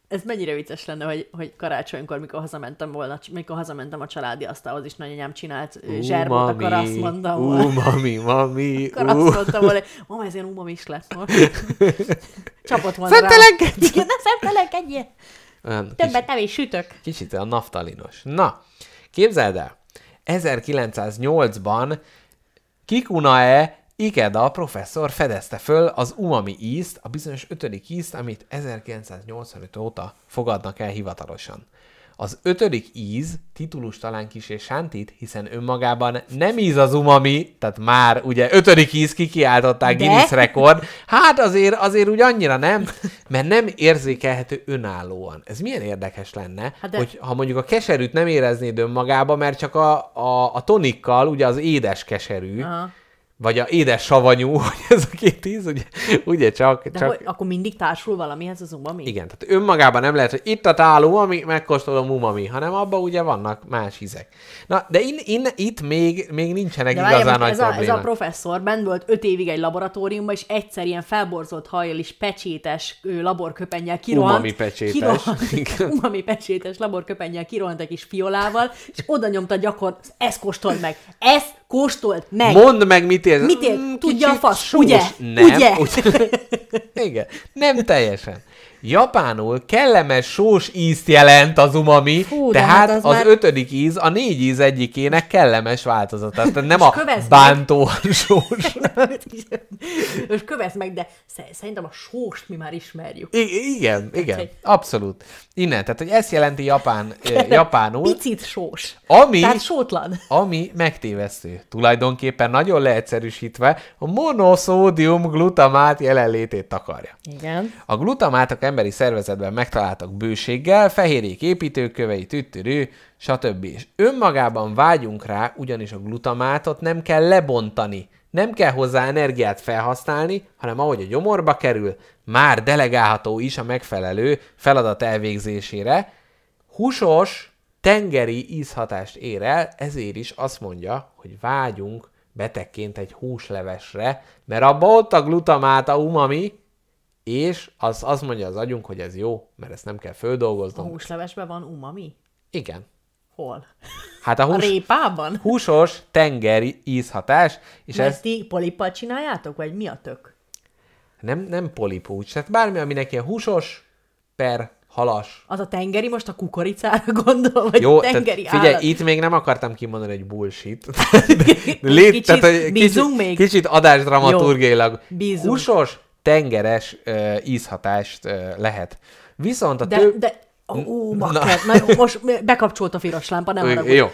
Ez mennyire vicces lenne, hogy, hogy karácsonykor, mikor hazamentem volna, mikor hazamentem a családi asztalhoz, és nagyanyám csinált zserbót, akkor azt mondtam volna. Ú, mami, mami, Akkor azt mondtam volna, mama, ez ilyen umami is lesz most. Csapott volna rá. Szemtelenkedj! Igen, ne szemtelenkedjél! Olyan Többet nem is sütök. Kicsit olyan naftalinos. Na, képzeld el, ezerkilencszáznyolcban Kikunae Ikeda professzor fedezte föl az umami ízt, a bizonyos ötödik ízt, amit ezerkilencszáznyolcvanöt óta fogadnak el hivatalosan. Az ötödik íz titulus talán kissé sántít, hiszen önmagában nem íz az umami, tehát már ugye ötödik íz kikiáltották De? Guinness rekord. Hát azért, azért úgy annyira nem, mert nem érzékelhető önállóan. Ez milyen érdekes lenne, Hát de... hogy ha mondjuk a keserűt nem éreznéd önmagába, mert csak a, a, a tonikkal, ugye az édes keserű, Aha. vagy a édes savanyú, hogy ez a két íz, ugye, ugye csak... De csak... hogy, akkor mindig társul valamihez az umami? Igen, tehát önmagában nem lehet, hogy itt a tál umami, megkóstolom umami, hanem abban ugye vannak más ízek. Na, de in, in, itt még, még nincsenek De igazán várjál, nagy ez a, ez problémák. a professzor bent volt öt évig egy laboratóriumban, és egyszer ilyen felborzolt hajjal is pecsétes ö, laborköpennyel kirohant. Umami pecsétes. Kirohant, umami pecsétes laborköpennyel kirohant egy kis fiolával, és oda nyomta gyakor, ezt kóstold meg, ezt kóstold meg. Mondd meg, mit érz. Mit ér? Mm, Tudja a kicsit fasz, sós. ugye? Nem, Ugye? ugye? Igen, nem teljesen. Japánul kellemes sós ízt jelent az umami, Fú, de tehát hát az az már- ötödik íz a négy íz egyikének kellemes változata. Tehát nem És a kövesd meg. bántó sós. Most kövesz meg, de sz- szerintem a sóst mi már ismerjük. I- igen, igen, egy- abszolút. Innen, tehát hogy ezt jelenti Japán, eh, japánul, Picit sós. ami, Tehát sótlan. ami megtévesztő. Tulajdonképpen nagyon leegyszerűsítve a monoszódium glutamát jelenlétét takarja. Igen. A glutamátok emberi szervezetben megtaláltak bőséggel, fehérjék építőkövei, tüttörő, stb. És önmagában vágyunk rá, ugyanis a glutamátot nem kell lebontani, nem kell hozzá energiát felhasználni, hanem ahogy a gyomorba kerül, már delegálható is a megfelelő feladat elvégzésére. Húsos, tengeri ízhatást ér el, ezért is azt mondja, hogy vágyunk betegként egy húslevesre, mert abban ott a glutamát, a umami, és az, azt mondja az agyunk, hogy ez jó, mert ezt nem kell A földolgoznom. húslevesben van umami? Igen. Hol? Hát a, A hús, répában? húsos tengeri ízhatás, és Mert ez ti polippal csináljátok, vagy mi a tök? nem, nem polipúcs, tehát bármi, aminek ilyen húsos per halas. Az a tengeri, most a kukoricára gondol, vagy Jó, tengeri tehát figyelj, állat? itt még nem akartam kimondani, hogy bullshit. Lét, Kicsit tehát, hogy bízunk kicsit, még? kicsit adásdramaturgiailag. Bízunk. Húsos, tengeres uh, ízhatást uh, lehet. Viszont a De, több... de, ó, bakker, na jó, most bekapcsolt a piros lámpa, nem haragudj. Jó.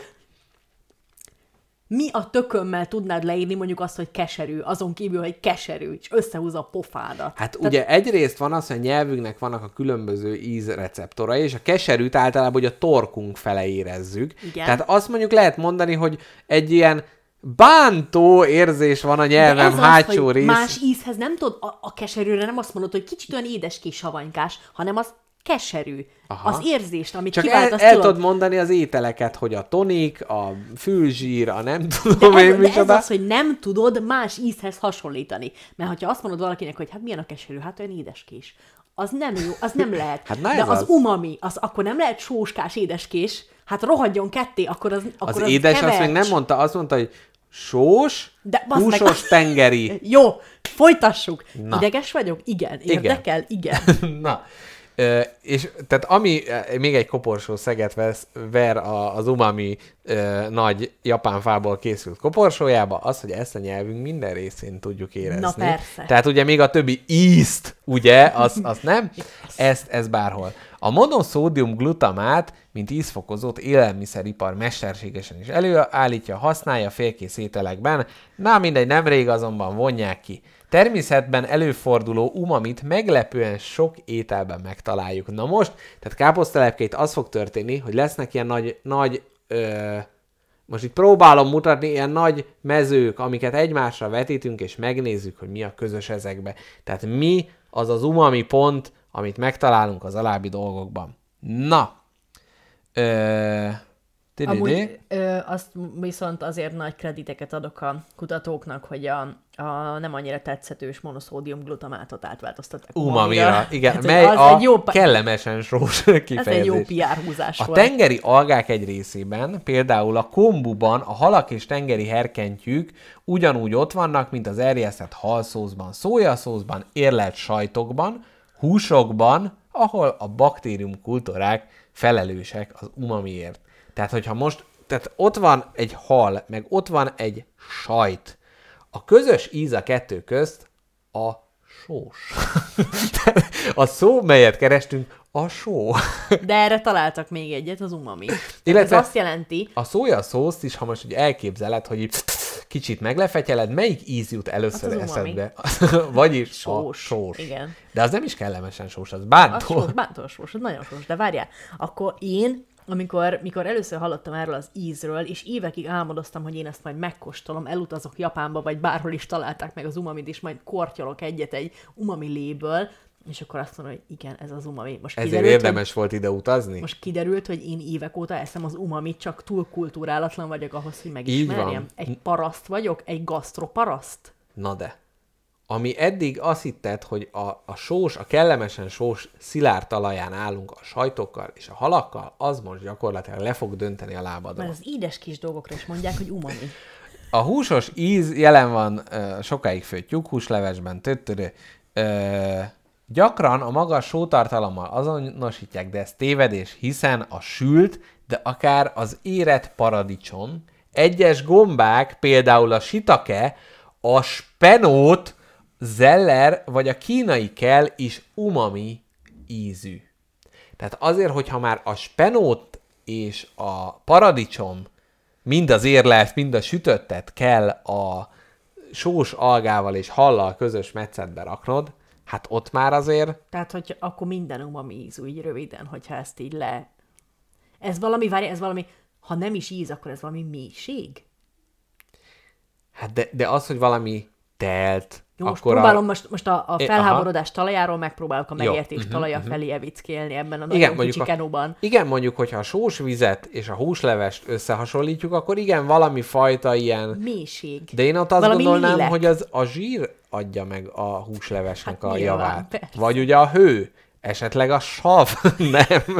Mi a tökömmel tudnád leírni mondjuk azt, hogy keserű, azon kívül, hogy keserű, és összehúzza a pofádat? Hát Tehát ugye egyrészt van az, hogy a nyelvünknek vannak a különböző ízreceptorai, és a keserűt általában hogy a torkunk fele érezzük. Igen. Tehát azt mondjuk lehet mondani, hogy egy ilyen bántó érzés van a nyelvem ez hátsó az, rész. hogy más ízhez nem tudod, a, a keserűre nem azt mondod, hogy kicsit olyan édes kis savanykás, hanem az keserű. Aha. Az érzést, amit Csak kivált, el, azt el tudod. tudod mondani az ételeket, hogy a tonik, a fülzsír, a nem De tudom ez, én de ez micsoda. az, hogy nem tudod más ízhez hasonlítani. Mert ha azt mondod valakinek, hogy hát milyen a keserű, hát olyan édeskés. Az nem jó, az nem lehet. Hát na de ez az, az. umami, az akkor nem lehet sóskás édeskés, hát rohadjon ketté, akkor az akkor Az az édes kevercs. azt még nem mondta, azt mondta, hogy sós, De bassz meg- húsos tengeri. Jó, folytassuk. Na. Ideges vagyok? Igen. Igen. Érdekel? Igen. Na, ö, és tehát ami, még egy koporsó szeget vesz, ver a, az umami ö, nagy japán fából készült koporsójába, az, hogy ezt a nyelvünk minden részén tudjuk érezni. Na persze. Tehát ugye még a többi ízt, ugye, az, az nem, ezt, ez bárhol. A monoszódium glutamát, mint ízfokozót élelmiszeripar mesterségesen is előállítja, használja félkész ételekben, na mindegy, nemrég azonban vonják ki. Természetben előforduló umamit meglepően sok ételben megtaláljuk. Na most, tehát káposztelepként az fog történni, hogy lesznek ilyen nagy, nagy ö, most itt próbálom mutatni, ilyen nagy mezők, amiket egymásra vetítünk, és megnézzük, hogy mi a közös ezekbe. Tehát mi az az umami pont, amit megtalálunk az alábbi dolgokban. Na, ö, Amúgy ö, azt viszont azért nagy krediteket adok a kutatóknak, hogy a, a nem annyira tetszetős monoszódium glutamátot átváltoztatták umamira. Igen, hát, mely az a egy jó, kellemesen sós kifejezés. Ez egy jó pé er húzás A volt. tengeri algák egy részében, például a kombuban a halak és tengeri herkentyűk ugyanúgy ott vannak, mint az erjesztett halszószban, szójaszószban, érlelt sajtokban, húsokban, ahol a baktériumkultúrák felelősek az umamiért. Tehát, hogyha most, tehát ott van egy hal, meg ott van egy sajt. A közös íz a kettő közt a sós. A szó, melyet kerestünk, a só. De erre találtak még egyet, az umami. Illetve ez azt jelenti... A szójaszószt is, ha most úgy elképzeled, hogy így kicsit meglefetyeled, melyik íz jut először az eszedbe? Vagyis sós. a sós. Igen. De az nem is kellemesen sós, az bántó. Az sós, bántó sós, az nagyon sós. De várjál, akkor én, amikor mikor először hallottam erről az ízről, és évekig álmodoztam, hogy én ezt majd megkóstolom, elutazok Japánba, vagy bárhol is találták meg az umamit, és majd kortyolok egyet egy umami léből, és akkor azt mondom, hogy igen, ez az umami. Most Ezért kiderült, érdemes hogy, volt ide utazni? Most kiderült, hogy én évek óta eszem az umamit, csak túl kulturálatlan vagyok ahhoz, hogy megismerjem. Egy paraszt vagyok? Egy gasztroparaszt? Na de. Ami eddig azt hitted, hogy a, a sós, a kellemesen sós szilárd talaján állunk a sajtokkal és a halakkal, az most gyakorlatilag le fog dönteni a lábadon. Mert az édes kis dolgokra is mondják, hogy umami. A húsos íz jelen van uh, sokáig főtt tyúkhúslevesben, töttörő. Uh, gyakran a magas sótartalommal azonosítják, de ez tévedés, hiszen a sült, de akár az érett paradicsom, egyes gombák, például a shiitake, a spenót, zeller vagy a kínai kell is umami ízű. Tehát azért, hogyha már a spenót és a paradicsom mind az érlelt, mind a sütöttet kell a sós algával és hallal közös metszetbe raknod, hát ott már azért... Tehát, hogy akkor minden umami ízű, így röviden, hogyha ezt így le... Ez valami, várj, ez valami, ha nem is íz, akkor ez valami mélység? Hát de, de az, hogy valami telt, jó, most akkor próbálom, a... most, most a, a felháborodás talajáról megpróbálok a megértés Jó. talaja uh-huh, felé evickélni ebben a igen, nagyon mondjuk kicsi a, kenóban. Igen, mondjuk, hogyha a sós vizet és a húslevest összehasonlítjuk, akkor igen, valami fajta ilyen... Mélység. De én ott azt valami gondolnám, lélek. hogy az a zsír adja meg a húslevesnek Hát a nyilván, javát. persze. Vagy ugye a hő, esetleg a sav, nem?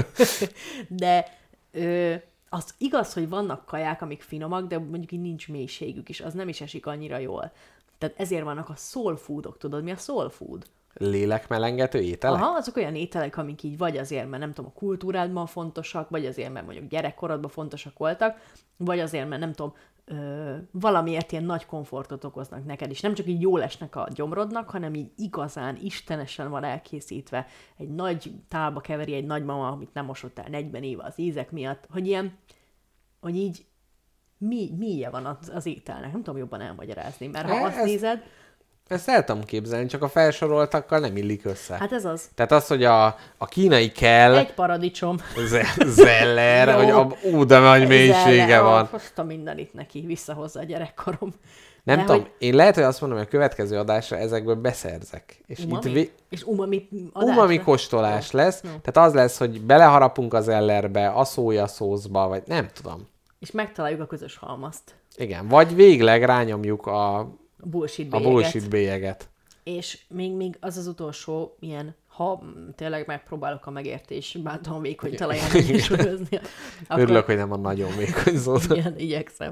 De ö, az igaz, hogy vannak kaják, amik finomak, de mondjuk így nincs mélységük is, az nem is esik annyira jól. Tehát ezért vannak a soul foodok, tudod, mi a soul food? Lélekmelengető ételek? Aha, azok olyan ételek, amik így vagy azért, mert nem tudom, a kultúrádban fontosak, vagy azért, mert mondjuk gyerekkorodban fontosak voltak, vagy azért, mert nem tudom, ö, valamiért ilyen nagy komfortot okoznak neked is. Nem csak így jól esnek a gyomrodnak, hanem így igazán, istenesen van elkészítve. Egy nagy tálba keveri egy nagymama, amit nem mosott el negyven éve az ízek miatt, hogy ilyen, hogy így mi, milyen van az, az ételnek. Nem tudom jobban elmagyarázni, mert ha E, azt ez... nézed... Ezt el tudom képzelni, csak a felsoroltakkal nem illik össze. Hát ez az. Tehát az, hogy a, a kínai kell... Egy paradicsom. Z- zeller, hogy a, ú, de nagy mélysége van. Hoztam mindenit neki, visszahozza a gyerekkorom. Nem De tudom, hogy... én lehet, hogy azt mondom, hogy a következő adásra ezekből beszerzek. És Umami? itt vé... És umami adásra? umami kóstolás Jó. lesz. Jó. Tehát az lesz, hogy beleharapunk az ellerbe, a szójaszószba, vagy nem tudom. És megtaláljuk a közös halmazt. Igen, vagy végleg rányomjuk a, A bullshit a bélyeget. bullshit bélyeget. És még, még az az utolsó ilyen, ha tényleg megpróbálok a megértés bántom vékony talaján egyesülözni. Örülök, hogy nem a nagyon vékony szót. Igen, igyekszem.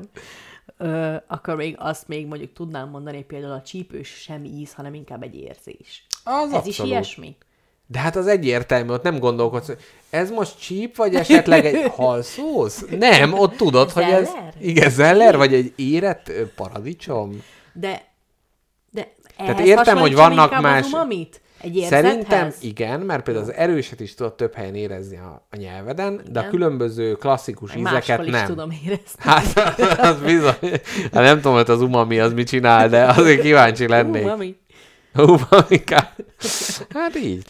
Ö, akkor még azt még mondjuk tudnám mondani, például a csípős sem íz, hanem inkább egy érzés. Az Ez abszolút. is ilyesmi? De hát az egyértelmű, ott nem gondolkodsz, hogy ez most csíp, vagy esetleg egy halszósz? Nem, ott tudod, hogy ez... Zeller? Igen, zeller, vagy egy érett ö, paradicsom. De, de Tehát ehhez értem, hogy hasonlítsam vannak inkább más- az umamit? Egy érzethez? Szerintem igen, mert például az erőset is tudod több helyen érezni a, a nyelveden, de a Igen. különböző klasszikus Meg ízeket máshol is nem. tudom érezni. Hát az bizony. Hát nem tudom, hogy az umami az mit csinál, de azért kíváncsi lennék. Umami. Umami. Hát így.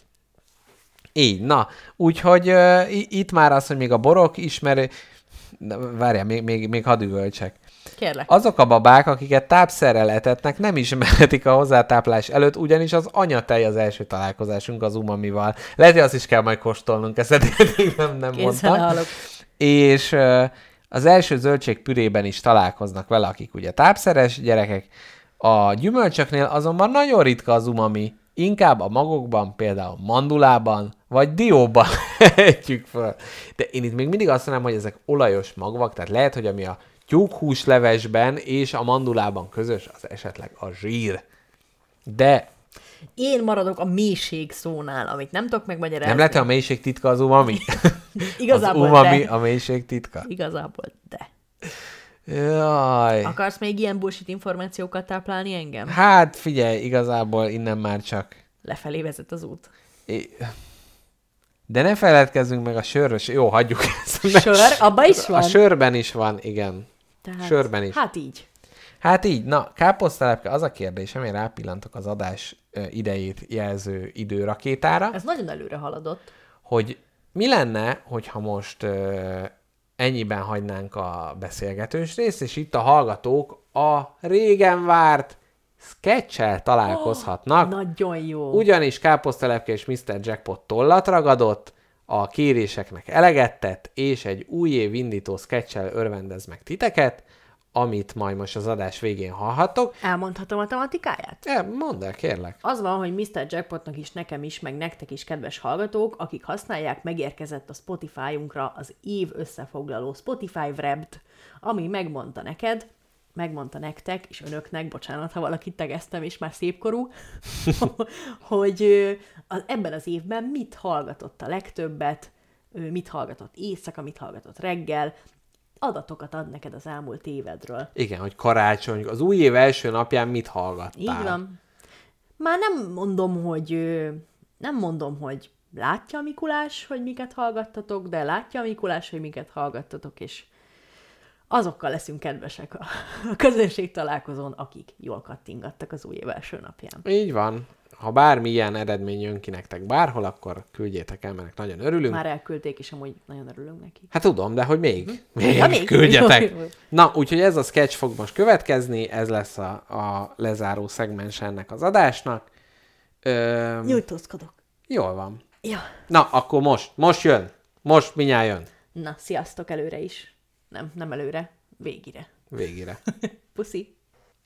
Így, na. Úgyhogy uh, itt már az, hogy még a borok ismerő... Várjál, még, még, még hadd üvöltsek. Kérlek. Azok a babák, akiket tápszerrel etetnek, nem ismerhetik a hozzátáplás előtt, ugyanis az anyatej az első találkozásunk az umamival. Lehet, hogy azt is kell majd kóstolnunk, ezt eddig nem, nem Készen mondtam. állok. És uh, Az első zöldségpürében is találkoznak vele, akik ugye tápszeres gyerekek. A gyümölcsöknél azonban nagyon ritka az umami, inkább a magokban, például mandulában, vagy dióban ejtjük föl. De én itt még mindig azt mondom, hogy ezek olajos magvak, tehát lehet, hogy ami a tyúkhúslevesben és a mandulában közös, az esetleg a zsír. De... Én maradok a mélység szónál, amit nem tudok megmagyarázni. Nem lehet, hogy a mélység titka az umami? Igazából az umami de. a mélység titka? Igazából de. Jaj. Akarsz még ilyen bullshit információkat táplálni engem? Hát figyelj, igazából innen már csak... Lefelé vezet az út. É... De ne feledkezzünk meg a sörről. Jó, hagyjuk ezt. Sör? Abba is van? A sörben is van, igen. Tehát, sörben is. Hát így. Hát így, na, káposztelepke, az a kérdés, amire rápillantok az adás idejét jelző időrakétára. Ez nagyon előre haladott. Hogy mi lenne, hogyha most ö, ennyiben hagynánk a beszélgetős részt, és itt a hallgatók a régen várt sketch-el találkozhatnak. Oh, nagyon jó. Ugyanis káposztelepke és miszter Jackpot tollat ragadott, a kéréseknek eleget tett, és egy új év indító sketch-el örvendez meg titeket, amit majd most az adás végén hallhattok. Elmondhatom a tematikáját? E, mondd el, kérlek. Az van, hogy miszter Jackpotnak is, nekem is, meg nektek is, kedves hallgatók, akik használják, megérkezett a Spotify-unkra az év összefoglaló Spotify Wrapped, ami megmondta neked, megmondta nektek, és önöknek, bocsánat, ha valakit tegeztem, és már szépkorú, hogy az, ebben az évben mit hallgatott a legtöbbet, mit hallgatott éjszaka, mit hallgatott reggel, adatokat ad neked az elmúlt évedről. Igen, hogy karácsony, az új év első napján mit hallgattál? Így van. Már nem mondom, hogy nem mondom, hogy látja a Mikulás, hogy miket hallgattatok, de látja a Mikulás, hogy miket hallgattatok, és azokkal leszünk kedvesek a közönség találkozón, akik jól kattingattak az új év első napján. Így van. Ha bármilyen eredmény jön ki nektek bárhol, akkor küldjétek el, mert nagyon örülünk. Már elküldték, és amúgy nagyon örülünk neki. Hát tudom, de hogy még? Hm? Még, ja, még küldjetek. Jó, jó. Na, úgyhogy ez a sketch fog most következni, ez lesz a, a lezáró szegmens ennek az adásnak. Öm, Nyújtózkodok. Jól van. Ja. Na, akkor most, most jön. Most mindjárt jön. Na, sziasztok előre is. Nem, nem előre, végire. Végére. Puszi.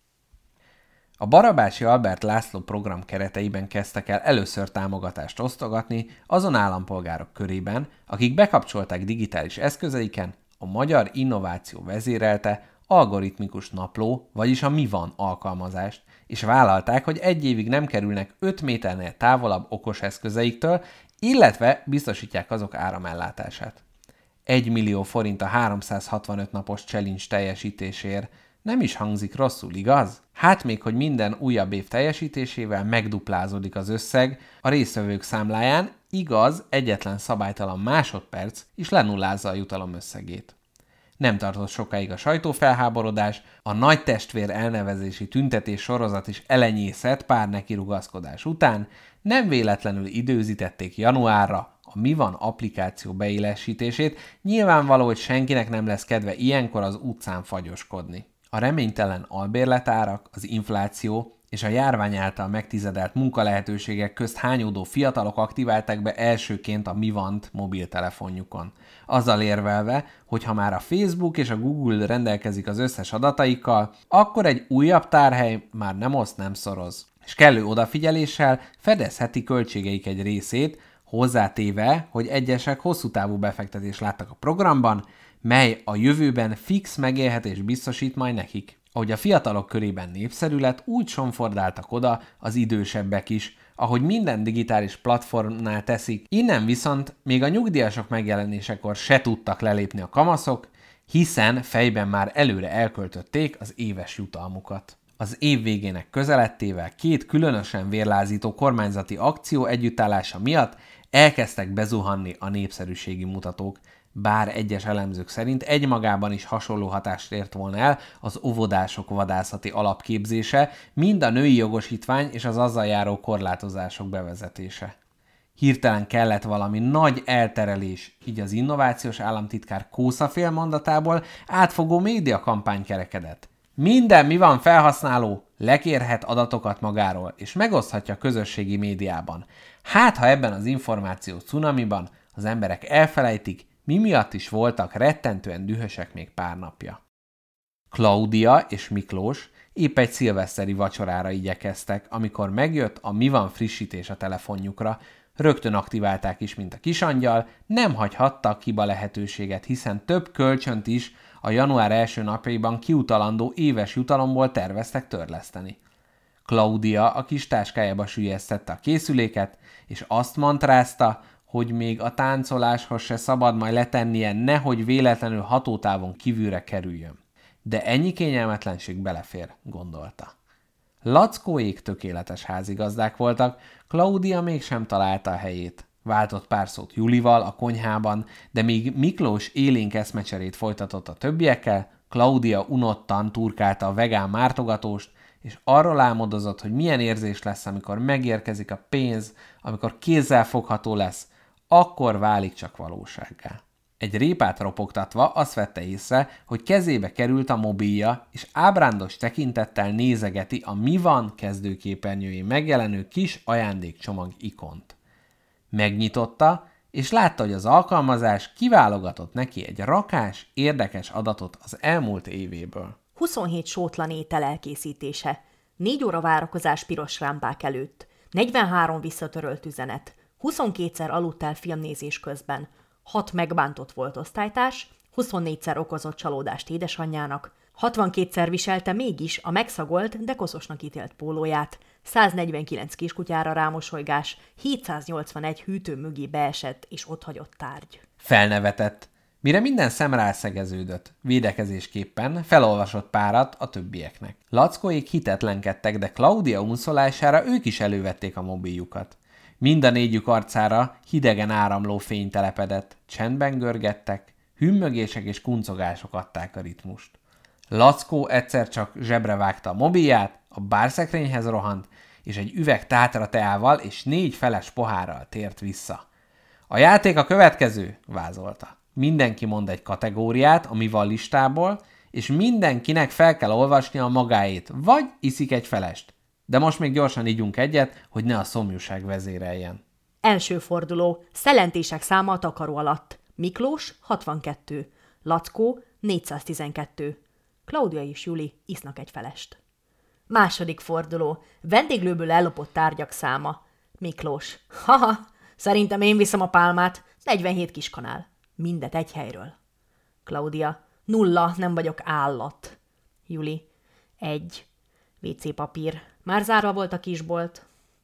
A Barabási Albert László program kereteiben kezdtek el először támogatást osztogatni azon állampolgárok körében, akik bekapcsolták digitális eszközeiken a Magyar Innováció vezérelte algoritmikus napló, vagyis a Mi Van alkalmazást, és vállalták, hogy egy évig nem kerülnek öt méternél távolabb okos eszközeiktől, illetve biztosítják azok áramellátását. egy millió forint a háromszázhatvanöt napos challenge teljesítésért. Nem is hangzik rosszul, igaz? Hát még, hogy minden újabb év teljesítésével megduplázódik az összeg a résztvevők számláján, igaz, egyetlen szabálytalan másodperc is lenullázza a jutalom összegét. Nem tartott sokáig a sajtófelháborodás, a nagy testvér elnevezési tüntetés sorozat is elenyészett pár neki rugaszkodás után, nem véletlenül időzítették januárra a Mi Van applikáció beélesítését, nyilvánvaló, hogy senkinek nem lesz kedve ilyenkor az utcán fagyoskodni. A reménytelen albérletárak, az infláció és a járvány által megtizedelt munkalehetőségek közt hányódó fiatalok aktiválták be elsőként a Mi Vant mobiltelefonjukon. Azzal érvelve, hogy ha már a Facebook és a Google rendelkezik az összes adataikkal, akkor egy újabb tárhely már nem oszt, nem szoroz. És kellő odafigyeléssel fedezheti költségeik egy részét, hozzátéve, hogy egyesek hosszú távú befektetést láttak a programban, mely a jövőben fix megélhetést biztosít majd nekik. Ahogy a fiatalok körében népszerű lett, úgy sonfordáltak oda az idősebbek is, ahogy minden digitális platformnál teszik, innen viszont még a nyugdíjasok megjelenésekor se tudtak lelépni a kamaszok, hiszen fejben már előre elköltötték az éves jutalmukat. Az év végének közelettével két különösen vérlázító kormányzati akció együttállása miatt elkezdtek bezuhanni a népszerűségi mutatók, bár egyes elemzők szerint egymagában is hasonló hatást ért volna el az óvodások vadászati alapképzése, mind a női jogosítvány és az azzal járó korlátozások bevezetése. Hirtelen kellett valami nagy elterelés, így az innovációs államtitkár Kószafél mondatából átfogó médiakampány kerekedett. Minden Mi Van felhasználó lekérhet adatokat magáról, és megoszthatja a közösségi médiában. Hát, ha ebben az információ cunamiban az emberek elfelejtik, mi miatt is voltak rettentően dühösek még pár napja. Klaudia és Miklós épp egy szilveszteri vacsorára igyekeztek, amikor megjött a Mi van frissítés a telefonjukra, rögtön aktiválták is, mint a kisangyal, nem hagyhattak hiba lehetőséget, hiszen több kölcsönt is a január első napjaiban kiutalandó éves jutalomból terveztek törleszteni. Klaudia a kis táskájába süllyesztette a készüléket, és azt mantrázta, hogy még a táncoláshoz se szabad majd letennie, nehogy véletlenül hatótávon kívülre kerüljön. De ennyi kényelmetlenség belefér, gondolta. Lackóék tökéletes házigazdák voltak, Klaudia mégsem találta a helyét. Váltott pár szót Julival a konyhában, de míg Miklós élénk eszmecserét folytatott a többiekkel, Klaudia unottan turkálta a vegán mártogatóst, és arról álmodozott, hogy milyen érzés lesz, amikor megérkezik a pénz, amikor kézzelfogható lesz, akkor válik csak valósággá. Egy répát ropogtatva azt vette észre, hogy kezébe került a mobilja, és ábrándos tekintettel nézegeti a Mi van kezdőképernyőjén megjelenő kis ajándékcsomag ikont. Megnyitotta, és látta, hogy az alkalmazás kiválogatott neki egy rakás, érdekes adatot az elmúlt évéből. huszonhét sótlan étel elkészítése, négy óra várakozás piros lámpák előtt, negyvenhárom visszatörölt üzenet, huszonkétszer aludtál filmnézés közben, hat megbántott volt osztálytárs, huszonnégyszer okozott csalódást édesanyjának, hatvankétszer viselte mégis a megszagolt, de koszosnak ítélt pólóját, száznegyvenkilenc kiskutyára rámosolygás, hétszáznyolcvanegy hűtő mögé beesett és otthagyott tárgy. Felnevetett. Mire minden szem rászegeződött, védekezésképpen felolvasott párat a többieknek. Lackóék hitetlenkedtek, de Klaudia unszolására ők is elővették a mobiljukat. Mind a négyük arcára hidegen áramló fény telepedett, csendben görgettek, hümmögések és kuncogások adták a ritmust. Lackó egyszer csak zsebre vágta a mobilját, a bárszekrényhez rohant, és egy üveg tátra teával és négy feles pohárral tért vissza. A játék a következő, vázolta. Mindenki mond egy kategóriát a Mi van listából, és mindenkinek fel kell olvasnia a magáét, vagy iszik egy felest. De most még gyorsan ígyunk egyet, hogy ne a szomjúság vezéreljen. Első forduló. Szellentések száma a takaró alatt. Miklós hatvankettő. Lackó négyszáztizenkettő. Klaudia és Juli isznak egy felest. Második forduló. Vendéglőből ellopott tárgyak száma. Miklós. Haha, szerintem én viszem a pálmát. negyvenhét kiskanál. Mindet egy helyről. Klaudia. Nulla, nem vagyok állat. Juli. Egy. vé cé papír. Már zárva volt a kisbolt.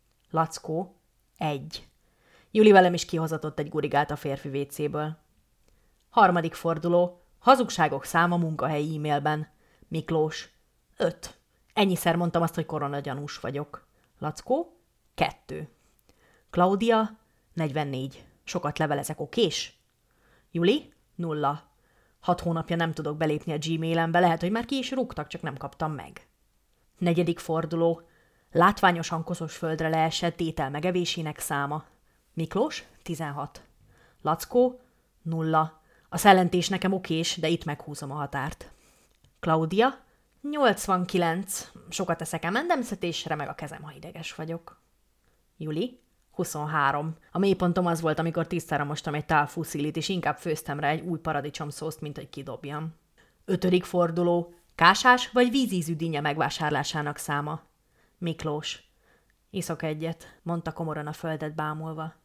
Lackó. Egy. Juli velem is kihozatott egy gurigát a férfi vé céből. Harmadik forduló. Hazugságok száma munkahelyi e-mailben. Miklós. Öt. Ennyiszer mondtam azt, hogy koronagyanús vagyok. Lackó. Kettő. Klaudia. negyvennégy. Sokat levelezek, okés? Juli. Nulla. Hat hónapja nem tudok belépni a Gmailembe, lehet, hogy már ki is rúgtak, csak nem kaptam meg. Negyedik forduló. Látványosan koszos földre leesett étel megevésének száma. Miklós. tizenhat. Lackó. Nulla. A szellentés nekem okés, de itt meghúzom a határt. Klaudia. nyolcvankilenc. Sokat eszek emendemszetésre, meg a kezem, ha ideges vagyok. Juli. huszonhárom. A mélypontom az volt, amikor tisztára mostam egy tál fuszilit, és inkább főztem rá egy új paradicsomszószt, mint hogy kidobjam. Ötödik forduló. Kásás vagy vízízű dinnye megvásárlásának száma. Miklós. Iszok egyet, mondta komoran a földet bámulva.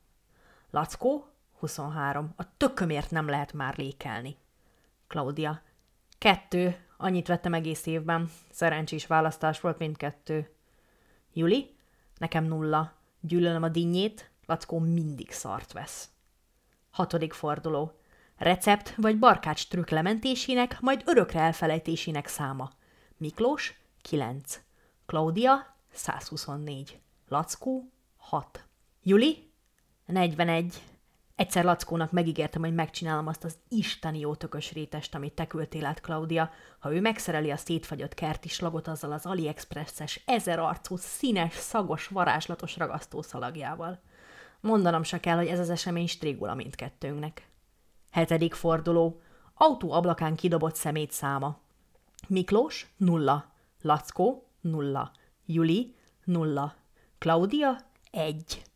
Lackó. huszonhárom. A tökömért nem lehet már lékelni. Klaudia. Kettő. Annyit vettem egész évben. Szerencsés választás volt mindkettő. Juli. Nekem nulla. Gyűlölöm a dinnyét, Lackó mindig szart vesz. Hatodik forduló. Recept vagy barkács trükk lementésének, majd örökre elfelejtésének száma. Miklós. kilenc. Klaudia. százhuszonnégy. Lackó. hat. Juli. negyvenegy. Egyszer Lackónak megígértem, hogy megcsinálom azt az isteni jó tökös rétest, amit te küldtél át, Klaudia, ha ő megszereli a szétfagyott kerti slagot azzal az AliExpress-es, ezer arcú, színes, szagos, varázslatos ragasztószalagjával. Mondanom se kell, hogy ez az esemény strégula mindkettőnknek. Hetedik forduló. Autó ablakán kidobott szemét száma. Miklós. Nulla. Lackó. Nulla. Juli. Nulla. Klaudia. Egy.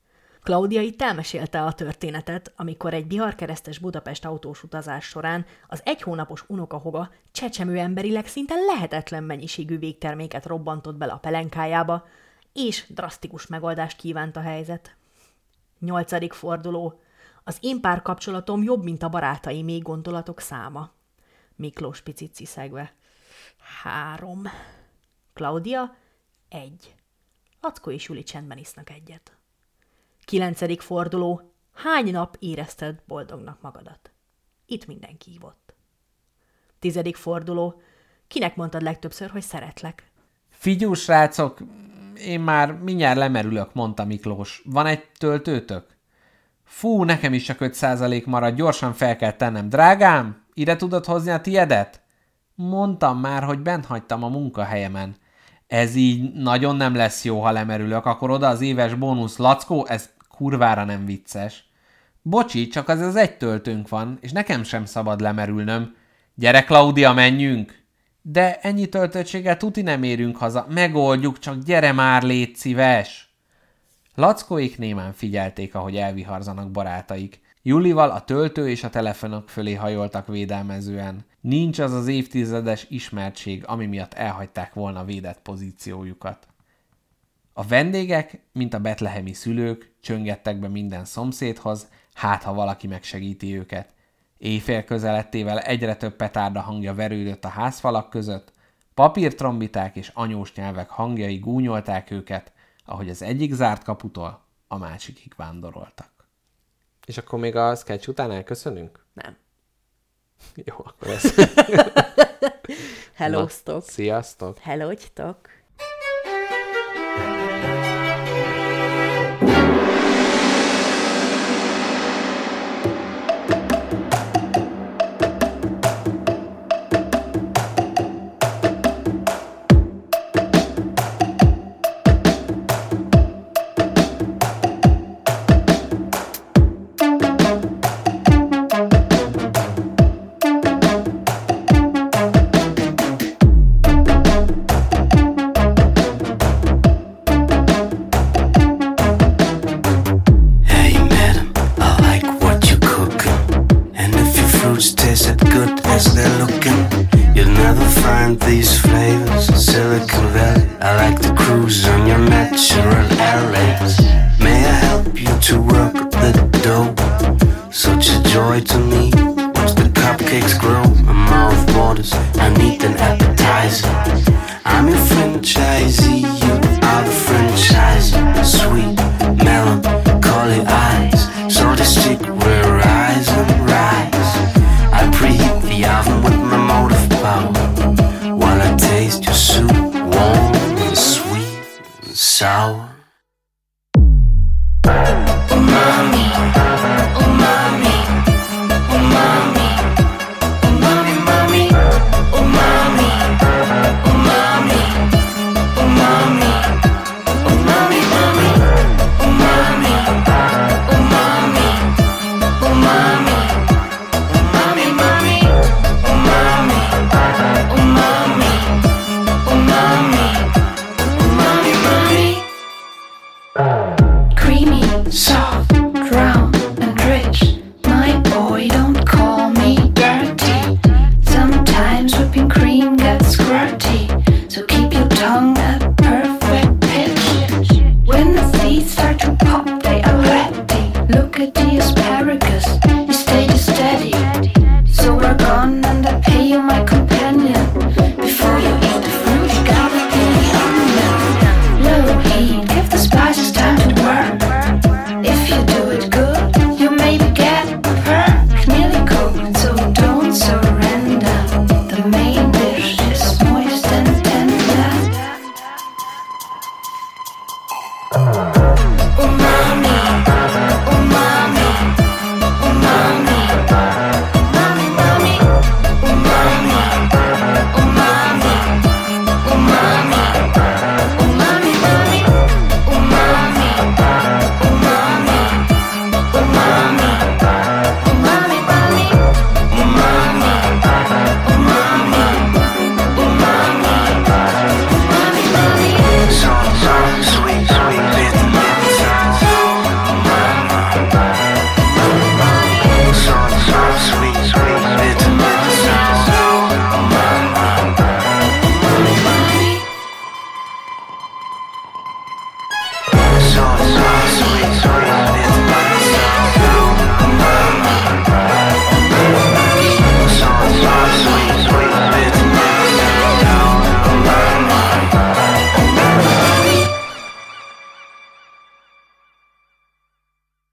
Klaudia itt elmesélte a történetet, amikor egy Bihar-keresztes Budapest autós utazás során az egy hónapos unokahoga csecsemő emberileg szinte lehetetlen mennyiségű végterméket robbantott bele a pelenkájába, és drasztikus megoldást kívánt a helyzet. Nyolcadik forduló. Az én párkapcsolatom jobb, mint a barátai még gondolatok száma. Miklós picit sziszegve. Három. Klaudia? Egy. Lackó és Juli csendben isznak egyet. Kilencedik forduló. Hány nap érezted boldognak magadat? Itt mindenki hívott. Tizedik forduló. Kinek mondtad legtöbbször, hogy szeretlek? Figyú, srácok, én már mindjárt lemerülök, mondta Miklós. Van egy töltőtök? Fú, nekem is csak öt százalék marad, gyorsan fel kell tennem. Drágám, ide tudod hozni a tiedet? Mondtam már, hogy bent hagytam a munkahelyemen. Ez így nagyon nem lesz jó, ha lemerülök, akkor oda az éves bónusz. Lackó, ez kurvára nem vicces. Bocsi, csak az az egy töltőnk van, és nekem sem szabad lemerülnöm. Gyere, Klaudia, menjünk! De ennyi töltöttséggel tuti nem érünk haza. Megoldjuk, csak gyere már, légy szíves! Lackóik némán figyelték, ahogy elviharzanak barátaik. Julival a töltő és a telefonok fölé hajoltak védelmezően. Nincs az az évtizedes ismertség, ami miatt elhagyták volna védett pozíciójukat. A vendégek, mint a betlehemi szülők, csöngettek be minden szomszédhoz, hát ha valaki megsegíti őket. Éjfél közelettével egyre több petárda hangja verődött a házfalak között, papírtrombiták és anyós nyelvek hangjai gúnyolták őket, ahogy az egyik zárt kaputól a másikig vándoroltak. És akkor még a sketch után elköszönünk? Nem. Jó, akkor ez. Hellóztok. Sziasztok. Hellógytok. So